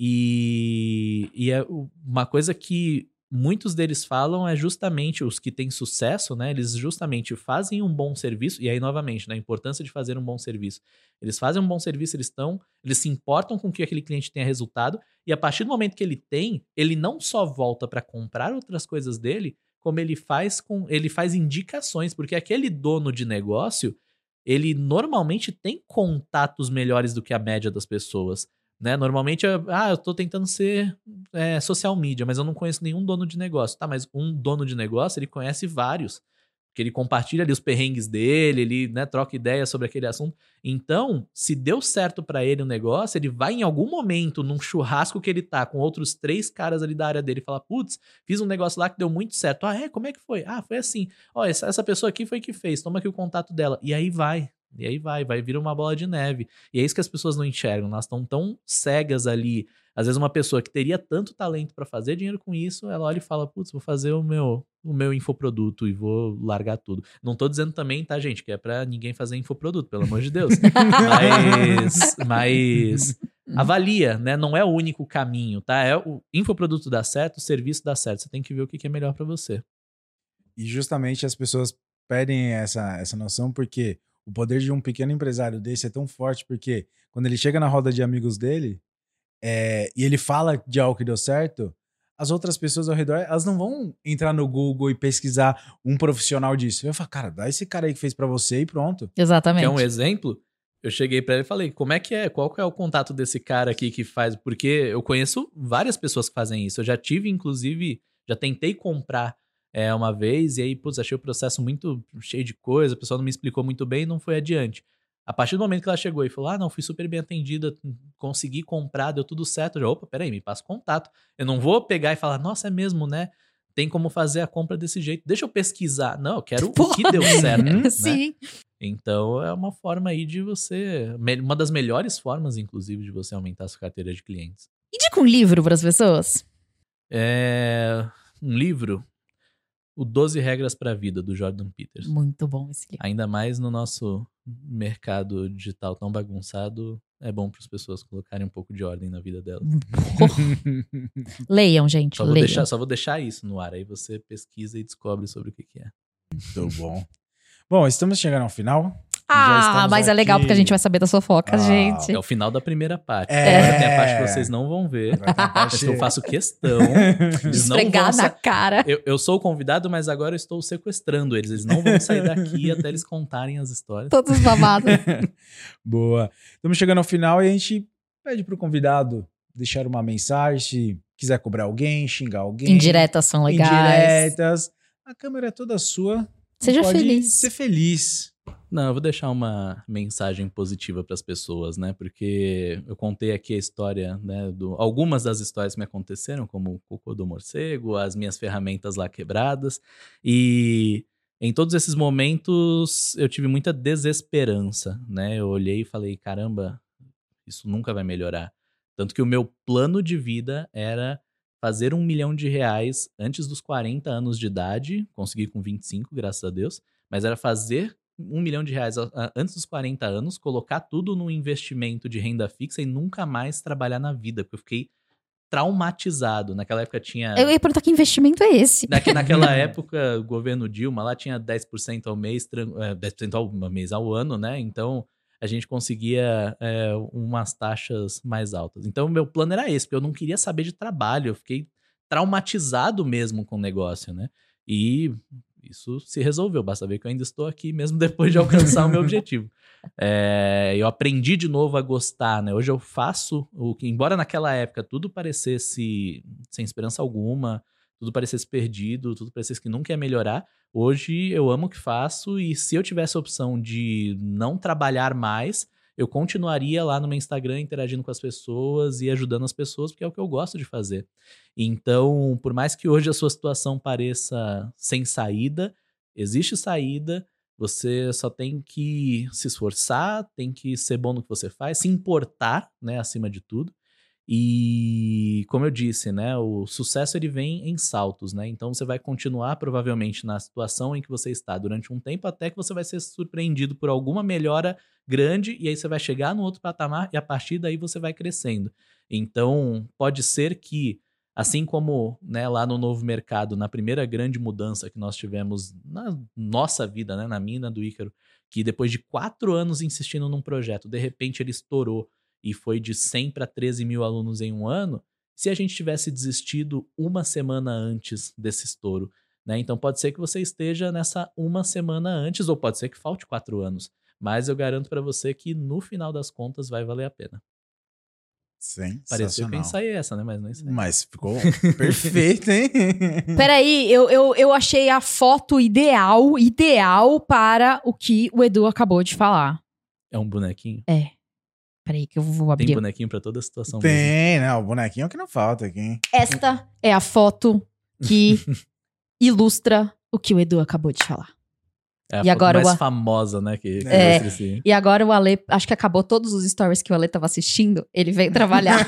E é uma coisa que muitos deles falam é justamente os que têm sucesso, né? Eles justamente fazem um bom serviço, e aí novamente, né, a importância de fazer um bom serviço. Eles fazem um bom serviço, eles se importam com que aquele cliente tenha resultado, e a partir do momento que ele tem, ele não só volta para comprar outras coisas dele, como ele faz indicações, porque aquele dono de negócio, ele normalmente tem contatos melhores do que a média das pessoas, né? Normalmente, eu tô tentando ser social media, mas eu não conheço nenhum dono de negócio. Tá, mas um dono de negócio, ele conhece vários, porque ele compartilha ali os perrengues dele, ele, né, troca ideias sobre aquele assunto. Então, se deu certo pra ele o negócio, ele vai em algum momento, num churrasco que ele tá com outros 3 caras ali da área dele, e fala, putz, fiz um negócio lá que deu muito certo. Como é que foi? Foi assim. Essa pessoa aqui foi que fez, toma aqui o contato dela. E aí vai virar uma bola de neve. E é isso que as pessoas não enxergam, elas estão tão cegas ali. Às vezes uma pessoa que teria tanto talento pra fazer dinheiro com isso, ela olha e fala, putz, vou fazer o meu infoproduto e vou largar tudo. Não tô dizendo também, tá, gente, que é pra ninguém fazer infoproduto, pelo amor de Deus. mas avalia, né? Não é o único caminho, tá? O infoproduto dá certo, o serviço dá certo. Você tem que ver o que é melhor pra você. E justamente as pessoas perdem essa noção porque o poder de um pequeno empresário desse é tão forte, porque quando ele chega na roda de amigos dele e ele fala de algo que deu certo, as outras pessoas ao redor, elas não vão entrar no Google e pesquisar um profissional disso. Eu falo, cara, dá esse cara aí que fez pra você e pronto. Exatamente. Quer um exemplo? Eu cheguei pra ele e falei, como é que é? Qual que é o contato desse cara aqui que faz? Porque eu conheço várias pessoas que fazem isso. Eu já tive, inclusive, já tentei comprar uma vez, e aí, putz, achei o processo muito cheio de coisa, o pessoal não me explicou muito bem e não foi adiante. A partir do momento que ela chegou e falou, não, fui super bem atendida, consegui comprar, deu tudo certo. Eu já, opa, peraí, me passa o contato. Eu não vou pegar e falar, nossa, é mesmo, né? Tem como fazer a compra desse jeito. Deixa eu pesquisar. Não, eu quero o que deu certo, né? Sim. Então, é uma forma aí de você... Uma das melhores formas, inclusive, de você aumentar a sua carteira de clientes. Indica um livro para as pessoas? Um livro... o 12 Regras para a Vida, do Jordan Peterson. Muito bom esse livro. Ainda mais no nosso mercado digital tão bagunçado, é bom para as pessoas colocarem um pouco de ordem na vida delas. Leiam, gente, leiam. Só vou deixar isso no ar, aí você pesquisa e descobre sobre o que é. Muito bom. Bom, estamos chegando ao final. Já estamos mas é legal aqui. porque a gente vai saber das fofocas, gente. É o final da primeira parte. É. Agora tem a parte que vocês não vão ver. Agora tem a parte- Mas que eu faço questão. Eles não Esfregar vão na cara. Eu sou o convidado, mas agora eu estou sequestrando eles. Eles não vão sair daqui até eles contarem as histórias. Todos babados. Boa. Estamos chegando ao final e a gente pede pro convidado deixar uma mensagem, se quiser cobrar alguém, xingar alguém. Indiretas são legais. Indiretas. A câmera é toda sua. Seja Pode feliz. ser feliz. Não, eu vou deixar uma mensagem positiva para as pessoas, né? Porque eu contei aqui a história, né? Algumas das histórias que me aconteceram, como o cocô do morcego, as minhas ferramentas lá quebradas. E em todos esses momentos eu tive muita desesperança, né? Eu olhei e falei, caramba, isso nunca vai melhorar. Tanto que o meu plano de vida era fazer R$1 milhão antes dos 40 anos de idade. Consegui com 25, graças a Deus. Mas era fazer R$1 milhão antes dos 40 anos, colocar tudo num investimento de renda fixa e nunca mais trabalhar na vida, porque eu fiquei traumatizado. Naquela época tinha... Eu ia perguntar que investimento é esse? Naquela época, o governo Dilma lá tinha 10% ao mês, 10% ao mês ao ano, né? Então, a gente conseguia umas taxas mais altas. Então, o meu plano era esse, porque eu não queria saber de trabalho. Eu fiquei traumatizado mesmo com o negócio, né? E isso se resolveu. Basta ver que eu ainda estou aqui, mesmo depois de alcançar o meu objetivo. Eu aprendi de novo a gostar, né? Hoje eu faço o que, embora naquela época tudo parecesse sem esperança alguma, tudo parecesse perdido, tudo parecesse que nunca ia melhorar, hoje eu amo o que faço e se eu tivesse a opção de não trabalhar mais, eu continuaria lá no meu Instagram interagindo com as pessoas e ajudando as pessoas, porque é o que eu gosto de fazer. Então, por mais que hoje a sua situação pareça sem saída, existe saída, você só tem que se esforçar, tem que ser bom no que você faz, se importar, né, acima de tudo. E, como eu disse, né, o sucesso ele vem em saltos, né? Então você vai continuar provavelmente na situação em que você está durante um tempo até que você vai ser surpreendido por alguma melhora grande e aí você vai chegar no outro patamar e a partir daí você vai crescendo. Então pode ser que, assim como, né, lá no novo mercado, na primeira grande mudança que nós tivemos na nossa vida, né, na minha e na do Ícaro, que depois de 4 anos insistindo num projeto, de repente ele estourou e foi de 100 para 13 mil alunos em um ano, se a gente tivesse desistido uma semana antes desse estouro, né? Então pode ser que você esteja nessa uma semana antes, ou pode ser que falte 4 anos, mas eu garanto para você que no final das contas vai valer a pena. Sensacional. Pareceu que eu ensaiei essa, né? Mas não ensaiei. Mas ficou perfeito, hein? Peraí, eu achei a foto ideal para o que o Edu acabou de falar. É um bonequinho? É. Peraí que eu vou abrir. Tem bonequinho pra toda a situação mesmo. Tem, né? O bonequinho é o que não falta aqui, hein? Esta é a foto que ilustra o que o Edu acabou de falar. É a E foto agora mais o- famosa, né? Que É. mostra esse- E agora o Ale, acho que acabou todos os stories que o Ale tava assistindo, ele veio trabalhar.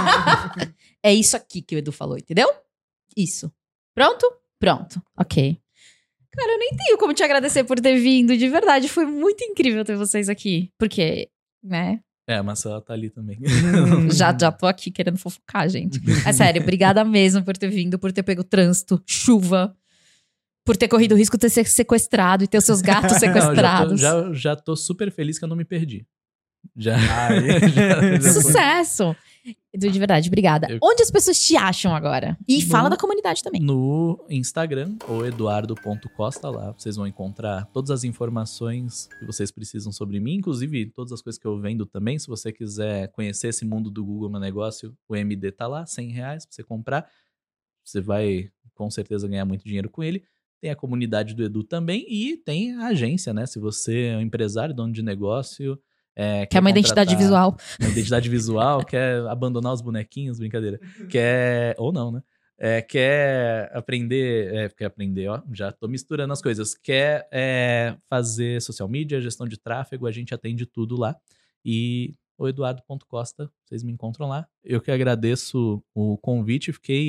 É isso aqui que o Edu falou, entendeu? Isso. Pronto? Pronto. Ok. Cara, eu nem tenho como te agradecer por ter vindo, de verdade. Foi muito incrível ter vocês aqui. Porque, né? É, a Marcela tá ali também. Já tô aqui querendo fofocar, gente. Mas sério, obrigada mesmo por ter vindo, por ter pego trânsito, chuva, por ter corrido o risco de ser sequestrado e ter os seus gatos Não, sequestrados. já tô super feliz que eu não me perdi. Já. Aí. já foi. Sucesso! Edu, de verdade, obrigada. Eu- Onde as pessoas te acham agora? E No- fala da comunidade também. No Instagram, ou eduardo.costa, lá vocês vão encontrar todas as informações que vocês precisam sobre mim, inclusive todas as coisas que eu vendo também. Se você quiser conhecer esse mundo do Google Meu Negócio, o MD tá lá, R$100 pra você comprar. Você vai com certeza ganhar muito dinheiro com ele. Tem a comunidade do Edu também e tem a agência, né? Se você é um empresário, dono de negócio... Que é uma identidade visual. Uma identidade visual, quer abandonar os bonequinhos, brincadeira. Quer... Ou não, né? Quer aprender... quer aprender, ó. Já tô misturando as coisas. Quer fazer social media, gestão de tráfego, a gente atende tudo lá. E o eduardo.costa, vocês me encontram lá. Eu que agradeço o convite, fiquei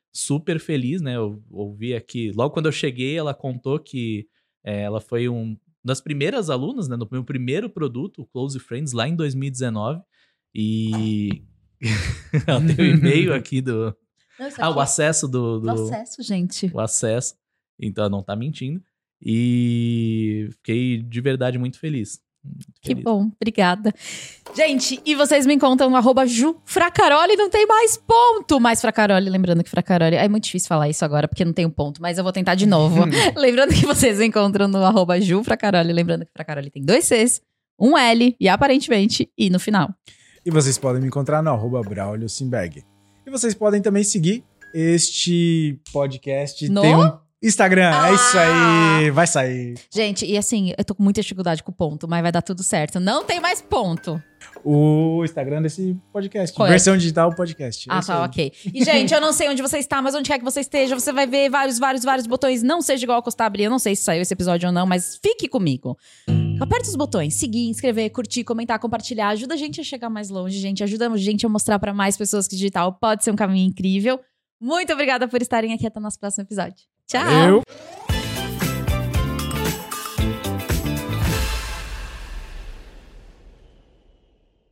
super feliz, né? Eu ouvi aqui, logo quando eu cheguei, ela contou que ela foi uma das primeiras alunas, né? No meu primeiro produto, o Close Friends, lá em 2019. E ela tem o e-mail aqui do... o acesso do... O acesso, gente. O acesso. Então, ela não tá mentindo. E fiquei de verdade muito feliz. Que bom, obrigada. Gente, e vocês me encontram no @JuFracaroli, não tem mais ponto. Mais Fracaroli, lembrando que Fracaroli... É muito difícil falar isso agora, porque não tem um ponto, mas eu vou tentar de novo. Lembrando que vocês me encontram no @JuFracaroli, lembrando que Fracaroli tem 2 Cs, um L e aparentemente I no final. E vocês podem me encontrar no @BraulioSimberg. E vocês podem também seguir este podcast. No? Tem um Instagram, é isso aí, vai sair. Gente, e assim, eu tô com muita dificuldade com o ponto, mas vai dar tudo certo. Não tem mais ponto. O Instagram desse podcast, Qual é? versão digital podcast. Ah, tá, ok. E, gente, eu não sei onde você está, mas onde quer que você esteja, você vai ver vários botões. Não seja igual a Costabri, eu não sei se saiu esse episódio ou não, mas fique comigo. Aperta os botões, seguir, inscrever, curtir, comentar, compartilhar. Ajuda a gente a chegar mais longe, gente. Ajuda a gente a mostrar pra mais pessoas que digital pode ser um caminho incrível. Muito obrigada por estarem aqui. Até o nosso próximo episódio. Tchau! Valeu.